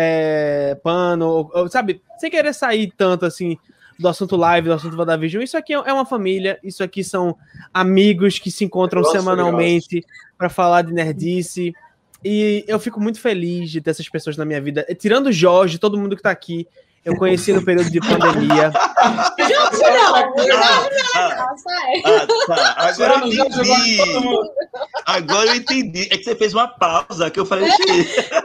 é, pano, ou, ou, sabe, sem querer sair tanto, assim, do assunto live, do assunto WandaVision. Isso aqui é uma família, isso aqui são amigos que se encontram grossa, semanalmente para falar de nerdice. E eu fico muito feliz de ter essas pessoas na minha vida. Tirando o Jorge, todo mundo que tá aqui, eu conheci no período de pandemia. Jorge, não! Jorge, não! Sai! Ah, tá. Agora eu entendi. Agora eu entendi. É que você fez uma pausa, que eu falei assim.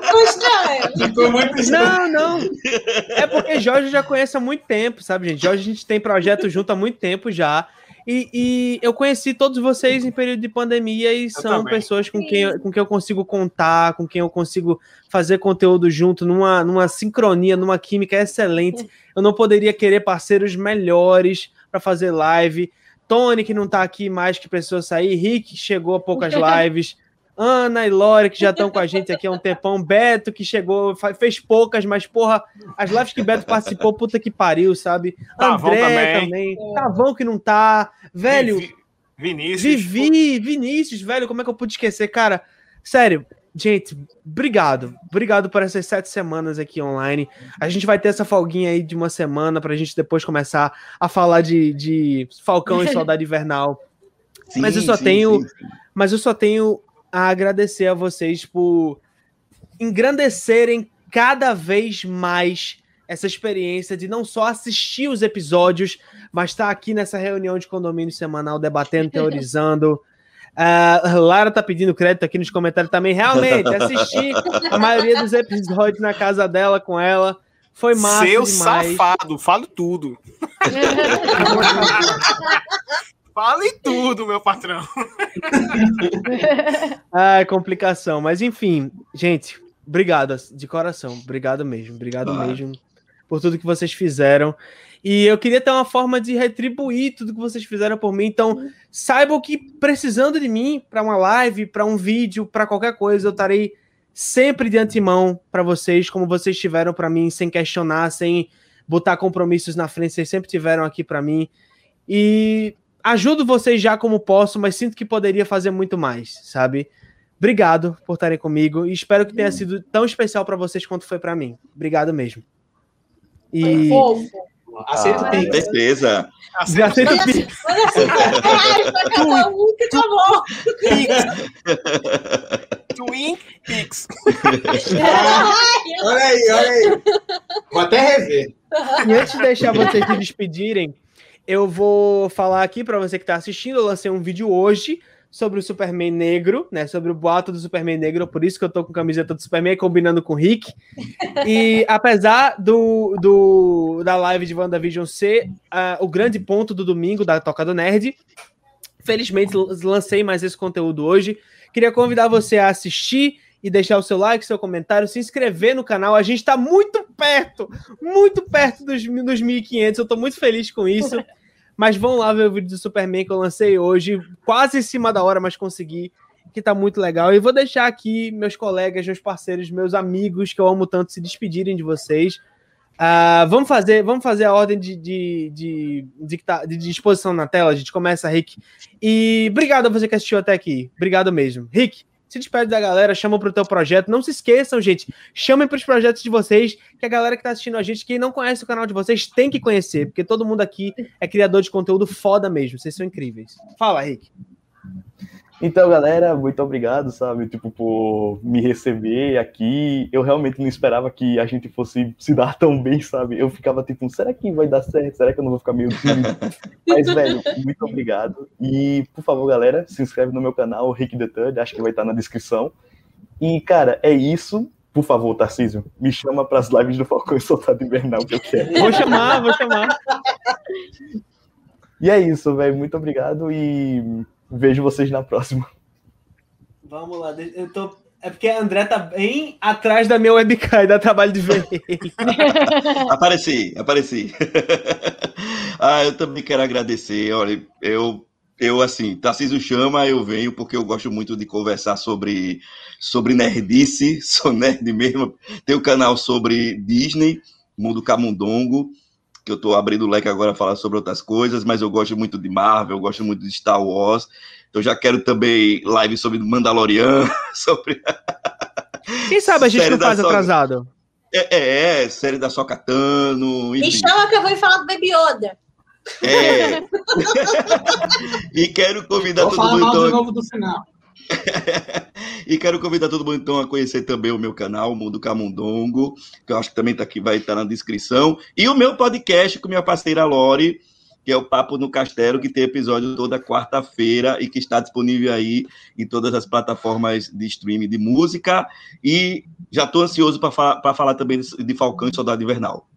Ficou muito Não, não. É porque Jorge já conhece há muito tempo, sabe, gente? Jorge, a gente tem projeto junto há muito tempo já. E, e eu conheci todos vocês em período de pandemia e eu são também. pessoas com quem, com quem eu consigo contar, com quem eu consigo fazer conteúdo junto, numa, numa sincronia, numa química excelente. Eu não poderia querer parceiros melhores para fazer live. Tony, que não tá aqui mais, que precisou sair. Rick, que chegou a poucas lives. Ana e Lore, que já estão com a gente aqui há um tempão. Beto, que chegou, fez poucas, mas, porra, as lives que Beto participou, puta que pariu, sabe? Tavão André também. também. Tavão que não tá. Velho. Vi, Vinícius. Vivi, Vinícius, velho, como é que eu pude esquecer? Cara, sério, gente, obrigado. Obrigado por essas sete semanas aqui online. A gente vai ter essa folguinha aí de uma semana pra gente depois começar a falar de, de Falcão e Soldado Invernal. Sim, mas eu só sim, tenho. Sim, sim. Mas eu só tenho a agradecer a vocês por engrandecerem cada vez mais essa experiência de não só assistir os episódios, mas estar aqui nessa reunião de condomínio semanal, debatendo, teorizando. Uh, Lara tá pedindo crédito aqui nos comentários também. Realmente, assisti a maioria dos episódios na casa dela com ela. Foi massa Seu demais. Safado, falo tudo. Fale tudo, meu patrão. Ah, complicação. Mas, enfim, gente, obrigado de coração. Obrigado mesmo. Obrigado ah. mesmo por tudo que vocês fizeram. E eu queria ter uma forma de retribuir tudo que vocês fizeram por mim. Então, saibam que precisando de mim para uma live, para um vídeo, para qualquer coisa, eu estarei sempre de antemão para vocês, como vocês tiveram para mim, sem questionar, sem botar compromissos na frente. Vocês sempre tiveram aqui para mim. E ajudo vocês já como posso, mas sinto que poderia fazer muito mais, sabe? Obrigado por estarem comigo e espero que tenha sido tão especial para vocês quanto foi para mim. Obrigado mesmo. E... Aceita o Pix. Certeza. Aceita o Pix. Cada um que tá bom. Twin Pix. Olha aí, olha aí. Vou até rever. E antes de deixar vocês se despedirem, eu vou falar aqui para você que está assistindo. Eu lancei um vídeo hoje sobre o Superman negro, né? Sobre o boato do Superman negro, por isso que eu tô com camiseta do Superman, combinando com o Rick. E apesar do, do, da live de WandaVision ser uh, o grande ponto do domingo da Toca do Nerd, felizmente lancei mais esse conteúdo hoje. Queria convidar você a assistir e deixar o seu like, seu comentário, se inscrever no canal. A gente está muito perto, muito perto dos, dos mil e quinhentos. Eu estou muito feliz com isso. Mas vão lá ver o vídeo do Superman que eu lancei hoje, quase em cima da hora, mas consegui, que tá muito legal. E vou deixar aqui meus colegas, meus parceiros, meus amigos, que eu amo tanto, se despedirem de vocês. Uh, vamos, fazer, vamos fazer a ordem de, de, de, de, de, de exposição na tela. A gente começa, Rick. E obrigado a você que assistiu até aqui. Obrigado mesmo. Rick, se despede da galera, chama pro teu projeto. Não se esqueçam, gente. Chamem pros projetos de vocês, que a galera que tá assistindo a gente, quem não conhece o canal de vocês, tem que conhecer, porque todo mundo aqui é criador de conteúdo foda mesmo. Vocês são incríveis. Fala, Rick. Então, galera, muito obrigado, sabe, tipo, por me receber aqui. Eu realmente não esperava que a gente fosse se dar tão bem, sabe? Eu ficava tipo, será que vai dar certo? Será que eu não vou ficar meio tímido? Mas, velho, muito obrigado. E, por favor, galera, se inscreve no meu canal, Rick the Third, acho que vai estar na descrição. E, cara, é isso. Por favor, Tarcísio, me chama para as lives do Falcão e Soldado Invernal que eu quero. Vou chamar, vou chamar. E é isso, velho. Muito obrigado e vejo vocês na próxima. Vamos lá. Eu tô... É porque a André tá bem atrás da minha webcam e dá trabalho de ver ele. Apareci, apareci. Ah, eu também quero agradecer. Olha, eu... Eu, assim, Tarcísio chama, eu venho, porque eu gosto muito de conversar sobre, sobre nerdice, sou nerd mesmo. Tem um canal sobre Disney, Mundo Camundongo, que eu tô abrindo o leque agora a falar sobre outras coisas, mas eu gosto muito de Marvel, eu gosto muito de Star Wars. Eu já quero também live sobre Mandalorian, sobre... Quem sabe a gente não faz atrasado? É, é, é, série da Sokatano, enfim. Me chama que eu vou falar do Baby Yoda. É. E quero convidar Vou todo mundo falar mal então... de novo do final. E quero convidar todo mundo então a conhecer também o meu canal, o Mundo Camundongo, que eu acho que também tá aqui, vai estar na descrição, e o meu podcast com minha parceira Lori, que é o Papo no Castelo, que tem episódio toda quarta-feira e que está disponível aí em todas as plataformas de streaming de música. E já estou ansioso para falar, falar também de Falcão e Soldado Invernal.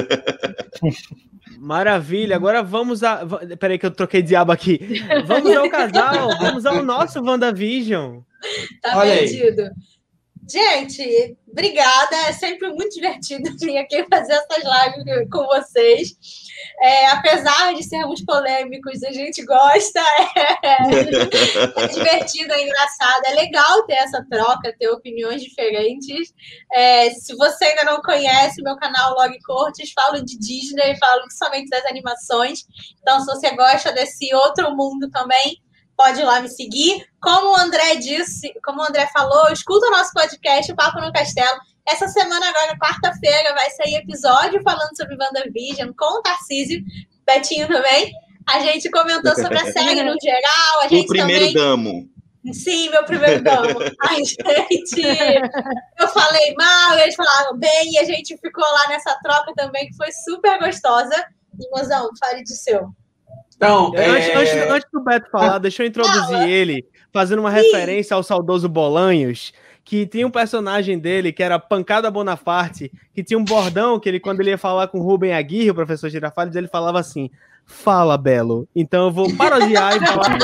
Maravilha, agora vamos a... Peraí que eu troquei de aba aqui. Vamos ao casal, vamos ao nosso WandaVision. Tá Olha perdido. Aí. Gente, obrigada. É sempre muito divertido vir aqui fazer essas lives com vocês. É, apesar de sermos polêmicos, a gente gosta. É, é divertido, é engraçado. É legal ter essa troca, ter opiniões diferentes. É, se você ainda não conhece meu canal Log Cortes, falo de Disney, falo somente das animações. Então, se você gosta desse outro mundo também, pode ir lá me seguir. Como o André disse, como o André falou, escuta o nosso podcast, o Papo no Castelo. Essa semana, agora, quarta-feira, vai sair episódio falando sobre WandaVision com o Tarcísio, Betinho também. A gente comentou sobre a série no geral. A gente o primeiro também... damo. Sim, meu primeiro damo. A gente... Eu falei mal, eles falaram bem, e a gente ficou lá nessa troca também, que foi super gostosa. E, mozão, fale do seu. Então, é... antes, antes, antes do Beto falar, deixa eu introduzir Fala. ele, fazendo uma Sim. referência ao saudoso Bolanhos, que tinha um personagem dele, que era Pancada Bonaparte, que tinha um bordão que ele, quando ele ia falar com o Rubem Aguirre, o professor Girafales, ele falava assim, fala, Belo. Então eu vou parodiar e falar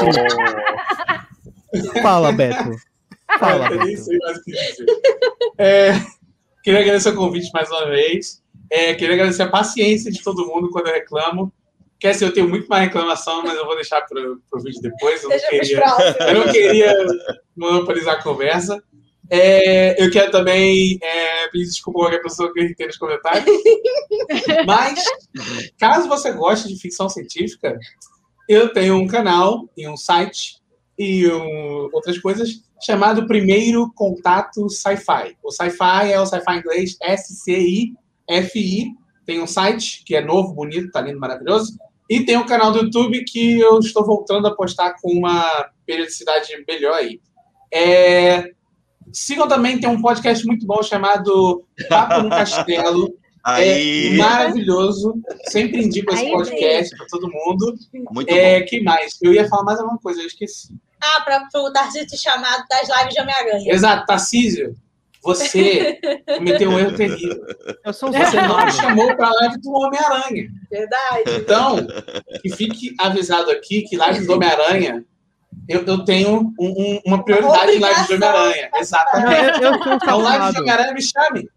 assim. Fala, Beto. Fala, eu Beto. nem sei mais o que dizer. É, queria agradecer o convite mais uma vez. É, queria agradecer a paciência de todo mundo quando eu reclamo. Quer dizer, eu tenho muito mais reclamação, mas eu vou deixar para o vídeo depois. Eu não, queria, eu não queria monopolizar a conversa. É, eu quero também é, pedir desculpa a qualquer pessoa que tem nos comentários. Mas, caso você goste de ficção científica, eu tenho um canal e um site e um, outras coisas chamado Primeiro Contato Sci-Fi. O Sci-Fi é o Sci-Fi em inglês S C I F I. Tem um site que é novo, bonito, tá lindo, maravilhoso. E tem um canal do YouTube que eu estou voltando a postar com uma periodicidade melhor aí. É... Sigam também, tem um podcast muito bom chamado Papo no Castelo. Aí. É maravilhoso. Sempre indico esse podcast para todo mundo. Muito é, bom. Que mais? Eu ia falar mais alguma coisa, eu esqueci. Ah, para o Tarcísio te chamar das lives de Homem-Aranha. Exato, Tarcísio. Você cometeu um erro terrível. Eu sou um Você não me chamou para a live do Homem-Aranha. Verdade. Então, que fique avisado aqui que live do Homem-Aranha eu, eu tenho um, um, uma prioridade em live de Homem-Aranha. Exatamente. Eu, eu sou um Então, live de safado. Homem-Aranha, me chame.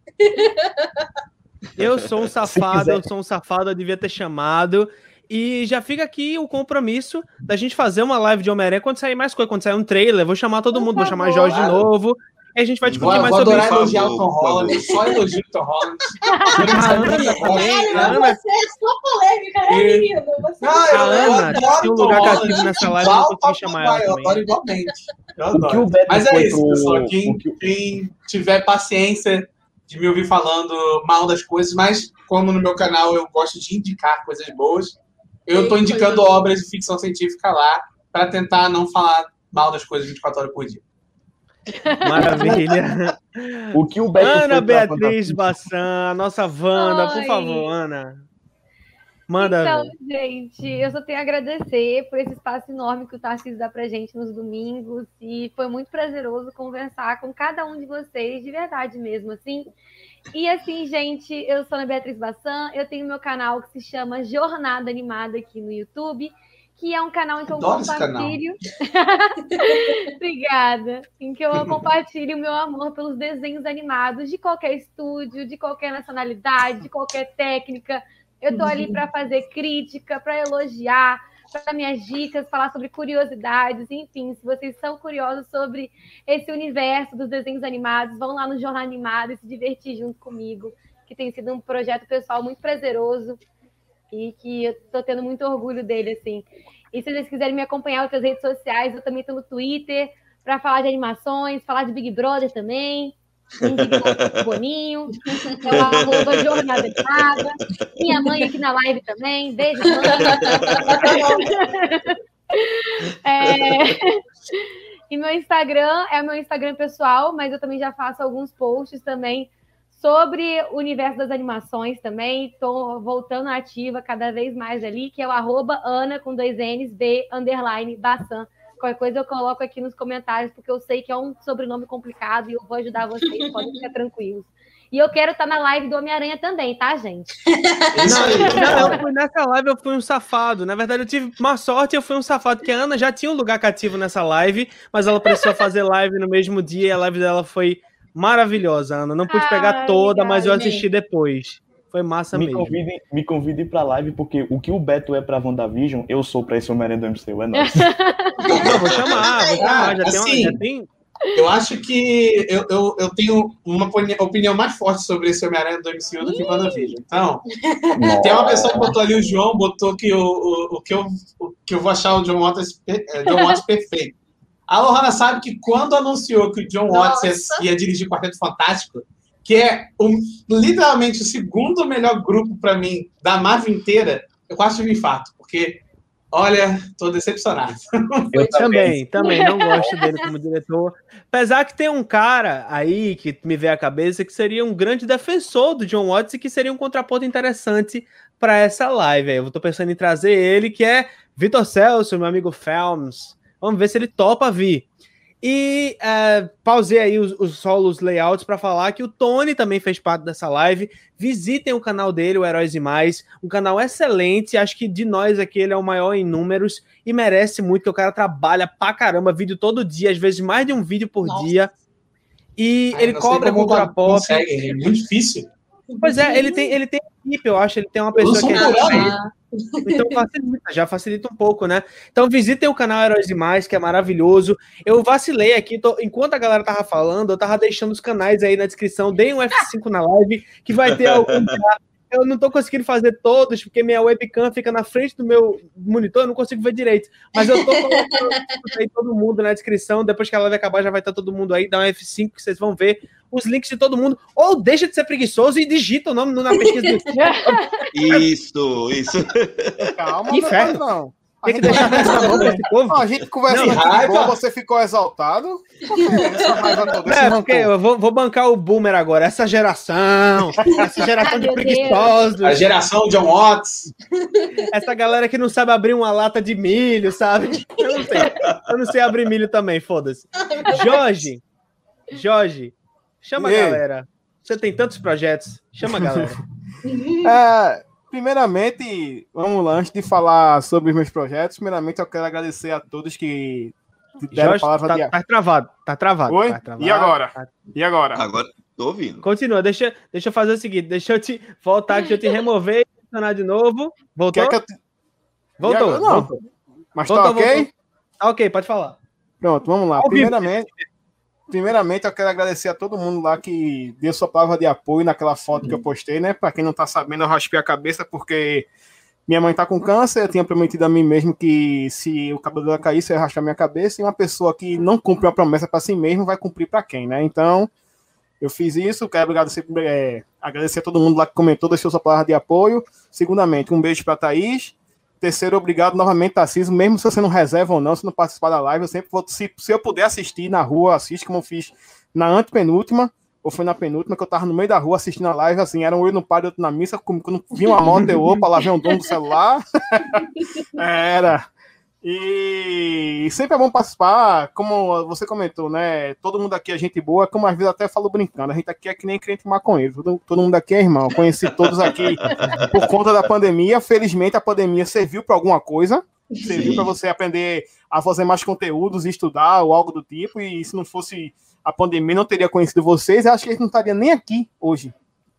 Eu sou um safado, quiser. eu sou um safado, eu devia ter chamado. E já fica aqui o compromisso da gente fazer uma live de Homem-Aranha quando sair mais coisa, quando sair um trailer. Vou chamar todo Por mundo, vou chamar favor. Jorge de Claro. novo. E a gente vai discutir Vou, mais vou sobre adorar isso. elogiar o Por Tom favor, por Holland. Só elogio o Tom Holland. A Ana também. A Ana, Você é só polêmica, né, E- menino? Você Não, a eu, eu Ana adoro tem um o Tom lugar Holland. cativo nessa live, eu Igual não o consegui Tom chamar ela Maguire, eu também. adoro igualmente. Eu O que adoro. o Beto Mas é foi isso, pro- pessoal. Quem, o que- quem tiver paciência de me ouvir falando mal das coisas, mas como no meu canal eu gosto de indicar coisas boas, eu estou Ei, indicando coisa boa. obras de ficção científica lá para tentar não falar mal das coisas vinte e quatro horas por dia. Maravilha. O que o Beto Ana foi pra Beatriz Fantástico- Bassan, a nossa Wanda, por Oi. favor, Ana. Manda. Então, ver. gente, eu só tenho a agradecer por esse espaço enorme que o Tarcísio dá pra gente nos domingos. E foi muito prazeroso conversar com cada um de vocês, de verdade mesmo, assim. E assim, gente, eu sou a Ana Beatriz Bassan, eu tenho meu canal que se chama Jornada Animada aqui no YouTube, que é um canal em que eu Adoro esse canal. compartilho. Obrigada. Em que eu compartilho o meu amor pelos desenhos animados de qualquer estúdio, de qualquer nacionalidade, de qualquer técnica. Eu tô ali para fazer crítica, para elogiar, para dar minhas dicas, falar sobre curiosidades, enfim, se vocês são curiosos sobre esse universo dos desenhos animados, vão lá no Jornal Animado e se divertir junto comigo, que tem sido um projeto pessoal muito prazeroso e que eu tô tendo muito orgulho dele, assim. E se vocês quiserem me acompanhar em outras redes sociais, eu também tô no Twitter para falar de animações, falar de Big Brother também. O Boninho, é o arroba Jornada Animada. Minha mãe aqui na live também. Beijo, mãe. É... E meu Instagram é o meu Instagram pessoal, mas eu também já faço alguns posts também sobre o universo das animações também. Estou voltando ativa cada vez mais ali, que é o arroba Ana com dois N's, B, underline, Bassan. Qualquer coisa eu coloco aqui nos comentários, porque eu sei que é um sobrenome complicado e eu vou ajudar vocês, podem ficar tranquilos. E eu quero estar na live do Homem-Aranha também, tá, gente? Não, não, eu fui nessa live, eu fui um safado. Na verdade, eu tive uma sorte, eu fui um safado, porque a Ana já tinha um lugar cativo nessa live, mas ela precisou fazer live no mesmo dia e a live dela foi maravilhosa, Ana. Não pude pegar Ai, toda, mas eu amei. assisti depois. Foi massa Me mesmo. convidem, me convidem pra live, porque o que o Beto é pra WandaVision, eu sou pra esse Homem-Aranha do M C U, é nóis. Não, vou chamar, vou chamar. Já, tem, uma, Assim, já tem. Eu acho que eu, eu, eu tenho uma opini- opinião mais forte sobre esse Homem-Aranha do M C U do que o WandaVision. Então, tem uma pessoa que botou ali, o João, botou que o, o, o, que, eu, o que eu vou achar o John Watts, per- é, John Watts perfeito. A Lohana sabe que quando anunciou que o John Watts Nossa. ia, ia dirigir o Quarteto Fantástico, que é o, literalmente o segundo melhor grupo para mim da Marvel inteira, eu quase tive um infarto, porque, olha, tô decepcionado. Eu também, também não gosto dele como diretor. Apesar que tem um cara aí que me vê à cabeça que seria um grande defensor do John Watts e que seria um contraponto interessante para essa live. Eu tô pensando em trazer ele, que é Vitor Celso, meu amigo Felms. Vamos ver se ele topa vir. E uh, pausei aí os, os solos layouts para falar que o Tony também fez parte dessa live. Visitem o canal dele, o Heróis e Mais. Um canal excelente. Acho que de nós aqui ele é o maior em números e merece muito, que o cara trabalha pra caramba, vídeo todo dia, às vezes mais de um vídeo por Nossa. dia. E Ai, ele não sei cobra como cultura pop. consegue, é muito difícil. Pois é, ele tem, ele tem equipe, eu acho. Ele tem uma Eu pessoa sou que um é programa. então facilita, já facilita um pouco, né? Então visitem o canal Heróis e Mais, que é maravilhoso. Eu vacilei aqui, tô- enquanto a galera tava falando, eu tava deixando os canais aí na descrição. Deem um F cinco na live, que vai ter algum já. Eu não tô conseguindo fazer todos, porque minha webcam fica na frente do meu monitor, eu não consigo ver direito. Mas eu tô colocando aí todo mundo na descrição. Depois que a live acabar, já vai estar todo mundo aí. Dá um F cinco que vocês vão ver os links de todo mundo. Ou deixa de ser preguiçoso e digita o nome na pesquisa do Isso, isso. Calma, Que não, inferno. não. A Tem que gente, deixar a mão pra esse povo. Ó, a gente conversando Não, aqui de raiva. boa, você ficou exaltado. Por que essa raiva toda, esse É, porque rancor? eu vou, vou bancar o boomer agora. Essa geração, essa geração de Meu Deus. preguiçosos, A geração John Watts. essa galera que não sabe abrir uma lata de milho, sabe? Eu não sei. Eu não sei abrir milho também, foda-se. Jorge, Jorge, chama a E aí? galera. Você tem tantos projetos, chama a galera. É, primeiramente, vamos lá, antes de falar sobre os meus projetos, primeiramente eu quero agradecer a todos que deram a Jorge, palavra tá, de... tá travado, tá travado. Oi? Tá travado, E agora? tá- E agora? Agora tô ouvindo. Continua, deixa, deixa eu fazer o seguinte, deixa eu te voltar, deixa eu te remover e adicionar de novo. Voltou? Quer que eu... te- Voltou, E agora? Não. voltou. Mas Voltou, tá ok? voltou. Tá ok, pode falar. Pronto, vamos lá. Ao vivo. Primeiramente, primeiramente, eu quero agradecer a todo mundo lá que deu sua palavra de apoio naquela foto que eu postei, né? Pra quem não tá sabendo, eu raspei a cabeça porque minha mãe tá com câncer. Eu tinha prometido a mim mesmo que se o cabelo dela caísse, eu ia raspar minha cabeça. E uma pessoa que não cumpre uma promessa pra si mesmo vai cumprir pra quem, né? Então, eu fiz isso. Quero agradecer, é, agradecer a todo mundo lá que comentou, deixou sua palavra de apoio. Segundamente, um beijo pra Thaís. Terceiro, obrigado novamente, Tarcísio. Mesmo se você não reserva ou não, se não participar da live, eu sempre vou. Se, se eu puder assistir na rua, eu assisto, como eu fiz na antepenúltima, ou foi na penúltima, que eu tava no meio da rua assistindo a live, assim, era um olho no padre, outro na missa, quando vinha uma moto, eu, opa, lá vem um dono do celular. Era. E sempre é bom participar, como você comentou, né? Todo mundo aqui é gente boa, como às vezes até falo brincando, a gente aqui é que nem crente maconheiro, todo, todo mundo aqui é irmão. Conheci todos aqui por conta da pandemia. Felizmente a pandemia serviu para alguma coisa, serviu para você aprender a fazer mais conteúdos, estudar ou algo do tipo. E se não fosse a pandemia, não teria conhecido vocês. Eu acho que a gente não estaria nem aqui hoje.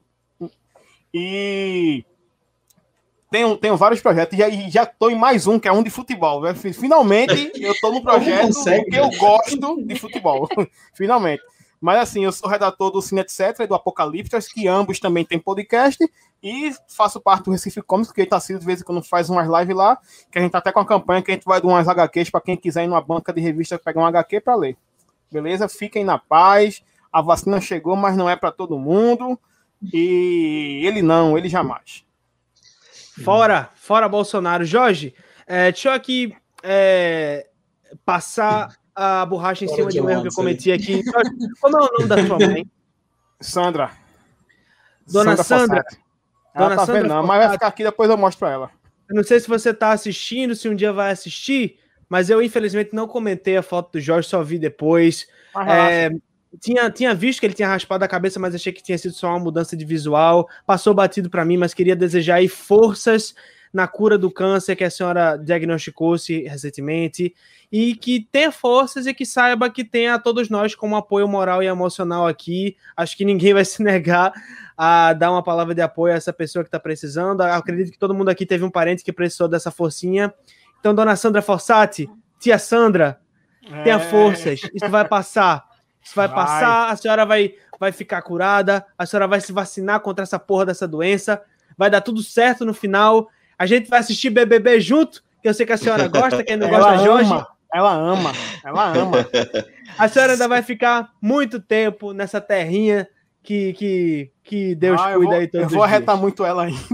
E Tenho, tenho vários projetos, e já estou em mais um, que é um de futebol. Né? Finalmente, eu estou no projeto que eu gosto de futebol. Finalmente. Mas assim, eu sou redator do Cine Etc. e do Apocaliptas, que ambos também têm podcast, e faço parte do Recife Comics, que está sido de vez em quando faz umas lives lá, que a gente está até com a campanha que a gente vai dar umas agá quês para quem quiser ir numa banca de revista pegar um agá quê para ler. Beleza? Fiquem na paz. A vacina chegou, mas não é para todo mundo. E ele não, ele jamais. Fora, fora Bolsonaro. Jorge, é, deixa eu aqui é, passar a borracha em Fora cima de um erro que eu Johnson. cometi aqui. Jorge, como é o nome da sua mãe? Sandra. Dona Sandra. Fossati. Ela Dona tá Sandra vendo, não, mas vai Fossati. ficar aqui, depois eu mostro pra ela. Eu não sei se você está assistindo, se um dia vai assistir, mas eu infelizmente não comentei a foto do Jorge, só vi depois. Mas É, relaxa. tinha, tinha visto que ele tinha raspado a cabeça, mas achei que tinha sido só uma mudança de visual. Passou batido para mim, mas queria desejar aí forças na cura do câncer que a senhora diagnosticou-se recentemente, e que tenha forças e que saiba que tem a todos nós como apoio moral e emocional aqui. Acho que ninguém vai se negar a dar uma palavra de apoio a essa pessoa que está precisando. Eu acredito que todo mundo aqui teve um parente que precisou dessa forcinha. Então, dona Sandra Fossati, tia Sandra, tenha É. forças, isso vai passar. Isso vai, Vai. passar, a senhora vai, vai ficar curada, a senhora vai se vacinar contra essa porra dessa doença, vai dar tudo certo no final. A gente vai assistir B B B junto, que eu sei que a senhora gosta, quem não Ela gosta, Jorge. ama, ela ama, ela ama. A senhora ainda vai ficar muito tempo nessa terrinha que, que, que Deus Ah, eu cuida vou, aí todos eu os vou dias. arretar muito ela ainda.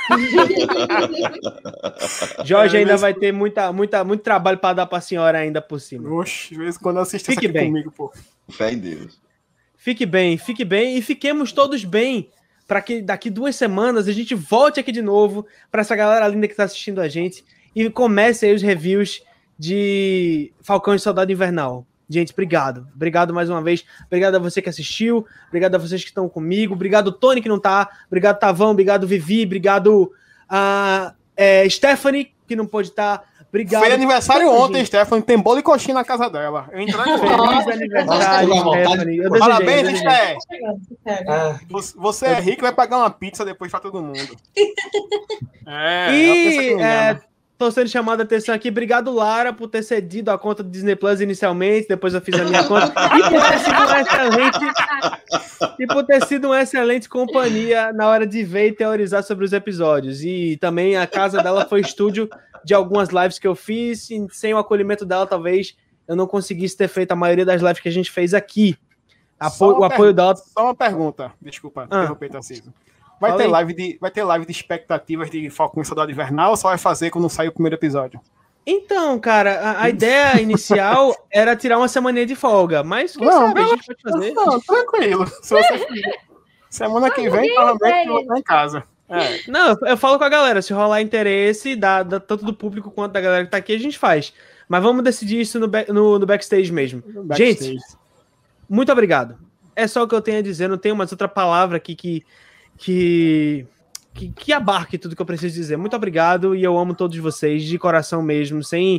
Jorge É, ainda mas- vai ter muita, muita, muito trabalho para dar para a senhora ainda por cima. Oxe, de vez em quando eu assisto Fique isso aqui bem. comigo, pô. Fé em Deus. Fique bem, fique bem e fiquemos todos bem para que daqui duas semanas a gente volte aqui de novo para essa galera linda que está assistindo a gente e comece aí os reviews de Falcão e Soldado Invernal. Gente, obrigado. Obrigado mais uma vez. Obrigado a você que assistiu. Obrigado a vocês que estão comigo. Obrigado, Tony, que não tá. Obrigado, Tavão. Obrigado, Vivi. Obrigado, a é, Stephanie, que não pôde estar. Obrigado. Fez aniversário Tanta ontem, gente. Stephanie. Tem bolo e coxinha na casa dela. Eu entrei com Feliz aniversário, Nossa, que Stephanie. Eu desejei, Parabéns, eu desejei. Steph. Ah, Você- Você é rico e vai pagar uma pizza depois pra todo mundo. É, ela pensa que E me é, ama. tô sendo chamado a atenção aqui. Obrigado, Lara, por ter cedido a conta do Disney Plus inicialmente. Depois eu fiz a minha conta. E por ter sido uma excelente, e por ter sido uma excelente companhia na hora de ver e teorizar sobre os episódios. E também a casa dela foi estúdio de algumas lives que eu fiz. E sem o acolhimento dela, talvez eu não conseguisse ter feito a maioria das lives que a gente fez aqui. Só Apo- uma o apoio dela. Só uma pergunta. Desculpa, Ah. interromper, Tarcísio. Vai Fala ter, aí. live de, vai ter live de expectativas de Falcão e Soldado Invernal ou só vai fazer quando sair o primeiro episódio? Então, cara, a, a ideia inicial era tirar uma semaninha de folga, mas quem Não, sabe a gente pode fazer. Não, tranquilo. Se você... Semana que vem, provavelmente eu vou estar em casa. É. Não, eu, eu falo com a galera, se rolar interesse, da, da- tanto do público quanto da galera que tá aqui, a gente faz. Mas vamos decidir isso no, back- no- no backstage mesmo. Backstage. Gente, muito obrigado. É só o que eu tenho a dizer, não tenho mais outra palavra aqui que, que, que, que abarque tudo que eu preciso dizer. Muito obrigado e eu amo todos vocês, de coração mesmo, sem,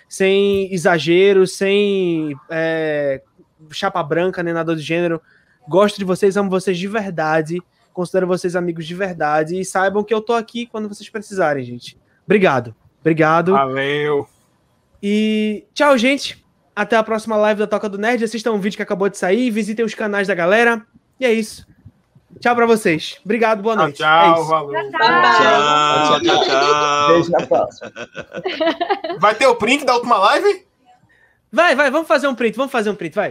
sem exageros, sem é, chapa branca, nem nada do gênero. Gosto de vocês, amo vocês de verdade, considero vocês amigos de verdade e saibam que eu tô aqui quando vocês precisarem, gente. Obrigado. Obrigado. Valeu. E tchau, gente. Até a próxima live da Toca do Nerd. Assistam um vídeo que acabou de sair, visitem os canais da galera. E é isso. Tchau pra vocês. Obrigado, boa noite. Tchau, é tchau, isso. valeu. Tchau, tchau. Tchau, tchau, tchau. Beijo na próxima. Vai ter o print da última live? Vai, vai, vamos fazer um print, vamos fazer um print, vai.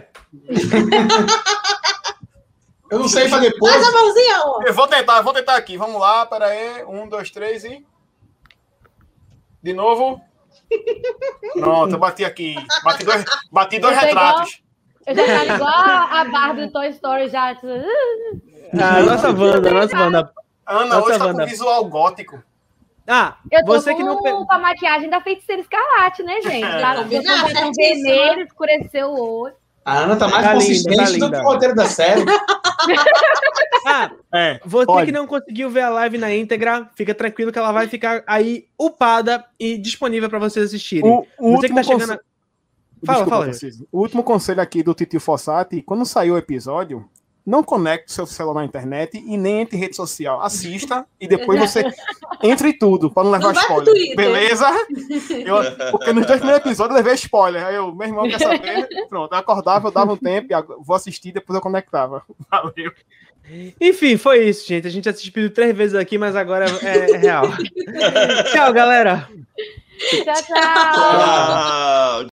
Eu não sei fazer pose. Faz a mãozinha, ó. Eu vou tentar, eu vou tentar aqui. Vamos lá, pera aí. Um, dois, três e... De novo. Pronto, eu bati aqui. Bati dois, bati dois Eu tô retratos. Eu já tava igual a Barbie do Toy Story já. Ah, nossa Wanda, nossa Wanda. Ana Nossa, hoje tá Wanda. com visual gótico. Ah, Eu tô você com, que não... pe- com a maquiagem da Feiticeira Escarlate, né, gente? Já Combinado, botou um batom certíssimo. vermelho, escureceu o olho. A Ana tá mais Tá linda, consistente tá do linda. que o roteiro da série. Ah, É. você Olha. que não conseguiu ver a live na íntegra, fica tranquilo que ela vai ficar aí upada e disponível pra vocês assistirem. O, o Você que último tá chegando... conselho... a- Fala, Desculpa, fala. Tarcísio. O último conselho aqui do Titio Fossati, quando sair o episódio, não conecte seu celular na internet e nem entre em rede social. Assista e depois você entre em tudo, para não levar Não vai pro spoiler. Twitter. Beleza? Eu, porque nos dois primeiros episódios eu levei spoiler. Aí eu, meu irmão quer saber? Pronto, eu acordava, eu dava um tempo, e agora vou assistir, depois eu conectava. Valeu. Enfim, foi isso, gente. A gente assistiu três vezes aqui, mas agora é, é real. Tchau, galera. Tchau, tchau. Tchau.